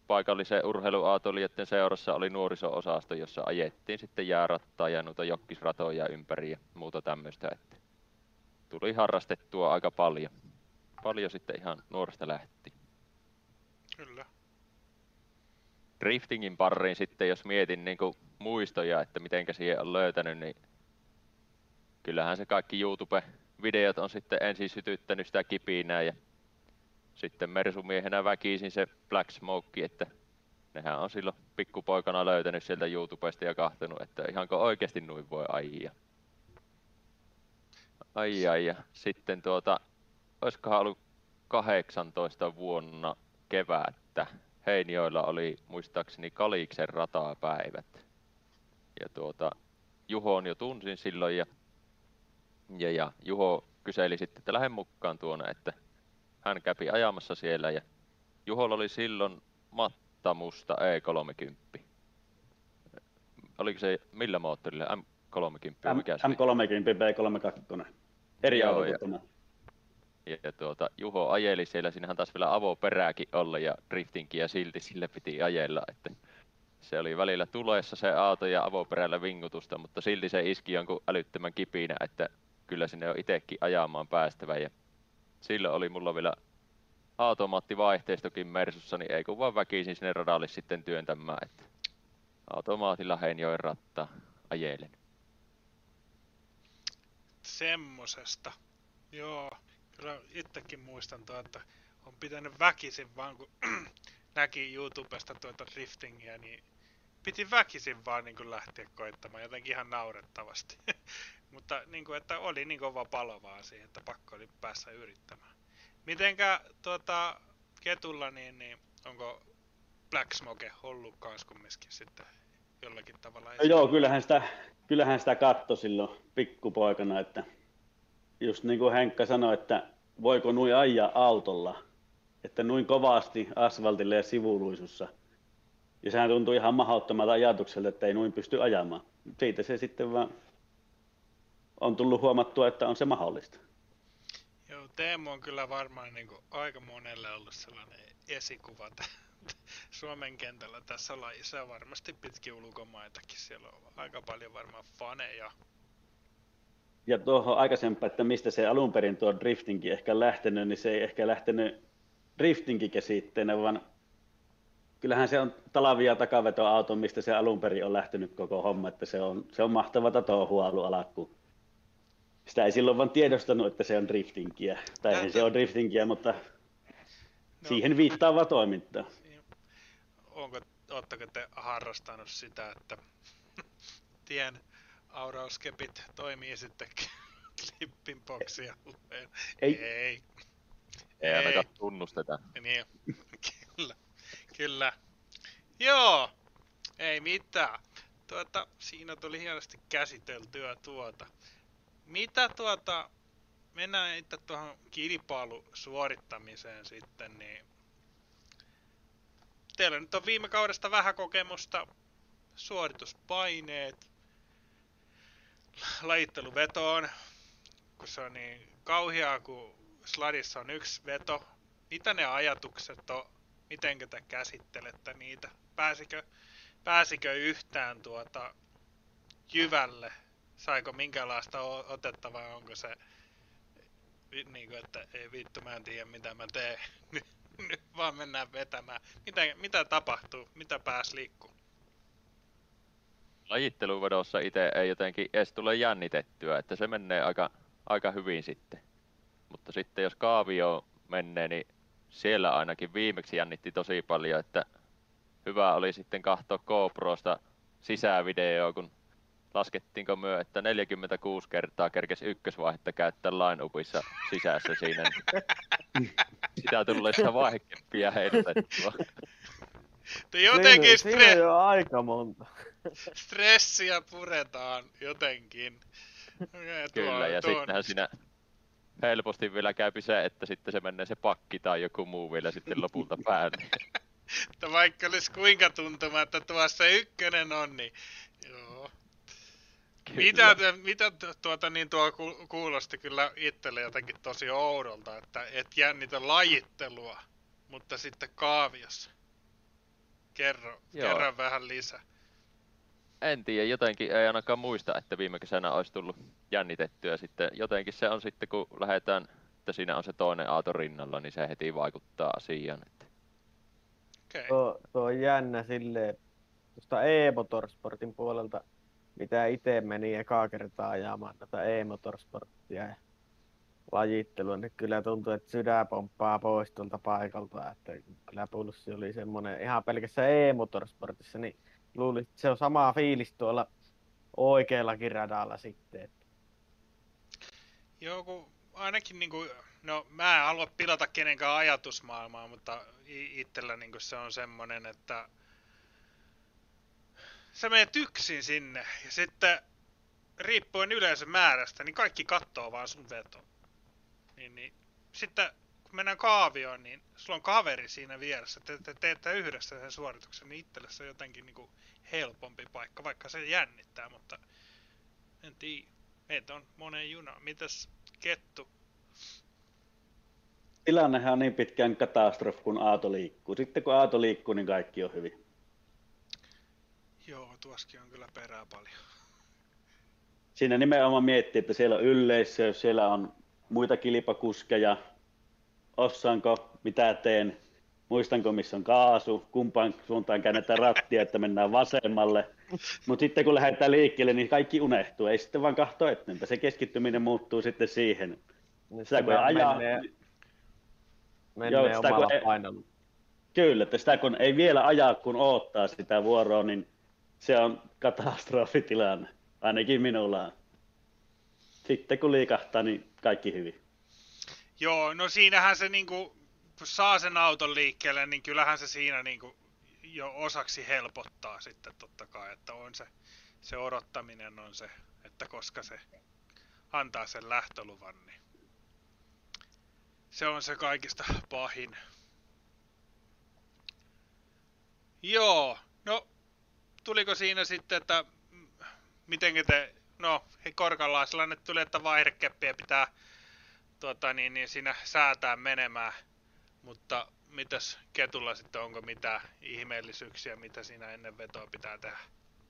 S5: paikallisen urheiluaatolijoiden seurassa oli nuoriso-osasto, jossa ajettiin sitten jäärattaa ja noita jokkisratoja ympäri ja muuta tämmöistä. Että tuli harrastettua aika paljon. Paljon sitten ihan nuoresta lähti.
S1: Kyllä.
S5: Driftingin pariin sitten, jos mietin niin kuin muistoja, että mitenkä siihen on löytänyt, niin kyllähän se kaikki YouTube-videot on sitten ensin sytyttänyt sitä kipinää ja sitten mersumiehenä väkisin se Black Smoke, että nehän on silloin pikkupoikana löytänyt sieltä YouTubesta ja kahtonut, että ihanko oikeasti noin voi ajaa. Ai ai ja sitten tuota, olisikohan ollut kahdeksantoista vuonna kevättä. Heinioilla oli muistaakseni Kaliksen ratapäivät. Ja tuota, Juhon jo tunsin silloin ja, ja, ja Juho kyseli sitten, että lähden mukaan tuonne, että hän kävi ajamassa siellä ja Juholla oli silloin matta musta E kolmekymmentä. Oliko se millä moottorilla? M kolmekymmentä? Mikä se
S3: M kolmekymmentä B kolmekymmentäkaksi. Eri
S5: Joo,
S3: auto
S5: ja,
S3: tämä.
S5: ja, ja tuota, Juho ajeli siellä, siinähän taas vielä avoperääkin olla ja driftinkiä silti sille piti ajella, että se oli välillä tulessa se auto ja avoperällä vingutusta, mutta silti se iski jonkun älyttömän kipinä, että kyllä sinne on itsekin ajamaan päästävä ja silloin oli mulla vielä automaattivaihteistokin Mersussa, niin ei kun vaan väkisin sinne radalle sitten työntämään, että automaatilla Heinjoen rattaa ajelen.
S1: Semmosesta. Joo, kyllä itsekin muistan tuo, että on pitänyt väkisin vaan, kun näki YouTubesta tuota driftingiä, niin piti väkisin vaan niin kuin lähteä koittamaan, jotenkin ihan naurettavasti. Mutta niin kuin, että oli niin kova palo vaan siihen, että pakko oli päässä yrittämään. Mitenkä tuota, Ketulla, niin, niin onko Black Smoke ollut kans kumminkin sitten jollakin tavalla
S3: No joo, kyllähän sitä, kyllähän sitä katsoi silloin pikkupoikana, että just niin kuin Henkka sanoi, että voiko nuin ajaa autolla, että nuin kovasti asfaltille ja sivuluisussa. Ja sehän tuntui ihan mahdottomalta ajatukselta, että ei nuin pysty ajamaan. Siitä se sitten vaan on tullut huomattua, että on se mahdollista.
S1: Joo, Teemu on kyllä varmaan niin kuin aika monelle ollut sellainen esikuva Suomen kentällä tässä lajissa ja varmasti pitkin ulkomaitakin. Siellä on aika paljon varmaan faneja.
S3: Ja tuohon aikaisempaan, että mistä se alun perin tuo driftingi ehkä lähtenyt, niin se ei ehkä lähtenyt driftingi-käsitteenä, vaan kyllähän se on talavi- ja takavetoauto, mistä se alun perin on lähtenyt koko homma, että se on, se on mahtava touhua ollut alkuun. Sitä ei silloin vaan tiedostanut, että se on driftingiä. Tai eihän se on driftingiä, mutta no, siihen viittaavaa toimintaa.
S1: Onko, ootteko te harrastanut sitä, että tien aurauskepit toimii sitten klippin boksia?
S3: Ei.
S1: Ei.
S5: Ei ainakaan tunnusteta.
S1: Niin, kyllä. Kyllä. Joo. Ei mitään. Tuota, siinä tuli hienosti käsiteltyä tuota. Mitä tuota, mennään itse tuohon kilpailusuorittamiseen sitten, niin teillä nyt on viime kaudesta vähän kokemusta, suorituspaineet, lajitteluvetoon, kun se on niin kauheaa, kun sladissa on yksi veto. Mitä ne ajatukset on, miten te käsittelette niitä? Pääsikö, pääsikö yhtään tuota jyvälle? Saiko minkälaista otetta vai onko se niin kuin, että ei vittu, mä en tiedä mitä mä teen. Nyt vaan mennään vetämään. Mitä, mitä tapahtuu? Mitä pääs liikkuu?
S5: Lajitteluvedossa itse ei jotenkin edes tule jännitettyä, että se menee aika, aika hyvin sitten. Mutta sitten jos kaavio menee, niin siellä ainakin viimeksi jännitti tosi paljon, että hyvä oli sitten katsoa GoProsta sisävideoa, kun laskettiinko myö, että neljäkymmentäkuusi kertaa kerkesi ykkösvaihetta käyttää line-upissa sisässä siinä. Sitä tulee sitä vaihekeppiä heilutettua.
S1: Jotenkin
S4: siinä, siinä on aika monta.
S1: Stressiä puretaan jotenkin. Ja
S5: Kyllä, tuo, ja tuo... sittenhän siinä helposti vielä käypi se, että sitten se menee se pakki tai joku muu vielä sitten lopulta päälle.
S1: Että vaikka olisi kuinka tuntuma, että tuossa ykkönen on, niin joo. Mitä, mitä tuota, niin tuo kuulosti kyllä itselle jotenkin tosi oudolta, että et jännitä lajittelua, mutta sitten kaaviossa. Kerro,
S5: Joo.
S1: kerro vähän lisää.
S5: En tiedä, jotenkin ei ainakaan muista, että viime kesänä olisi tullut jännitettyä. Sitten jotenkin se on sitten, kun lähdetään, että siinä on se toinen auto rinnalla, niin se heti vaikuttaa asiaan. Että...
S1: Okay.
S4: Tuo, tuo on jännä silleen, tuosta e-motorsportin puolelta, mitä itse meni ekaa kertaa ajamaan tätä e-motorsporttia ja lajittelua, niin kyllä tuntuu, että sydän pomppaa pois tuolta paikalta, että kyllä pulssi oli semmoinen ihan pelkässä e-motorsportissa, niin luulin, että se on sama fiilis tuolla oikeallakin radalla sitten. Että...
S1: Joo, kun ainakin niinku, no mä en halua pilata kenenkään ajatusmaailmaa, mutta itsellä niinku se on semmonen, että sä menet yksin sinne ja sitten riippuen yleisön määrästä, niin kaikki kattoo vaan sun vetoa. Niin, niin. Sitten kun mennään kaavioon, niin sulla on kaveri siinä vieressä, te, te teette yhdessä sen suorituksen, niin itselle se on jotenkin niinku helpompi paikka, vaikka se jännittää, mutta en tiedä. Meitä on monen juna. Mitäs Kettu?
S3: Tilannehan on niin pitkään katastrofi, kun aato liikkuu. Sitten kun aato liikkuu, niin kaikki on hyvin.
S1: Joo, tuoskin on kyllä perää paljon.
S3: Siinä nimenomaan miettii, että siellä on yleisö, siellä on muita kilpakuskeja. Osaanko, mitä teen, muistanko missä on kaasu, kumpaan suuntaan käännetään rattia, että mennään vasemmalle. Mutta sitten kun lähdetään liikkeelle, niin kaikki unohtuu. Ei sitten vaan kahto eteenpäin. Se keskittyminen muuttuu sitten siihen. Sitä kun ajaa...
S4: Menee, menee
S3: Joo, sitä
S4: omalla
S3: kun...
S4: painolla.
S3: Kyllä, että sitä kun ei vielä ajaa, kun odottaa sitä vuoroa, niin se on katastrofitilanne. Ainakin minulla on. Sitten kun liikahtaa, niin kaikki hyvin.
S1: Joo, no siinähän se niinku, kun saa sen auton liikkeelle, niin kyllähän se siinä niinku jo osaksi helpottaa sitten totta kai, että on se, se odottaminen on se, että koska se antaa sen lähtöluvan, niin se on se kaikista pahin. Joo, no tuliko siinä sitten, että miten te, no korkalaisella nyt tuli, että vaihdekeppiä pitää tuota, niin, niin siinä säätää menemään, mutta mitäs Ketulla sitten, onko mitään ihmeellisyyksiä, mitä siinä ennen vetoa pitää tehdä?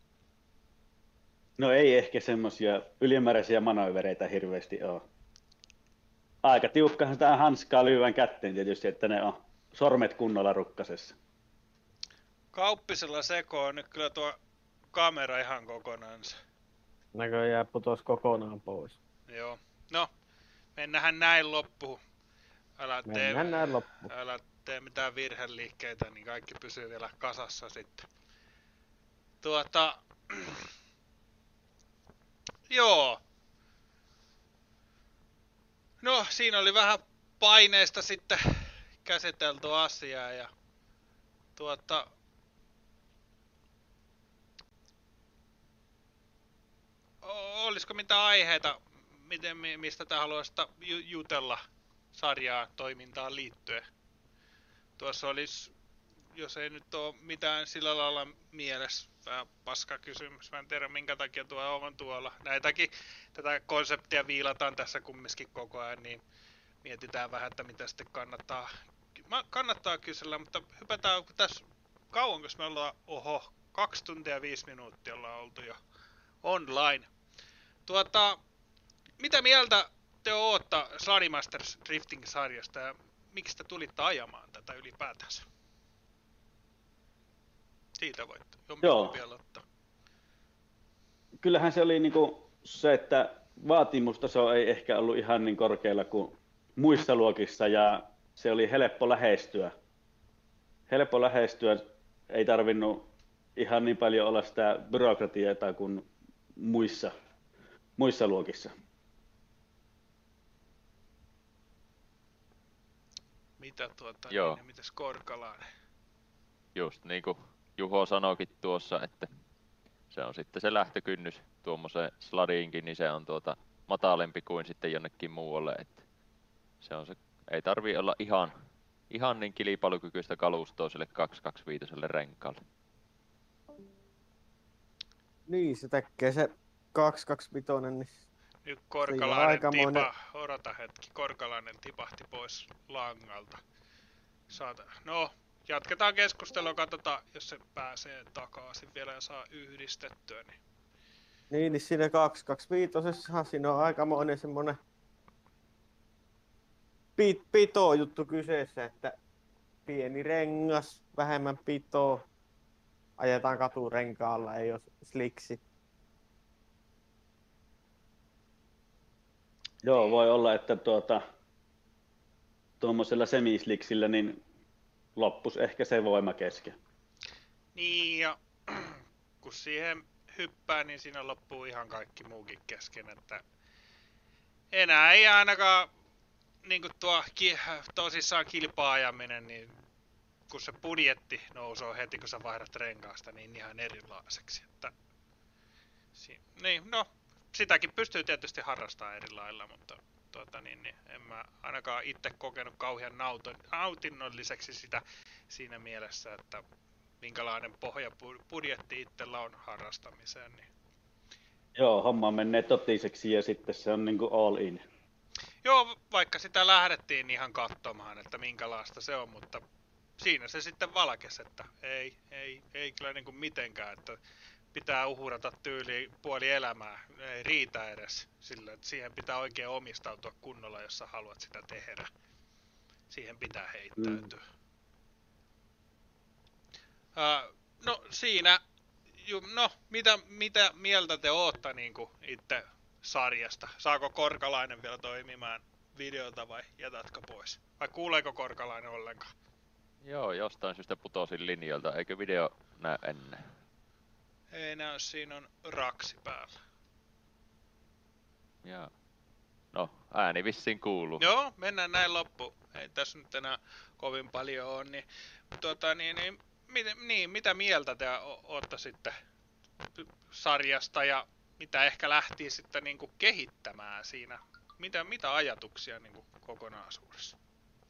S3: No ei ehkä semmosia ylimääräisiä manövereitä hirveästi ole. Aika tiukkahan sitä hanskaa lyövän kätteen tietysti, että ne on sormet kunnolla rukkasessa.
S1: Kauppisella seko on nyt kyllä tuo kamera ihan kokonaansa.
S4: Näköjään putos kokonaan pois.
S1: Joo, no mennähän näin loppuun. Älä tee,
S4: Mennään näin loppuun.
S1: älä tee mitään virheliikkeitä, niin kaikki pysyy vielä kasassa sitten. Tuota... Joo. No, siinä oli vähän paineista sitten käsitelty asiaa ja tuota... Olisiko mitään aiheita, miten, mistä te haluaisitte jutella sarjaan toimintaan liittyen? Tuossa olisi, jos ei nyt ole mitään sillä lailla mielessä, vähän paska kysymys. Mä en tiedä minkä takia tuo on tuolla. Näitäkin, tätä konseptia viilataan tässä kumminkin koko ajan, niin mietitään vähän, että mitä sitten kannattaa, kannattaa kysellä, mutta hypätään tässä kauanko me ollaan, oho, kaksi tuntia ja viisi minuuttia ollaan oltu jo online. Tuota, mitä mieltä te ootte Sluddy Masters Drifting-sarjasta ja miksi te tulitte ajamaan tätä ylipäätänsä? Siitä voit jommin vielä ottaa.
S3: Kyllähän se oli niinku se, että vaatimustaso ei ehkä ollut ihan niin korkealla kuin muissa luokissa ja se oli helppo lähestyä. Helppo lähestyä, ei tarvinnut ihan niin paljon olla sitä byrokratiaa kuin muissa, muissa luokissa.
S1: Mitä tuota,
S5: Joo.
S1: niin, mitäs Korkalainen?
S5: Just niin kuin Juho sanoikin tuossa, että se on sitten se lähtökynnys tuommoiseen sladiinkin, niin se on tuota matalempi kuin sitten jonnekin muualle, että se on se, ei tarvii olla ihan, ihan niin kilpailukykyistä kalustoa sille kaksi kaksikymmentäviisi renkaalle.
S4: Niin, se tekee se kaksi kaksikymmentäviisi, niin
S1: Nyt
S4: Se
S1: Korkalainen
S4: on aikamoinen-
S1: tipa, odota hetki, Korkalainen tipahti pois langalta. Saata, no, jatketaan keskustelua, katsotaan, jos se pääsee takaisin vielä ja saa yhdistettyä. Niin,
S4: Niin, niin siinä kaksi kaksikymmentäviisi siinä on aikamoinen semmonen pit, pito juttu kyseessä, että pieni rengas, vähemmän pitoa, ajetaan katurenkaalla, ei ole sliksi.
S3: Joo, voi olla, että tuota, tuommoisella semisliksillä niin loppus ehkä se voima kesken.
S1: niin ja kun siihen hyppää, niin siinä loppuu ihan kaikki muukin kesken, että enää ei ainakaan niin kuin tuo ki- tosissaan kilpa-ajaminen, niin kun se budjetti nousee heti, kun sä vaihdat renkaasta, niin ihan erilaiseksi. Että, si- niin, no, sitäkin pystyy tietysti harrastamaan eri lailla, mutta tuota, niin, niin, en mä ainakaan itse kokenut kauhean nauton, nautinnolliseksi sitä siinä mielessä, että minkälainen pohjabudjetti itsellä on harrastamiseen. Niin.
S3: Joo, homma menee totiseksi ja sitten se on niinku all in.
S1: Joo, vaikka sitä lähdettiin ihan katsomaan, että minkälaista se on, mutta siinä se sitten valkesi, että ei, ei, ei kyllä niin kuin mitenkään, että pitää uhrata tyyliin puoli elämää, ei riitä edes sillä, että siihen pitää oikein omistautua kunnolla, jos sä haluat sitä tehdä. Siihen pitää heittäytyä. Mm. Uh, no siinä, ju, no mitä, mitä mieltä te ootte niin kuin itse sarjasta? Saako Korkalainen vielä toimimaan videota vai jätätkö pois? Vai kuuleeko Korkalainen ollenkaan?
S5: Joo, jostain syystä putosin linjoilta. Eikö video näy ennen?
S1: Ei näy, siinä on raksi päällä.
S5: Joo. No, ääni vissiin kuuluu.
S1: Joo, mennään näin loppuun. Ei tässä nyt enää kovin paljon ole. Niin, tuota, niin, niin, mit, niin, mitä mieltä te ootte sitten sarjasta ja mitä ehkä lähtii sitten niin kuin kehittämään siinä? Mitä, mitä ajatuksia niin kuin kokonaisuudessa?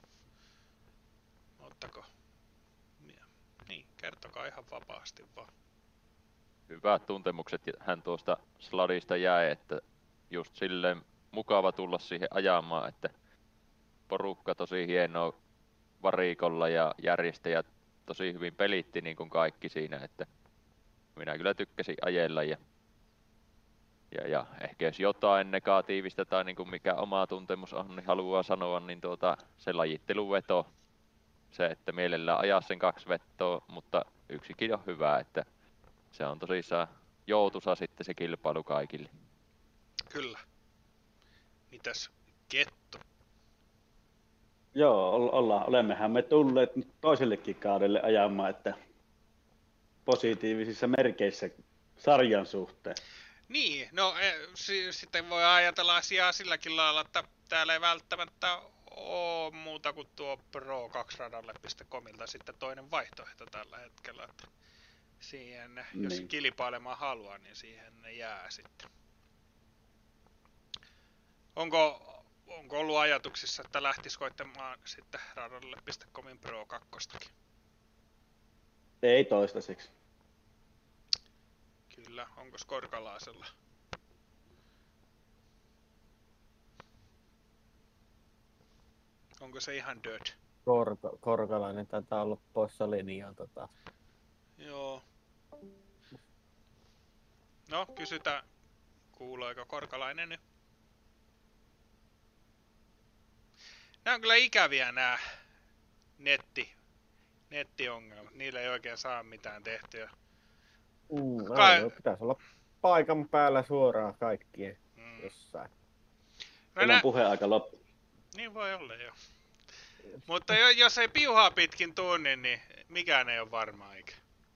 S1: Ottako? Niin, kertokaa ihan vapaasti vaan.
S5: Hyvät tuntemukset hän tuosta sladista jäi, että just silleen mukava tulla siihen ajamaan, että porukka tosi hienoa varikolla ja järjestäjät tosi hyvin pelitti niin kuin kaikki siinä, että minä kyllä tykkäsin ajella ja, ja, ja ehkä jos jotain negatiivista tai niin kuin mikä oma tuntemus on, niin haluaa sanoa, niin tuota, se lajitteluveto, se, että mielellään ajaa sen kaksi vettoa, mutta yksikin on hyvä, että se on tosissaan joutuisa sitten se kilpailu kaikille.
S1: Kyllä. Mitäs Kettu?
S3: Joo, olla, olemmehan me tulleet nyt toisellekin kaudelle ajamaan, että positiivisissa merkeissä sarjan suhteen.
S1: Niin, no e, si, sitten voi ajatella asiaa silläkin lailla, että täällä ei välttämättä ole muuta kuin tuo pro kaksi radalle piste comilta sitten toinen vaihtoehto tällä hetkellä, että siihen, jos
S3: niin.
S1: kilpailemaan haluaa, niin siihen ne jää sitten. Onko, onko ollut ajatuksissa, että lähtis koittamaan sitten radalle piste comin pro kaksi?
S3: Ei toistaiseksi.
S1: Kyllä, onko Korkalaisella? Onko se ihan dead?
S4: Korko, Korkalainen taitaa olla poissa linjalta taas.
S1: Joo. No, kysytään, kuuleeko Korkalainen nyt? Nämä on kyllä ikäviä nämä netti, nettiongelmat. Niillä ei oikein saa mitään tehtyä.
S4: Mm,
S1: Kai...
S4: no, pitäisi olla paikan päällä suoraan kaikkien mm. jossain.
S1: No,
S3: Kyllä on puheaika loppu.
S1: Niin voi olla, joo. Mutta jos ei piuhaa pitkin tunni, niin mikään ei ole varma eikä.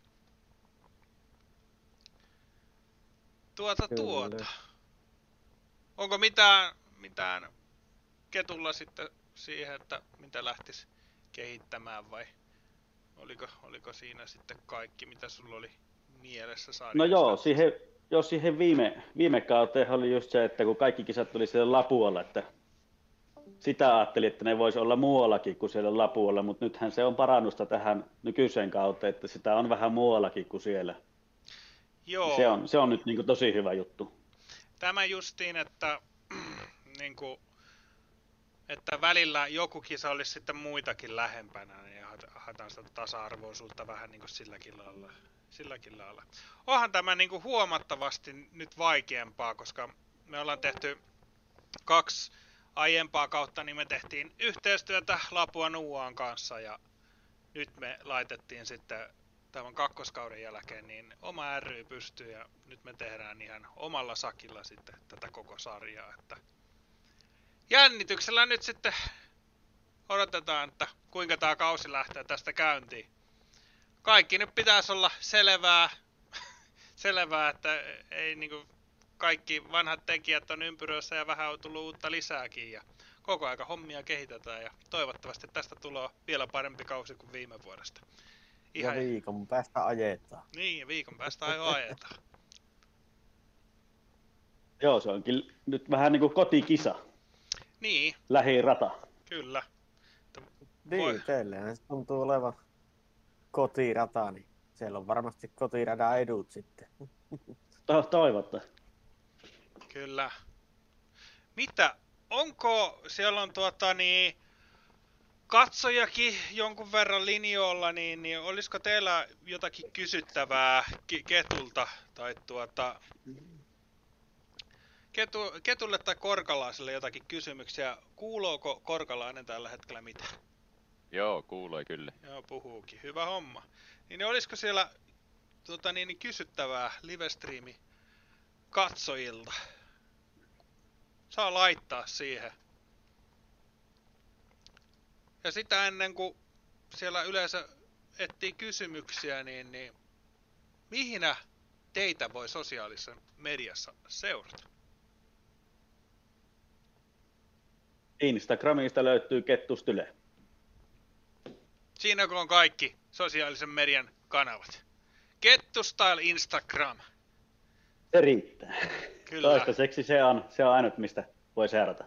S1: Tuota
S4: Kyllä.
S1: tuota. Onko mitään, mitään Ketulla sitten siihen, että mitä lähtisi kehittämään vai oliko, oliko siinä sitten kaikki, mitä sulla oli mielessä sarjasta?
S3: No joo, siihen, jos siihen viime, viime kauteen oli just se, että kun kaikki kisat tuli siellä Lapualla, että sitä ajattelin, että ne voisi olla muuallakin kuin siellä Lapualla, mutta nythän se on parannusta tähän nykyiseen kauteen, että sitä on vähän muuallakin kuin siellä.
S1: Joo.
S3: Se on, se on nyt niin kuin tosi hyvä juttu.
S1: Tämä justiin, että niin kuin, että välillä joku kisa olisi sitten muitakin lähempänä, niin haetaan sitä tasa-arvoisuutta vähän niin kuin silläkin lailla. Silläkin lailla. Onhan tämä niin kuin huomattavasti nyt vaikeampaa, koska me ollaan tehty kaksi aiempaa kautta, niin me tehtiin yhteistyötä Lapua Nuuaan kanssa ja nyt me laitettiin sitten tämän kakkoskauden jälkeen niin oma ry pystyy ja nyt me tehdään ihan omalla sakilla sitten tätä koko sarjaa. Että jännityksellä nyt sitten odotetaan, että kuinka tämä kausi lähtee tästä käyntiin. Kaikki nyt pitäisi olla selvää, selvää että ei niinku kaikki vanhat tekijät on ympyröissä ja vähän on tullut uutta lisääkin ja koko aika hommia kehitetään ja toivottavasti tästä tulee vielä parempi kausi kuin viime vuodesta.
S4: Ihan... Ja viikon päästä ajetaan.
S1: Niin, ja viikon päästä ajo ajetaan.
S3: Joo, se onkin nyt vähän niinku kotikisa.
S1: Niin.
S3: Lähirata.
S1: Kyllä.
S4: Niin, teillähän se tuntuu olevan kotirata, niin siellä on varmasti kotiradan edut sitten.
S3: To- toivotaan.
S1: Kyllä. Mitä? Onko siellä on tuota niin katsojakin jonkun verran linjoilla, niin, niin olisiko teillä jotakin kysyttävää Ketulta tai tuota Ketu, Ketulle tai Korkalaiselle jotakin kysymyksiä? Kuuluuko Korkalainen tällä hetkellä mitä?
S5: Joo, kuulee kyllä.
S1: Joo, puhuukin. Hyvä homma. Niin olisiko siellä tuota, niin, kysyttävää livestriimi katsojilta? Saa laittaa siihen. Ja sitä ennen kuin siellä yleensä etsii kysymyksiä, niin, niin mihinä teitä voi sosiaalisessa mediassa seurata?
S3: Instagramista löytyy Kettustyle.
S1: Siinä kun on kaikki sosiaalisen median kanavat. Kettustyle Instagram.
S3: Se riittää.
S1: Kyllä.
S3: Toistaiseksi se on, se on ainut, mistä voi seurata.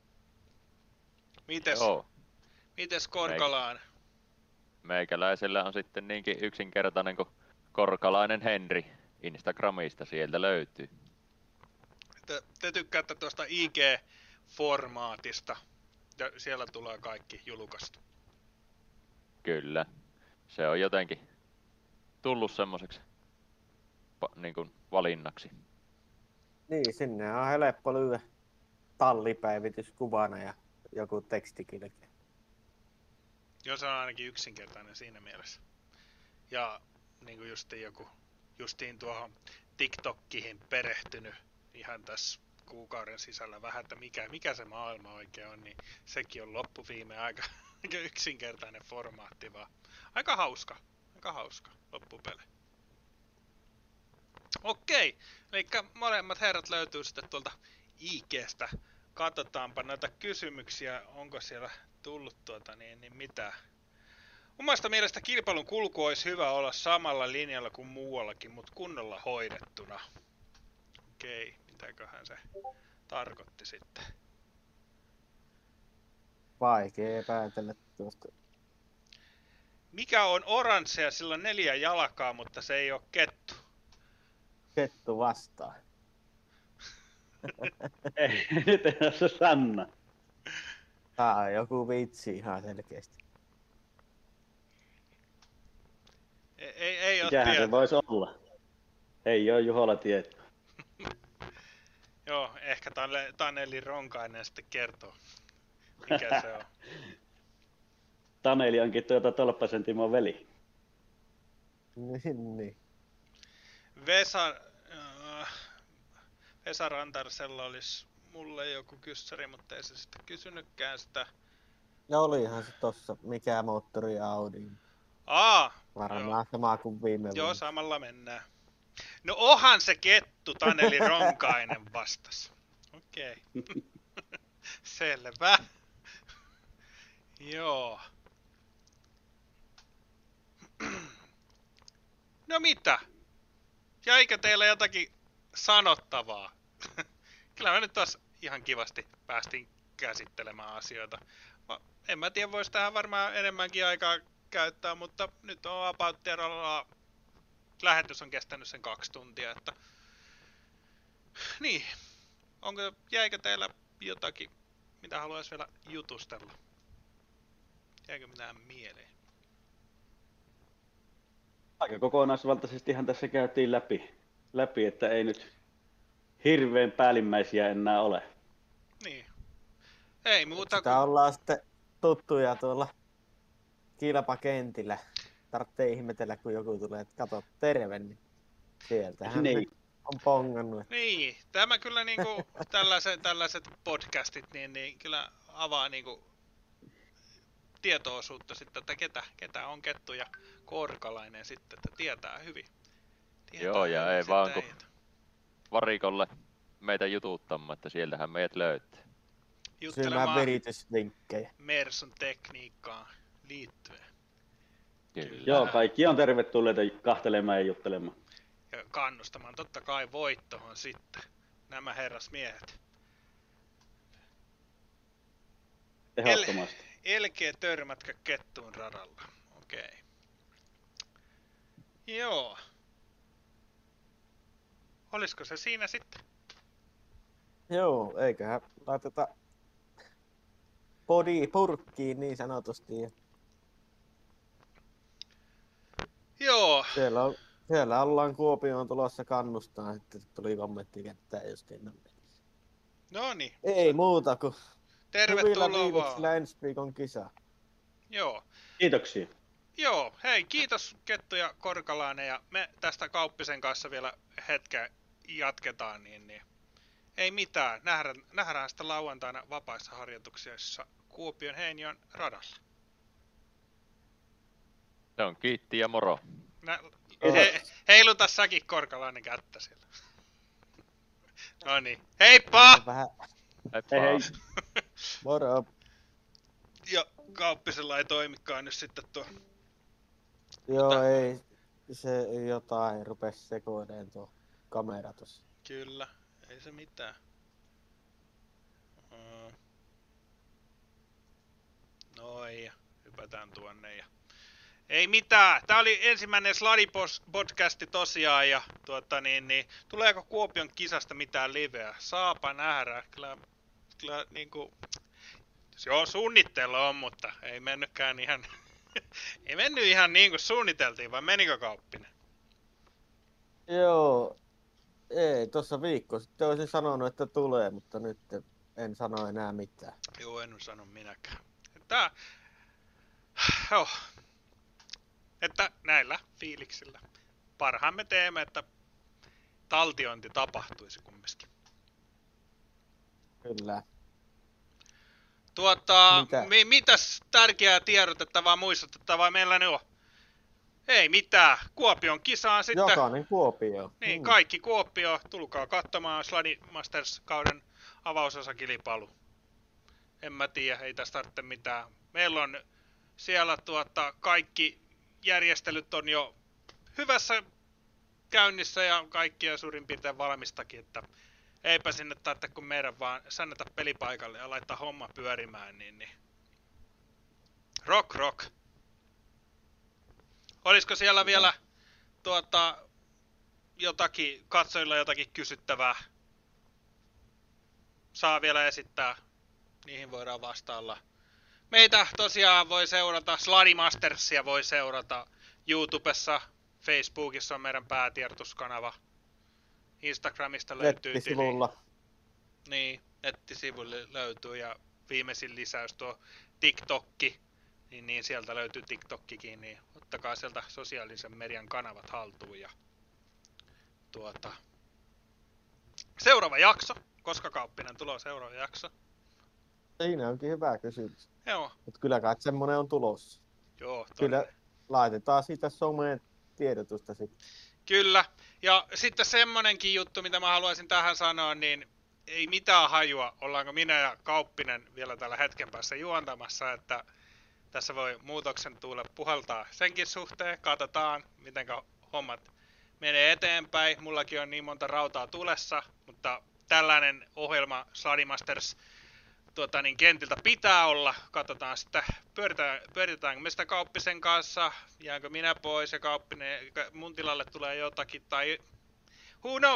S1: Mites,
S5: Joo.
S1: mites Korkalaan?
S5: Meikäläisellä on sitten niinkin yksinkertainen kuin Korkalainen Henri. Instagramista sieltä löytyy.
S1: Te, te tykkäätte tuosta I G-formaatista ja siellä tulee kaikki julkaistu.
S5: Kyllä. Se on jotenkin tullut semmoiseksi niin kuin valinnaksi.
S4: Niin, sinne on helppo lyödä tallipäivitys kuvana ja joku tekstikilke.
S1: Joo, se on ainakin yksinkertainen siinä mielessä. Ja niin kuin justiin joku, justiin tuohon TikTokkiin perehtynyt ihan tässä kuukauden sisällä vähän, että mikä, mikä se maailma oikein on, niin sekin on loppuviime aika, aika yksinkertainen formaatti vaan. Aika hauska, aika hauska loppupeli. Okei, eli molemmat herrat löytyy sitten tuolta I G:stä. Katsotaanpa noita kysymyksiä, onko siellä tullut tuota niin, niin mitä. Omasta mielestä kilpailun kulku olisi hyvä olla samalla linjalla kuin muuallakin, mutta kunnolla hoidettuna. Okei, mitäköhän se tarkoitti sitten?
S4: Vaikea päätellä tuosta.
S1: Mikä on oranssia, sillä on neljä jalkaa, mutta se ei ole kettu?
S4: Kettu vastaan.
S3: Ei, nyt ei ole se Sanna.
S4: Tää on joku vitsi ihan selkeästi.
S1: Ei, ei, ei ole
S3: Mikähän
S1: tietoa.
S3: se voisi olla? Ei ole Juhola tietoa.
S1: Joo, ehkä Taneli, Taneli Ronkainen sitten kertoo, mikä se on.
S3: Taneli onkin tuota Tolppasen Timon veli.
S4: Niin, niin.
S1: Vesa, äh, Vesa Rantarsella olisi mulle joku kyssäri, mutta ei se sitten kysynytkään sitä.
S4: Ja olihan se tossa, mikä moottori Audi.
S1: Aa,
S4: Varmaan
S1: joo.
S4: sama kuin viime
S1: Joo,
S4: vuonna.
S1: samalla mennään. No ohan se kettu, Taneli Ronkainen vastas. Okei. Okay. Selvä. Joo. No mitä? Jäikö teillä jotakin sanottavaa? Kyllä me nyt taas ihan kivasti päästiin käsittelemään asioita. Va- En mä tiedä, vois tähän varmaan enemmänkin aikaa käyttää, mutta nyt on about Terolla. Lähetys on kestänyt sen kaksi tuntia, että... Niin. Onko, jäikö teillä jotakin mitä haluaisi vielä jutustella? Jäikö mitään mieleen?
S3: Aika kokonaisvaltaisestihan tässä käytiin läpi, läpi, että ei nyt hirveän päällimmäisiä enää ole.
S1: Niin. Ei muuta
S4: Sitä
S1: kuin...
S4: ollaan sitten tuttuja tuolla kilpakentillä. Tarvitsee ihmetellä, kun joku tulee, että kato, terve, niin sieltähän
S3: Niin.
S4: nyt on pongannut.
S1: Niin, tämä kyllä niinku tällaiset, tällaiset podcastit niin, niin kyllä avaa niinku tietoisuutta sitten, että ketä, ketä on Kettu ja Korkalainen sitten, että tietää hyvin. Tietää
S5: Joo, ja
S1: hyvin
S5: ei
S1: sitten
S5: vaan kun
S1: äijät.
S5: varikolle meitä jututtamaan, että sieltähän meidät löytää.
S4: Syömään
S1: Juttelemaan
S4: viritysvinkkejä.
S1: Mersun tekniikkaan liittyen.
S5: Kyllä.
S3: Joo, kaikki on tervetulleita kahtelemaan ja juttelemaan.
S1: Ja kannustamaan totta kai voittoon sitten nämä herrasmiehet.
S3: Ehdottomasti.
S1: Elkeä törmätkä Kettuun radalla. Okei. Joo. Olisiko se siinä sitten?
S4: Joo, eiköhän laiteta body purkkiin niin sanotusti. Ja
S1: Joo.
S4: siellä, on, siellä ollaan Kuopioon tulossa kannustaa, että tuli kommentti kenttään just ennen.
S1: No niin.
S4: Ei muuta kuin hyvillä
S1: Tervetuloa
S4: viimeksillä
S1: vaan.
S4: ensi viikon kisa.
S1: Joo.
S3: Kiitoksia.
S1: Joo. Hei, kiitos Kettu ja Korkalainen ja me tästä Kauppisen kanssa vielä hetken jatketaan, niin, niin ei mitään. Nähdään, nähdään sitä lauantaina vapaissa harjoituksissa Kuopion Heinion radalla.
S5: Se on kiitti ja moro.
S1: Nä, he, heiluta säkin Korkalainen kättä siellä. No niin. Heippa!
S4: Vähän
S5: Heippa.
S3: Hei hei.
S4: moro.
S1: Ja Kauppisella ei toimikaan nyt sitten tuo.
S4: Joo,
S1: Mutta-
S4: ei se jotain rupes sekoileen tuo kamera tossa.
S1: Kyllä, ei se mitään. Mm. Noin, ja hypätään tuonne ja... Ei mitään, tää oli ensimmäinen Sladi-podcasti tosiaan ja tuota niin, niin tuleeko Kuopion kisasta mitään liveä? Saapa nähdä, kyllä, kyllä niinku... Joo, suunnitteilla on, mutta ei mennytkään ihan... ei mennyt ihan niin kuin suunniteltiin, vai menikö Kauppinen?
S4: Joo, ei, tossa viikko sitten olisin sanonut, että tulee, mutta nyt en sano enää mitään.
S1: Joo, en sano minäkään. Tää... Joo. Että näillä fiiliksillä parhaamme teemme, että taltiointi tapahtuisi kumminkin.
S4: Kyllä.
S1: Tuota,
S4: Mitä?
S1: mi- mitäs tärkeää tiedotettavaa muistutettavaa meillä nyt on? Ei mitään. Kuopion kisaan sitten.
S4: Jokainen Kuopio.
S1: Niin,
S4: Mm.
S1: kaikki Kuopio. Tulkaa katsomaan Sladi Masters-kauden avausosakilpailu. En mä tiedä, ei tästä tarvitse mitään. Meillä on siellä tuota, kaikki järjestelyt on jo hyvässä käynnissä ja kaikkia suurin piirtein valmistakin, että eipä sinne tarvitse kun meidän vaan sannata pelipaikalle ja laittaa homma pyörimään, niin, niin. Rock, rock. Olisiko siellä vielä tuota, jotakin, katsojilla jotakin kysyttävää? Saa vielä esittää, niihin voidaan vastailla. Meitä tosiaan voi seurata, Sladi Mastersia voi seurata YouTubessa, Facebookissa on meidän päätiedotuskanava. Instagramista löytyy tili.
S4: Nettisivulla.
S1: Niin, nettisivuille löytyy ja viimeisin lisäys tuo TikTokki, niin, niin sieltä löytyy TikTokkikin, niin ottakaa sieltä sosiaalisen median kanavat haltuun ja tuota, seuraava jakso, koska Kauppinen tulee seuraava jakso.
S4: Siinä onkin hyvä kysymys.
S1: Joo,
S4: Mutta kyllä kai semmonen on tulossa.
S1: joo,
S4: Kyllä
S1: tonne.
S4: laitetaan siitä someen tiedotusta sitten.
S1: Kyllä. Ja sitten semmonenkin juttu, mitä mä haluaisin tähän sanoa, niin ei mitään hajua, ollaanko minä ja Kauppinen vielä tällä hetken päässä juontamassa, että tässä voi muutoksen tuule puhaltaa senkin suhteen. Katsotaan, miten hommat menee eteenpäin. Mullakin on niin monta rautaa tulessa, mutta tällainen ohjelma Sladi Masters tuota, niin kentiltä pitää olla. Katsotaan sitten, pyöritään, pyöritetäänkö me sitä Kauppisen kanssa, jäänkö minä pois ja Kauppinen, mun tilalle tulee jotakin, tai who knows.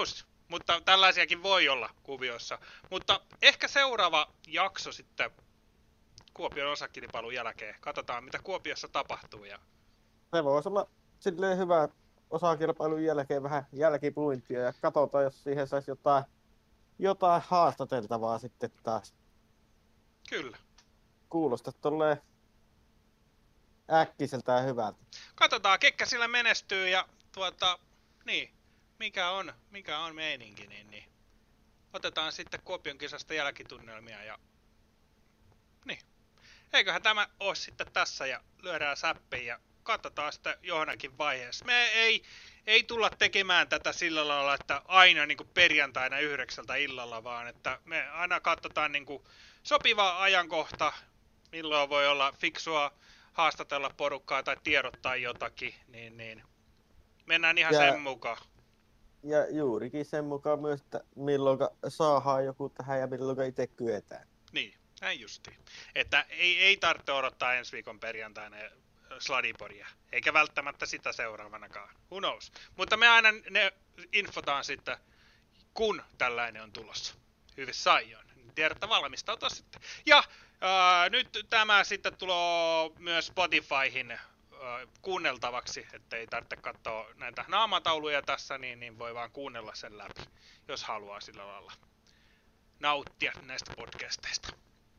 S1: mutta tällaisiakin voi olla kuviossa. Mutta ehkä seuraava jakso sitten Kuopion osakilpailun jälkeen. Katsotaan, mitä Kuopiossa tapahtuu. Ja...
S4: Se voisi olla silleen hyvä osakilpailun jälkeen vähän jälkipuintia ja katsotaan, jos siihen saisi jotain, jotain haastateltavaa sitten taas.
S1: Kyllä.
S4: Kuulostaa tolleen äkkiseltään hyvältä.
S1: Katsotaan, kekkä sillä menestyy ja tuota, niin, mikä on, mikä on meininki, niin, niin. Otetaan sitten Kuopion kisasta jälkitunnelmia ja niin. Eiköhän tämä ole sitten tässä ja lyödään säppiin ja katsotaan sitten johonkin vaiheessa. Me ei, ei tulla tekemään tätä sillä lailla, että aina niin kuin perjantaina yhdeksältä illalla, vaan että me aina katsotaan niin kuin sopiva ajankohta, milloin voi olla fiksua haastatella porukkaa tai tiedottaa jotakin, niin, niin mennään ihan
S4: Ja-
S1: sen mukaan.
S4: Ja juurikin sen mukaan myös, että milloin saadaan joku tähän ja milloin itse kyetään.
S1: Niin, näin justiin. Että ei, ei tarvitse odottaa ensi viikon perjantaina Sladiporia, eikä välttämättä sitä seuraavanakaan. Who knows? Mutta me aina ne infotaan sitten, kun tällainen on tulossa. Hyvissä ajoin. Tiedätte valmistautua sitten. Ja ää, nyt tämä sitten tulee myös Spotifyhin ää, kuunneltavaksi, ettei tarvitse katsoa näitä naamatauluja tässä, niin, niin voi vaan kuunnella sen läpi, jos haluaa sillä lailla nauttia näistä podcasteista.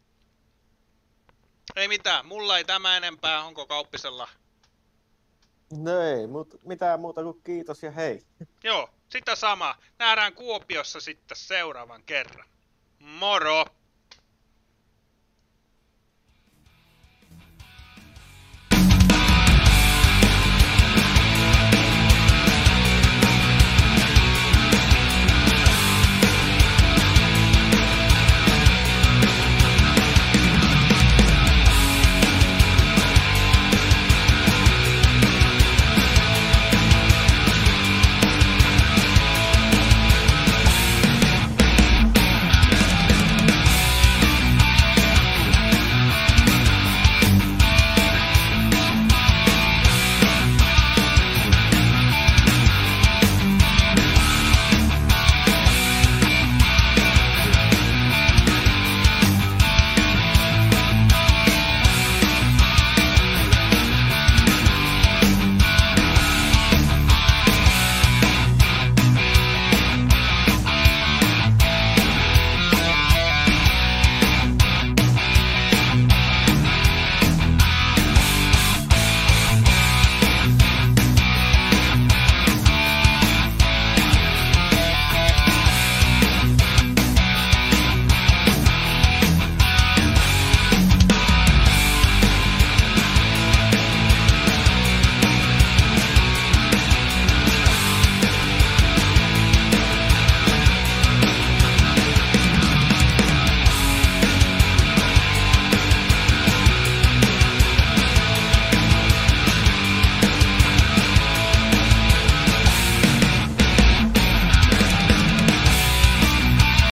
S1: Ei mitään, mulla ei tämä enempää, onko Kauppisella?
S4: No ei, mutta mitään muuta kuin kiitos ja hei.
S1: Joo, sitä samaa. Nähdään Kuopiossa sitten seuraavan kerran. Moro!